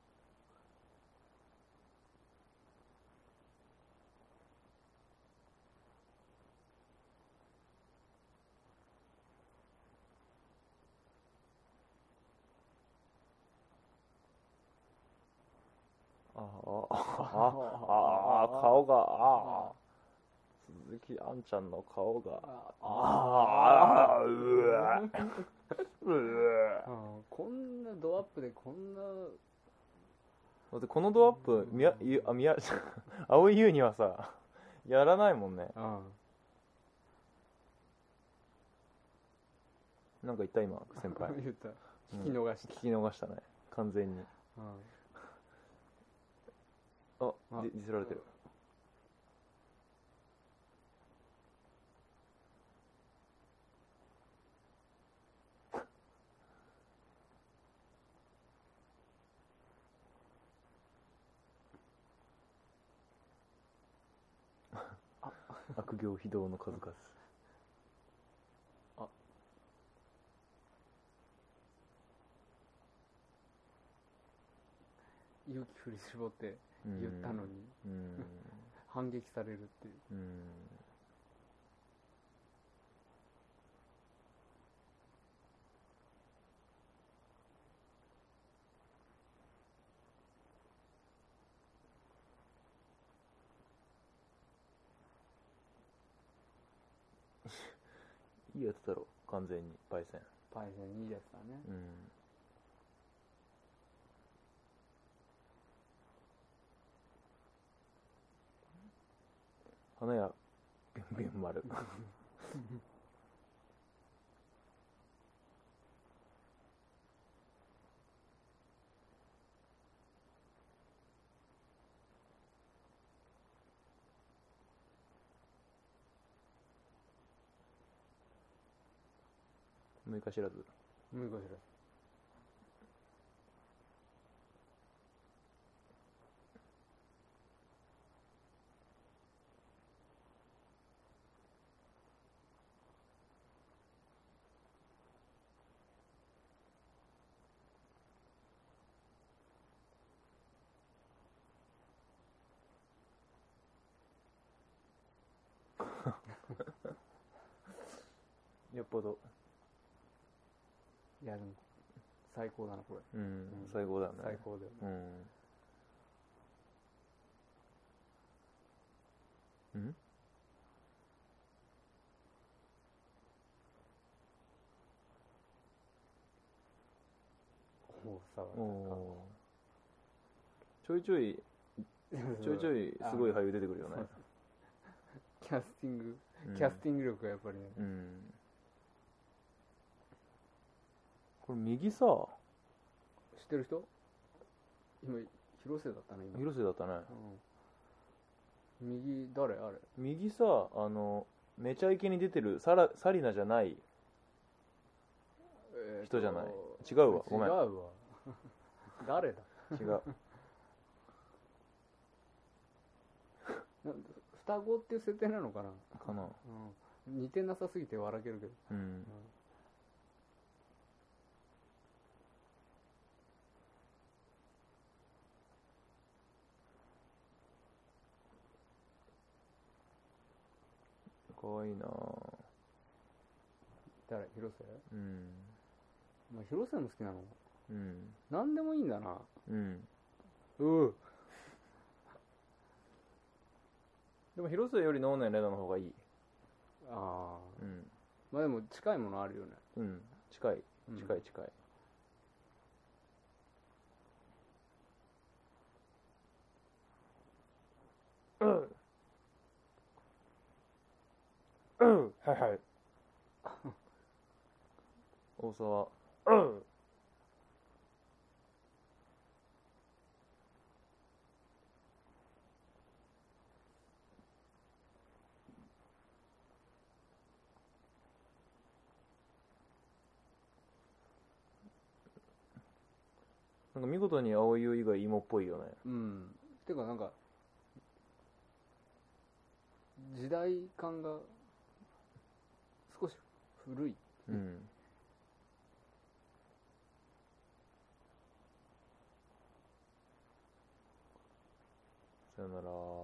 Speaker 2: 顔が、鈴木杏ちゃんの顔が、
Speaker 3: こんなドアップでこんな。
Speaker 2: だってこのドアップ、蒼井優にはさ、やらないもんね。なんか言った今、先輩。
Speaker 3: 言った。聞
Speaker 2: き逃したね、完全に。ディスられてる。 悪行非道の数々。
Speaker 3: あ、勇気振り絞って言ったのに、反撃されるっていう。
Speaker 2: いいやつだろ、完全にパイセン。
Speaker 3: パイセンいいやつだね。
Speaker 2: 花屋ビュンビュン丸。6日知らず。
Speaker 3: 6日知らず。
Speaker 2: よっぽど。
Speaker 3: いやでも最高だなこれ。
Speaker 2: 最高だよね。
Speaker 3: 最高だよね。
Speaker 2: ちょいちょいすごい俳優出てくるよね。
Speaker 3: キャスティング力がやっぱりね。
Speaker 2: これ右さ、
Speaker 3: 知ってる人？今広瀬だったね。
Speaker 2: 広瀬だったね。
Speaker 3: 右誰あれ？
Speaker 2: 右さ、めちゃイケに出てるサリナじゃない人じゃない？違うわ、ごめん。
Speaker 3: 違うわ。誰だ？
Speaker 2: 違う。
Speaker 3: 双子っていう設定なのかな？
Speaker 2: かな。
Speaker 3: 似てなさすぎて笑けるけど。
Speaker 2: かわいいな。
Speaker 3: 誰？広瀬？まあ、広瀬も好きなの？なんでもいいんだな。
Speaker 2: でも広瀬よりノーネンレナの方がいい。
Speaker 3: ああ。まあでも近いものあるよね。
Speaker 2: 近い。はいはい。大沢。なんか見事に蒼井優以外芋っぽいよね。
Speaker 3: てかなんか時代感が少し古い。
Speaker 2: さよなら。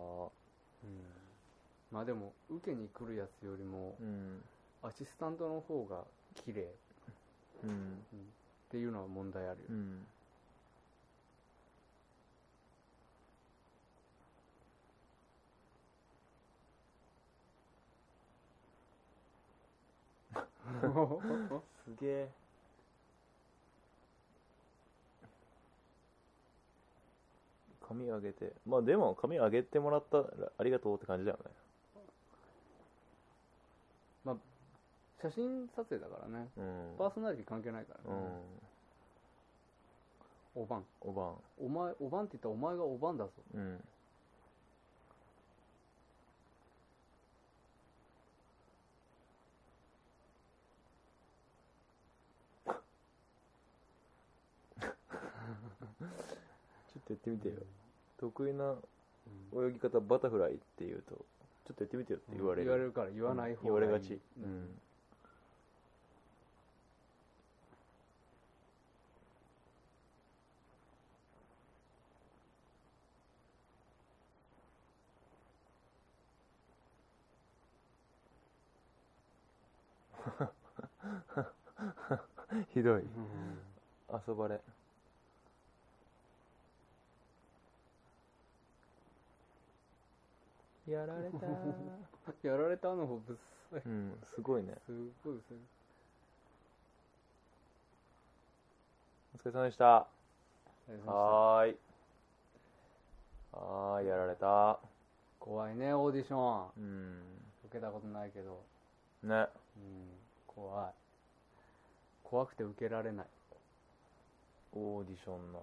Speaker 3: まあでも受けに来るやつよりも、アシスタントの方が綺麗、っていうのは問題あるよ。
Speaker 2: すげえ。髪上げて、まあでも髪上げてもらったらありがとうって感じだよね。
Speaker 3: まあ写真撮影だからね、パーソナリティ関係ないからね。おばんお前おばんって言ったらお前がおばんだぞ。
Speaker 2: ちょっとやってみてよ。得意な泳ぎ方バタフライっていうとちょっとやってみてよって言われる、
Speaker 3: 言われるから言わない方
Speaker 2: 言
Speaker 3: がいい、
Speaker 2: われがち、ひどい、遊ばれ。やられた
Speaker 3: やられたの方ぶっさい、
Speaker 2: すごいね。
Speaker 3: すごいですね。
Speaker 2: お疲れ様でした。はーい、やられた。
Speaker 3: 怖いね、オーディション。受けたことないけど
Speaker 2: ね。
Speaker 3: 怖くて受けられない。
Speaker 2: オーディションな。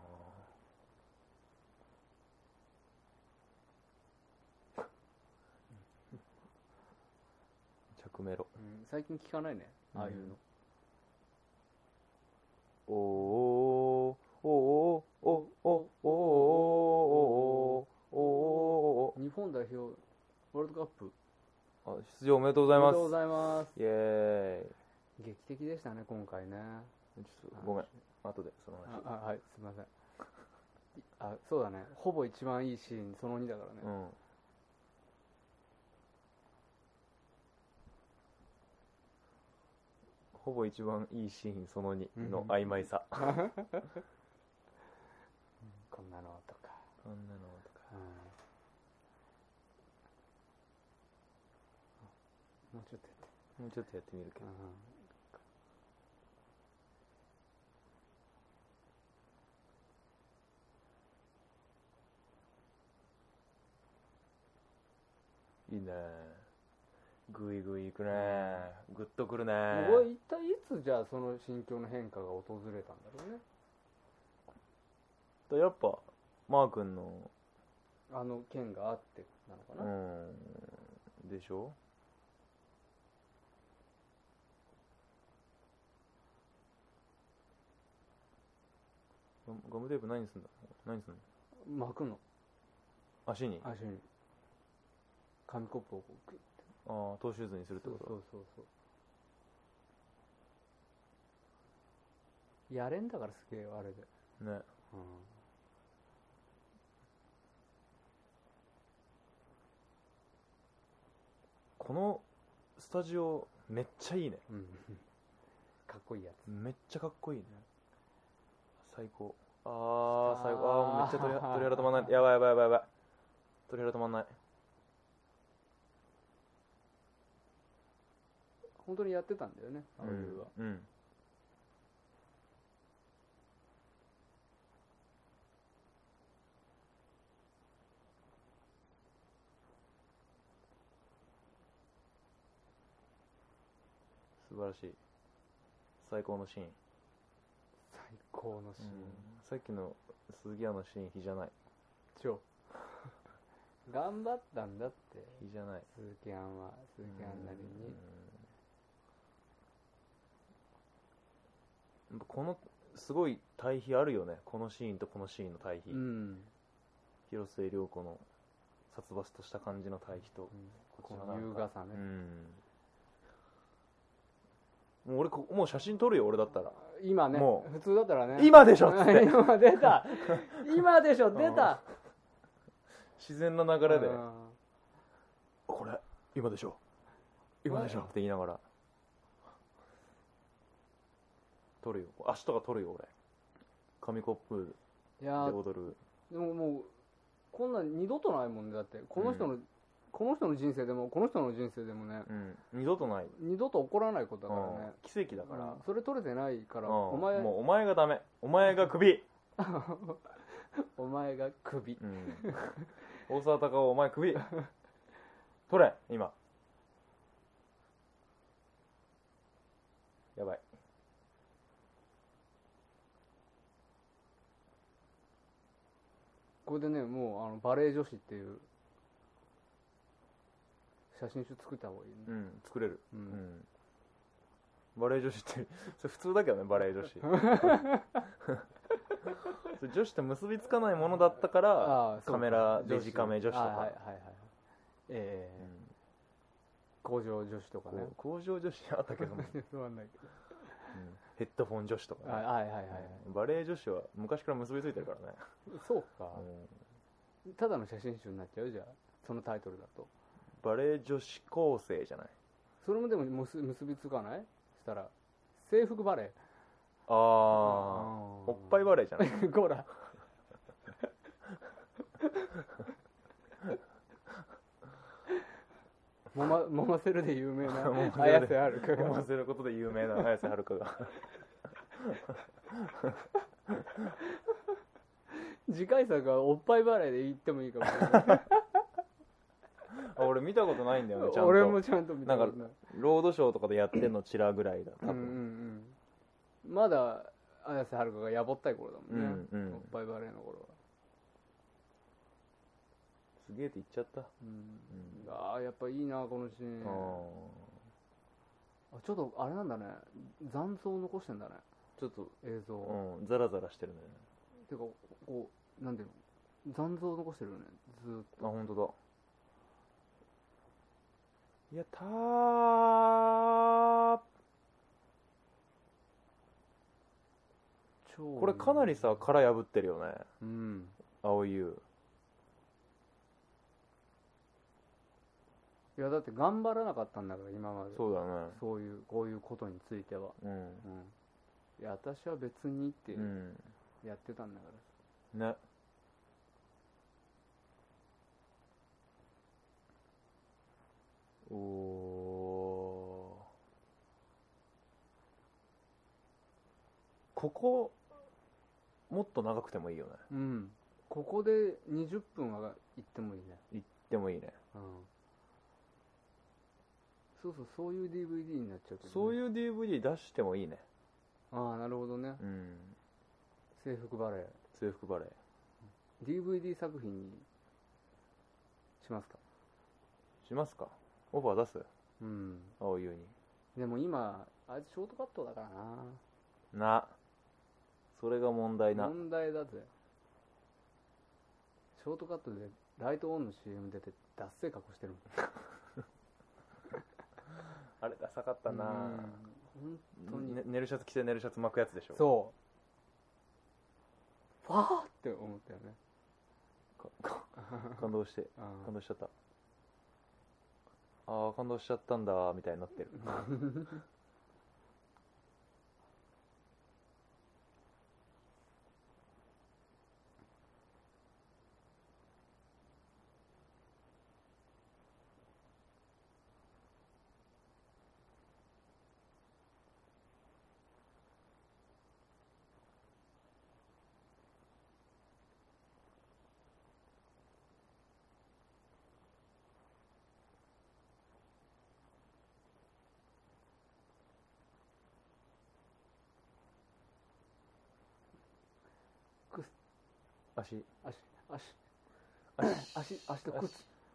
Speaker 2: 着メロ、
Speaker 3: 最近聞かないね、ああいうの。
Speaker 2: おおおおおおおおお、
Speaker 3: 日本代表ワールドカップ
Speaker 2: 出場おめでとうございます。
Speaker 3: おめでとうございます。
Speaker 2: イエ
Speaker 3: ーイ。劇的でしたね今回ね。
Speaker 2: ちょっとごめん、後でその話。
Speaker 3: はい、すみません。そうだね、ほぼ一番いいシーンその2だからね。
Speaker 2: ほぼ一番いいシーンその2の曖昧さ。
Speaker 3: こんなのとか、
Speaker 2: こんなのとか、
Speaker 3: もうちょっと
Speaker 2: やってみるけど、いいね。ぐいぐいいくね。ぐっとくるね。
Speaker 3: これ一体いつじゃあその心境の変化が訪れたんだろうね。
Speaker 2: やっぱマー君の
Speaker 3: 件があってなのかな。
Speaker 2: でしょ。ガムテープ何すんの。
Speaker 3: 巻くの。
Speaker 2: 足に
Speaker 3: 紙コップをこうグッて。
Speaker 2: トーシューズにするってこと。
Speaker 3: そうやれんだからすげえよあれで
Speaker 2: ね。このスタジオめっちゃいいね。
Speaker 3: かっこいいやつ。
Speaker 2: めっちゃかっこいいね。最高。最高。めっちゃ鳥肌止まんない。やばい。鳥肌止まんない。
Speaker 3: 本当にやってたんだよね、あれは。
Speaker 2: 素晴らしい。最高のシーン。さっきの鈴木亜のシーン、比じゃない。
Speaker 3: 頑張ったんだって。
Speaker 2: 比じゃない。
Speaker 3: 鈴木亜なりに。
Speaker 2: このすごい対比あるよね。このシーンとこのシーンの対比。広末涼子の殺伐とした感じの対比と、
Speaker 3: この優雅さね。
Speaker 2: もう俺もう写真撮るよ、俺だったら。
Speaker 3: 今ね、普通だったらね。
Speaker 2: 今でしょっつって。
Speaker 3: 今出た。今でしょ、出た。
Speaker 2: 自然な流れで。これ今でしょって言いながら撮るよ。足とか撮るよ俺。紙コップで踊る。
Speaker 3: でももうこんなん二度とないもんね。だってこの人の人生でもこの人の人生でもね、
Speaker 2: 二度とない。
Speaker 3: 二度と起こらないことだからね。
Speaker 2: 奇跡だから。
Speaker 3: それ取れてないから
Speaker 2: もうお前がダメ。お前がクビ。
Speaker 3: お前がクビ。
Speaker 2: 大沢たかお、お前クビ。取れ今。やばい。
Speaker 3: これでね、もうバレエ女子っていう写真集作った方がいいね。
Speaker 2: 作れる。バレエ女子ってそれ普通だけどね、バレエ女子。女子と結びつかないものだったから、カメラデジカメ女子とか。
Speaker 3: 工場女子とかね。
Speaker 2: 工場女子あったけども
Speaker 3: そうなんだけど、
Speaker 2: ヘッドフォン女子とか、ね、
Speaker 3: はいはいはい、
Speaker 2: バレエ女子は昔から結びついてるからね。
Speaker 3: そうか、ただの写真集になっちゃうじゃん、そのタイトルだと。
Speaker 2: バレエ女子高生じゃない。
Speaker 3: それもでも結びつかない？したら制服バレエ。
Speaker 2: おっぱいバレエじゃない
Speaker 3: ほらもませるで有名な綾瀬はるかが
Speaker 2: もませることで有名な綾瀬はるかが
Speaker 3: 次回作はおっぱいバレエで言ってもいいかもしれない
Speaker 2: 俺見たことないんだよね、ちゃんと。
Speaker 3: 俺もちゃんと見たことない。
Speaker 2: なんかロードショーとかでやってんのチラぐらいだ多
Speaker 3: 分、まだ綾瀬はるかがやぼったい頃だもんね、おっぱいバレーの頃は。
Speaker 2: すげえって言っちゃった。
Speaker 3: ああやっぱいいなこのシーン。ちょっとあれなんだね、残像残してんだね、
Speaker 2: ちょっと
Speaker 3: 映像。
Speaker 2: ザラザラしてるね。
Speaker 3: てかこうなんていうの、残像残してるよね、ずーっと。
Speaker 2: 本当だ。やったー。これかなりさ殻破ってるよね。青い優。
Speaker 3: いやだって頑張らなかったんだから今まで。
Speaker 2: そうだね。
Speaker 3: そういうこういうことについては。いや私は別にってやってたんだから
Speaker 2: ね。ここもっと長くてもいいよね。
Speaker 3: ここで20分は行ってもいいね。
Speaker 2: 行ってもいいね。
Speaker 3: そういう DVD になっちゃうけど、ね、
Speaker 2: そういう DVD 出してもいいね。
Speaker 3: ああなるほどね。制服バレエ。
Speaker 2: 制服バレエ
Speaker 3: DVD 作品にしますか。
Speaker 2: しますか。オファー出す。青優に。
Speaker 3: でも今あいつショートカットだから
Speaker 2: な。それが問題な。
Speaker 3: 問題だぜ。ショートカットでライトオンの CM 出てダッセー格好してるもん
Speaker 2: あれダサかったな。
Speaker 3: 本当に、
Speaker 2: ネルシャツ着てネルシャツ巻くやつでしょ。
Speaker 3: そうファーって思ったよね。
Speaker 2: 感動して感動しちゃった。感動しちゃったんだみたいになってる
Speaker 3: 足と靴。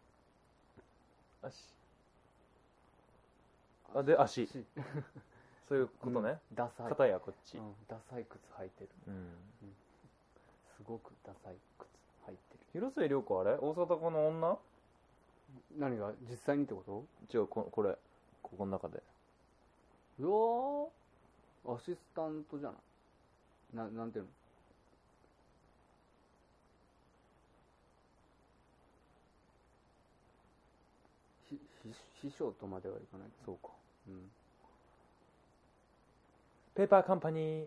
Speaker 2: で足そういうことね。
Speaker 3: ダサい。
Speaker 2: 片やこっち。
Speaker 3: ダサい靴履いてる。すごくダサい靴履いてる。
Speaker 2: 広末涼子あれ大阪の女？
Speaker 3: 何が実際にってこと？
Speaker 2: 違うこれここの中で。
Speaker 3: いやーアシスタントじゃない。なんていうの？師匠とまではいかない。
Speaker 2: そうか。ペーパーカンパニー。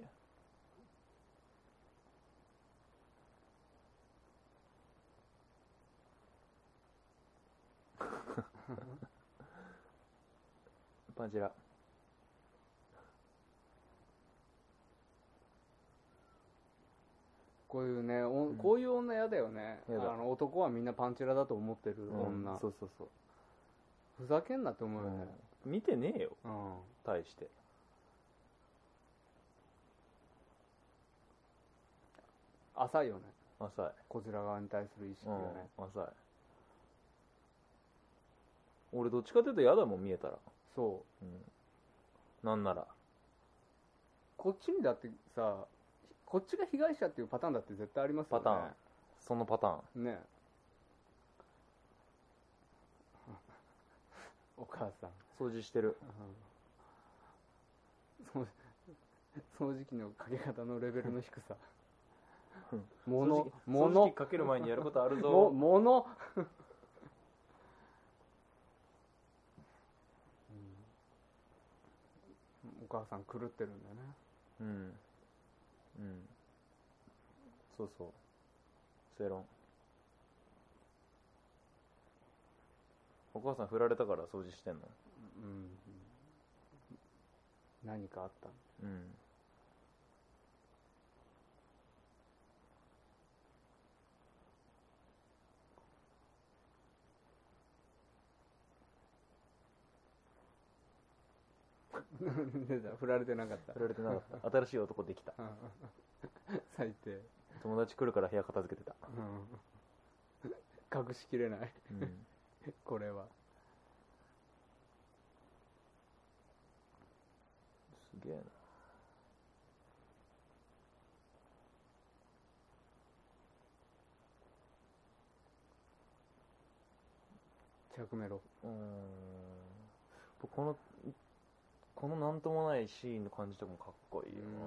Speaker 2: パンチラ。
Speaker 3: こういうね、こういう女嫌だよね。男はみんなパンチラだと思ってる女。
Speaker 2: そう
Speaker 3: ふざけんなって思うよね。
Speaker 2: 見てねえよ。対して
Speaker 3: 浅いよね。
Speaker 2: 浅い。
Speaker 3: こちら側に対する意識がね。
Speaker 2: 浅い。俺どっちかというと嫌だもん見えたら。
Speaker 3: そう。
Speaker 2: なんなら
Speaker 3: こっちにだってさ、こっちが被害者っていうパターンだって絶対ありますよね。
Speaker 2: パターン。そのパターン
Speaker 3: ね。 お母さん
Speaker 2: 掃除してる、
Speaker 3: 掃除機のかけ方のレベルの低さ
Speaker 2: 掃除機かける前にやることあるぞ
Speaker 3: 物お母さん狂ってるんだよね。
Speaker 2: そうそう正論。お母さん振られたから掃除してんの？
Speaker 3: 何かあったの？振られてなかった。
Speaker 2: 振られてなかった。新しい男できた。
Speaker 3: 最低。
Speaker 2: 友達来るから部屋片付けてた。
Speaker 3: 隠しきれない。これは。
Speaker 2: すげえな。
Speaker 3: 着メロ。
Speaker 2: このなんともないシーンの感じとかもかっこいいよな。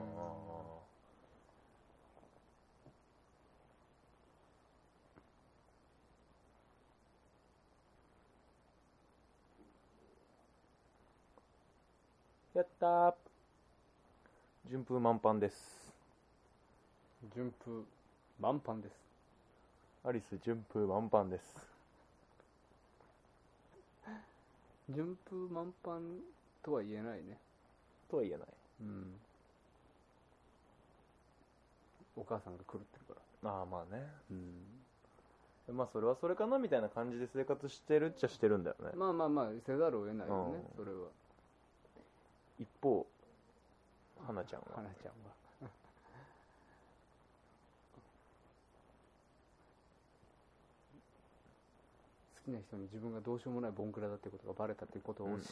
Speaker 2: やったー。順風満帆です。
Speaker 3: 順風満帆です。
Speaker 2: アリス順風満帆です。
Speaker 3: 順風満帆とは言えないね。
Speaker 2: とは言えない。
Speaker 3: お母さんが狂ってるから。
Speaker 2: ああまあね。まあそれはそれかなみたいな感じで生活してるっちゃしてるんだよね。
Speaker 3: まあせざるを得ないよね、それは。
Speaker 2: 一方花ちゃんは
Speaker 3: 好きな人に自分がどうしようもないボンクラだってことがバレたっていうことを知った、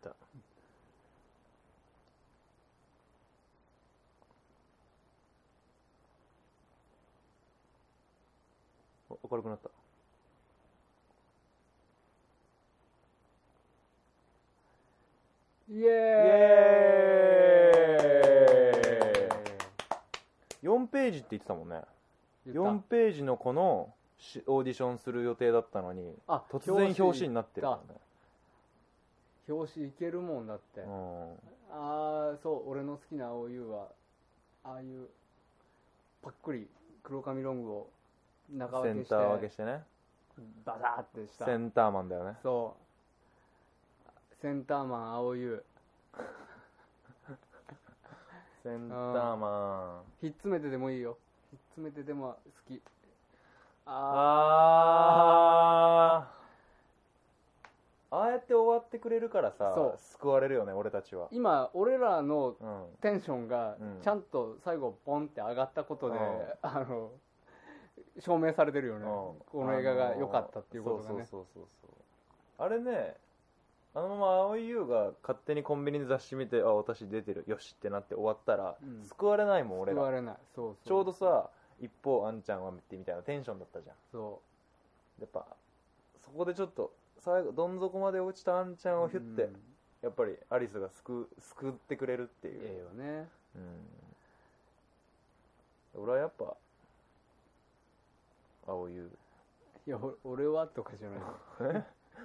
Speaker 2: 明るくなった。
Speaker 3: イエ
Speaker 2: ーイ。4ページって言ってたもんね。4ページの子のオーディションする予定だったのに突然表紙になってるからね。
Speaker 3: 表紙いけるもんだって。そう俺の好きな青優はああいうパックリ黒髪ロングを中分けして
Speaker 2: センター分けしてね、
Speaker 3: バサーってした
Speaker 2: センターマンだよね。
Speaker 3: センターマン青優
Speaker 2: センターマン
Speaker 3: ひっつめてでもいいよ。ひっつめてでも好き。
Speaker 2: ああやって終わってくれるからさ、救われるよね俺たちは。
Speaker 3: 今俺らのテンションがちゃんと最後ポンって上がったことで、証明されてるよね、この映画が良かったっていうことがね。
Speaker 2: そうあれね、あのまま蒼井優が勝手にコンビニで雑誌見て私出てるよしってなって終わったら、救われないもん俺ら。
Speaker 3: 救われない。ちょ
Speaker 2: うどさ一方あんちゃんはってみたいなテンションだったじゃん。やっぱそこでちょっと最後どん底まで落ちたあんちゃんをヒュッて、やっぱりアリスが救ってくれるっていう。
Speaker 3: よね。
Speaker 2: 俺はやっぱ蒼井優。
Speaker 3: いや俺はとかじゃない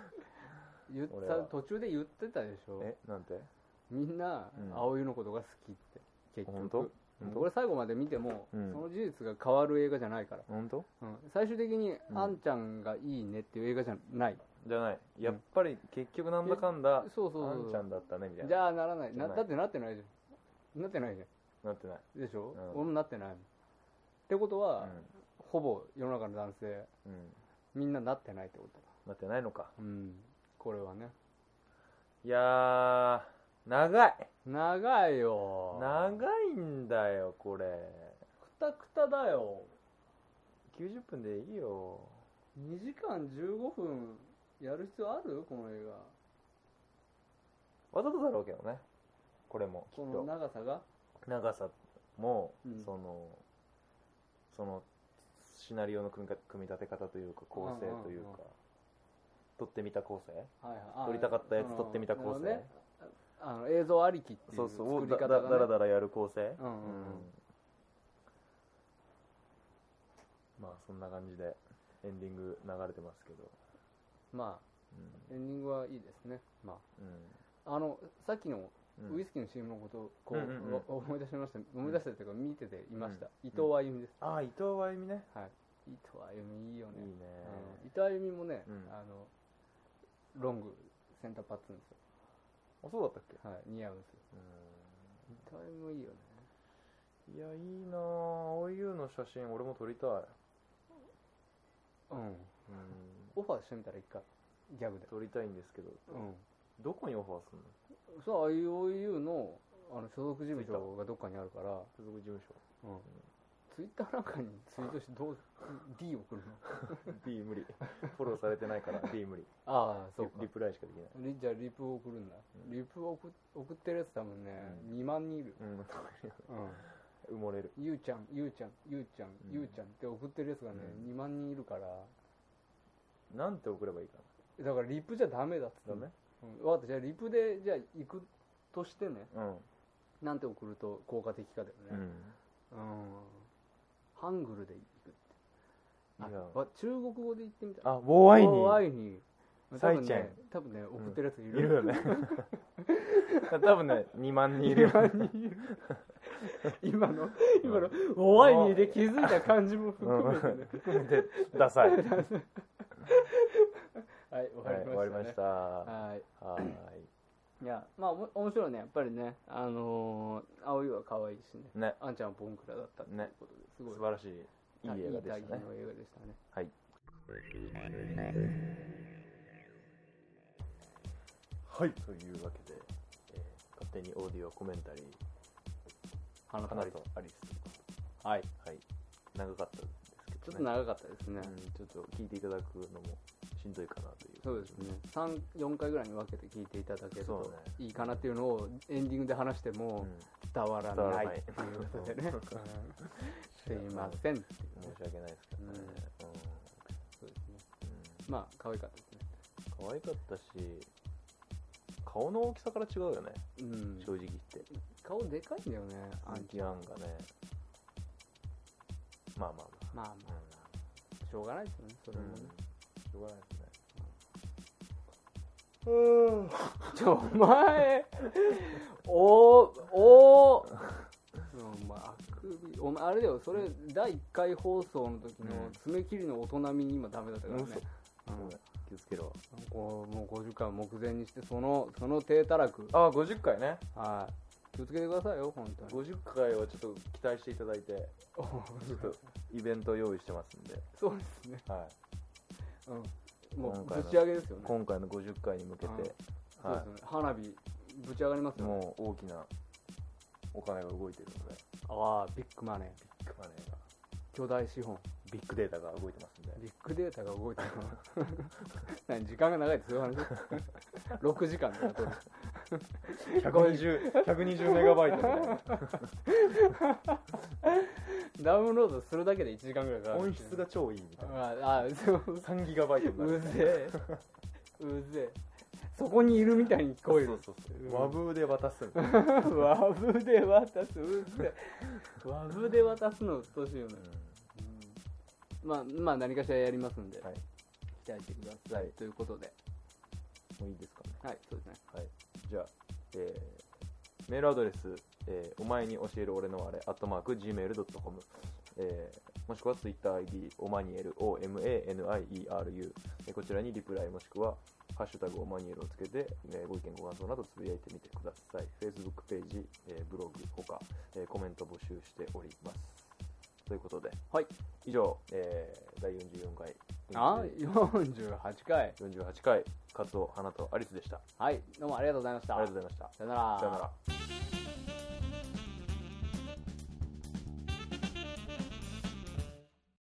Speaker 3: 途中で言ってたでしょ。
Speaker 2: なんて？
Speaker 3: みんな蒼井優のことが好きって結局。俺最後まで見ても、その事実が変わる映画じゃないから。最終的にあんちゃんがいいねっていう映画じゃない。
Speaker 2: やっぱり結局なんだかんだあんちゃんだったねみたいな。
Speaker 3: じゃあならない。だってなってないじゃん。なってないでしょ。俺もなってないもん。ってことはほぼ世の中の男性みんななってないってことだ。
Speaker 2: なってないのか。
Speaker 3: これはね。
Speaker 2: いや長い
Speaker 3: よ。
Speaker 2: 長いんだよこれ。
Speaker 3: くたくただよ。
Speaker 2: 90分でいいよ。
Speaker 3: 2時間15分やる必要ある？この映
Speaker 2: 画わざとだろうけどね。これもきっと
Speaker 3: この長さ
Speaker 2: も、そのシナリオの組み立て方というか構成というか、 撮ってみた構成、
Speaker 3: はいはい、
Speaker 2: 撮りたかったやつ撮ってみた構成、
Speaker 3: ね、映像ありきっていう作り方が、ね、
Speaker 2: だらだらやる構成、まあそんな感じでエンディング流れてますけど、
Speaker 3: まあ、エンディングはいいですね。まあ、さっきのウイスキーの CM のことをこう、思い出しました。思い出したというか見てていました。伊藤あゆみです。
Speaker 2: ああ、伊藤あゆみね。
Speaker 3: はい。伊藤あゆみいいよね。
Speaker 2: いいね。
Speaker 3: 伊藤あゆみもね、ロングセンターパッツンですよ。
Speaker 2: あ、そうだったっけ？
Speaker 3: はい、似合うんですよ。伊藤あゆみもいいよね。
Speaker 2: いや、いいなあ。ああいうの写真俺も撮りたい。
Speaker 3: オファーしてみたらいいか。ギャグで
Speaker 2: 撮りたいんですけど、どこにオファーするの？
Speaker 3: そう、IOU の所属事務所がどっかにあるから。
Speaker 2: 所属事務所。
Speaker 3: ツイッターなんかにツイートしてどう D 送るの？
Speaker 2: D 無理。フォローされてないから D 無理。
Speaker 3: ああ、そうか。
Speaker 2: リプライしかできない。
Speaker 3: じゃあリプを送るんだ。リプを送ってるやつ多分ね、2万人いる。
Speaker 2: 埋もれる。
Speaker 3: ゆうちゃんって送ってるやつがね、2万人いるから。
Speaker 2: なんて送ればいいか
Speaker 3: な。だからリプじゃダメだっつって。ダメ？分かった。じゃあリプでじゃあ行くとしてね。なんて送ると効果的かだよね。ハングルで行くって。中国語で言ってみた。
Speaker 2: あ、ボーアイニー。
Speaker 3: ボーアイニー。
Speaker 2: サイチェン。
Speaker 3: 多分ね、送ってるやつい
Speaker 2: るよね。多分ね、2万人いる。
Speaker 3: 今のボーアイニーで気づいた感じも含めてね。
Speaker 2: ダサい。
Speaker 3: はい、終わりました。はい。いや、まあ面白いね、やっぱりね。青いは可愛いしね。あんちゃんはボンクラだったっていうことで、すごい
Speaker 2: 素晴らしいいい映画でしたね。
Speaker 3: いい対比の映画でしたね。
Speaker 2: はい。はい、というわけで、勝手にオーディオコメンタリー花とアリス。はい。長かったですけどね。
Speaker 3: ちょっと長かったですね。
Speaker 2: ちょっと聞いていただくのもしんどいかなという。
Speaker 3: そうですね。3、4回ぐらいに分けて聞いていただけるといいかなっていうのをエンディングで話しても伝わらないっていうことでね。すいません。申し
Speaker 2: 訳ないですけどね。
Speaker 3: そうですね。まあ可愛かったですね。
Speaker 2: 可愛かったし、顔の大きさから違うよね。正直言って。
Speaker 3: 顔でかいんだよね。
Speaker 2: アンキアンがね。まあ。
Speaker 3: しょうがないですよね。それもね。
Speaker 2: しょうがないですね。
Speaker 3: お前お前あれだよ、それ第1回放送の時の爪切りの大人みに今ダメだったからね。
Speaker 2: 気をつけろ。
Speaker 3: もう50回を目前にしてその低たらく。
Speaker 2: ああ、50回ね。
Speaker 3: はい。気をつけてくださいよ、本当に。
Speaker 2: 50回はちょっと期待していただいて、ちょっとイベント用意してますんで。
Speaker 3: そうですね。
Speaker 2: はい。
Speaker 3: もうぶち上げですよね。
Speaker 2: 今回の50回に向けて、
Speaker 3: そうですね。花火ぶち上がりますよね。
Speaker 2: もう大きなお金が動いてるので。
Speaker 3: ああ、ビッグマネーが。巨大資本。
Speaker 2: ビッグデータが動いてますんで。
Speaker 3: ビッグデータが動いてるの時間が長いですよ、話。6時間とか取る。
Speaker 2: 120メガバイトみたいな。
Speaker 3: ダウンロードするだけで1時間ぐらいかかる。
Speaker 2: 音質が超いいみたいな。3ギ
Speaker 3: ガ
Speaker 2: バイトになる。
Speaker 3: うぜえ。そこにいるみたいに聞こえる。
Speaker 2: 和風で渡す。
Speaker 3: 和風で渡す。和風で渡すのうっとしいよね。まあ何かしらやりますんで、期待してくださいということで。
Speaker 2: もういいですかね。
Speaker 3: はい、そうですね。
Speaker 2: はい。じゃあ、メールアドレス、お前に教える俺のあれ@gmail.com、もしくは TwitterID オマニエル OMANIERU、こちらにリプライもしくはハッシュタグオマニエルをつけて、ご意見ご感想などつぶやいてみてください。 Facebook ページ、ブログほか、コメント募集しておりますということで、
Speaker 3: はい、
Speaker 2: 以上、第44回
Speaker 3: 48回
Speaker 2: カツオ花とアリスでした。
Speaker 3: はい、どうもありがとうございました。
Speaker 2: ありがとうございました。
Speaker 3: さよなら。
Speaker 2: さよなら。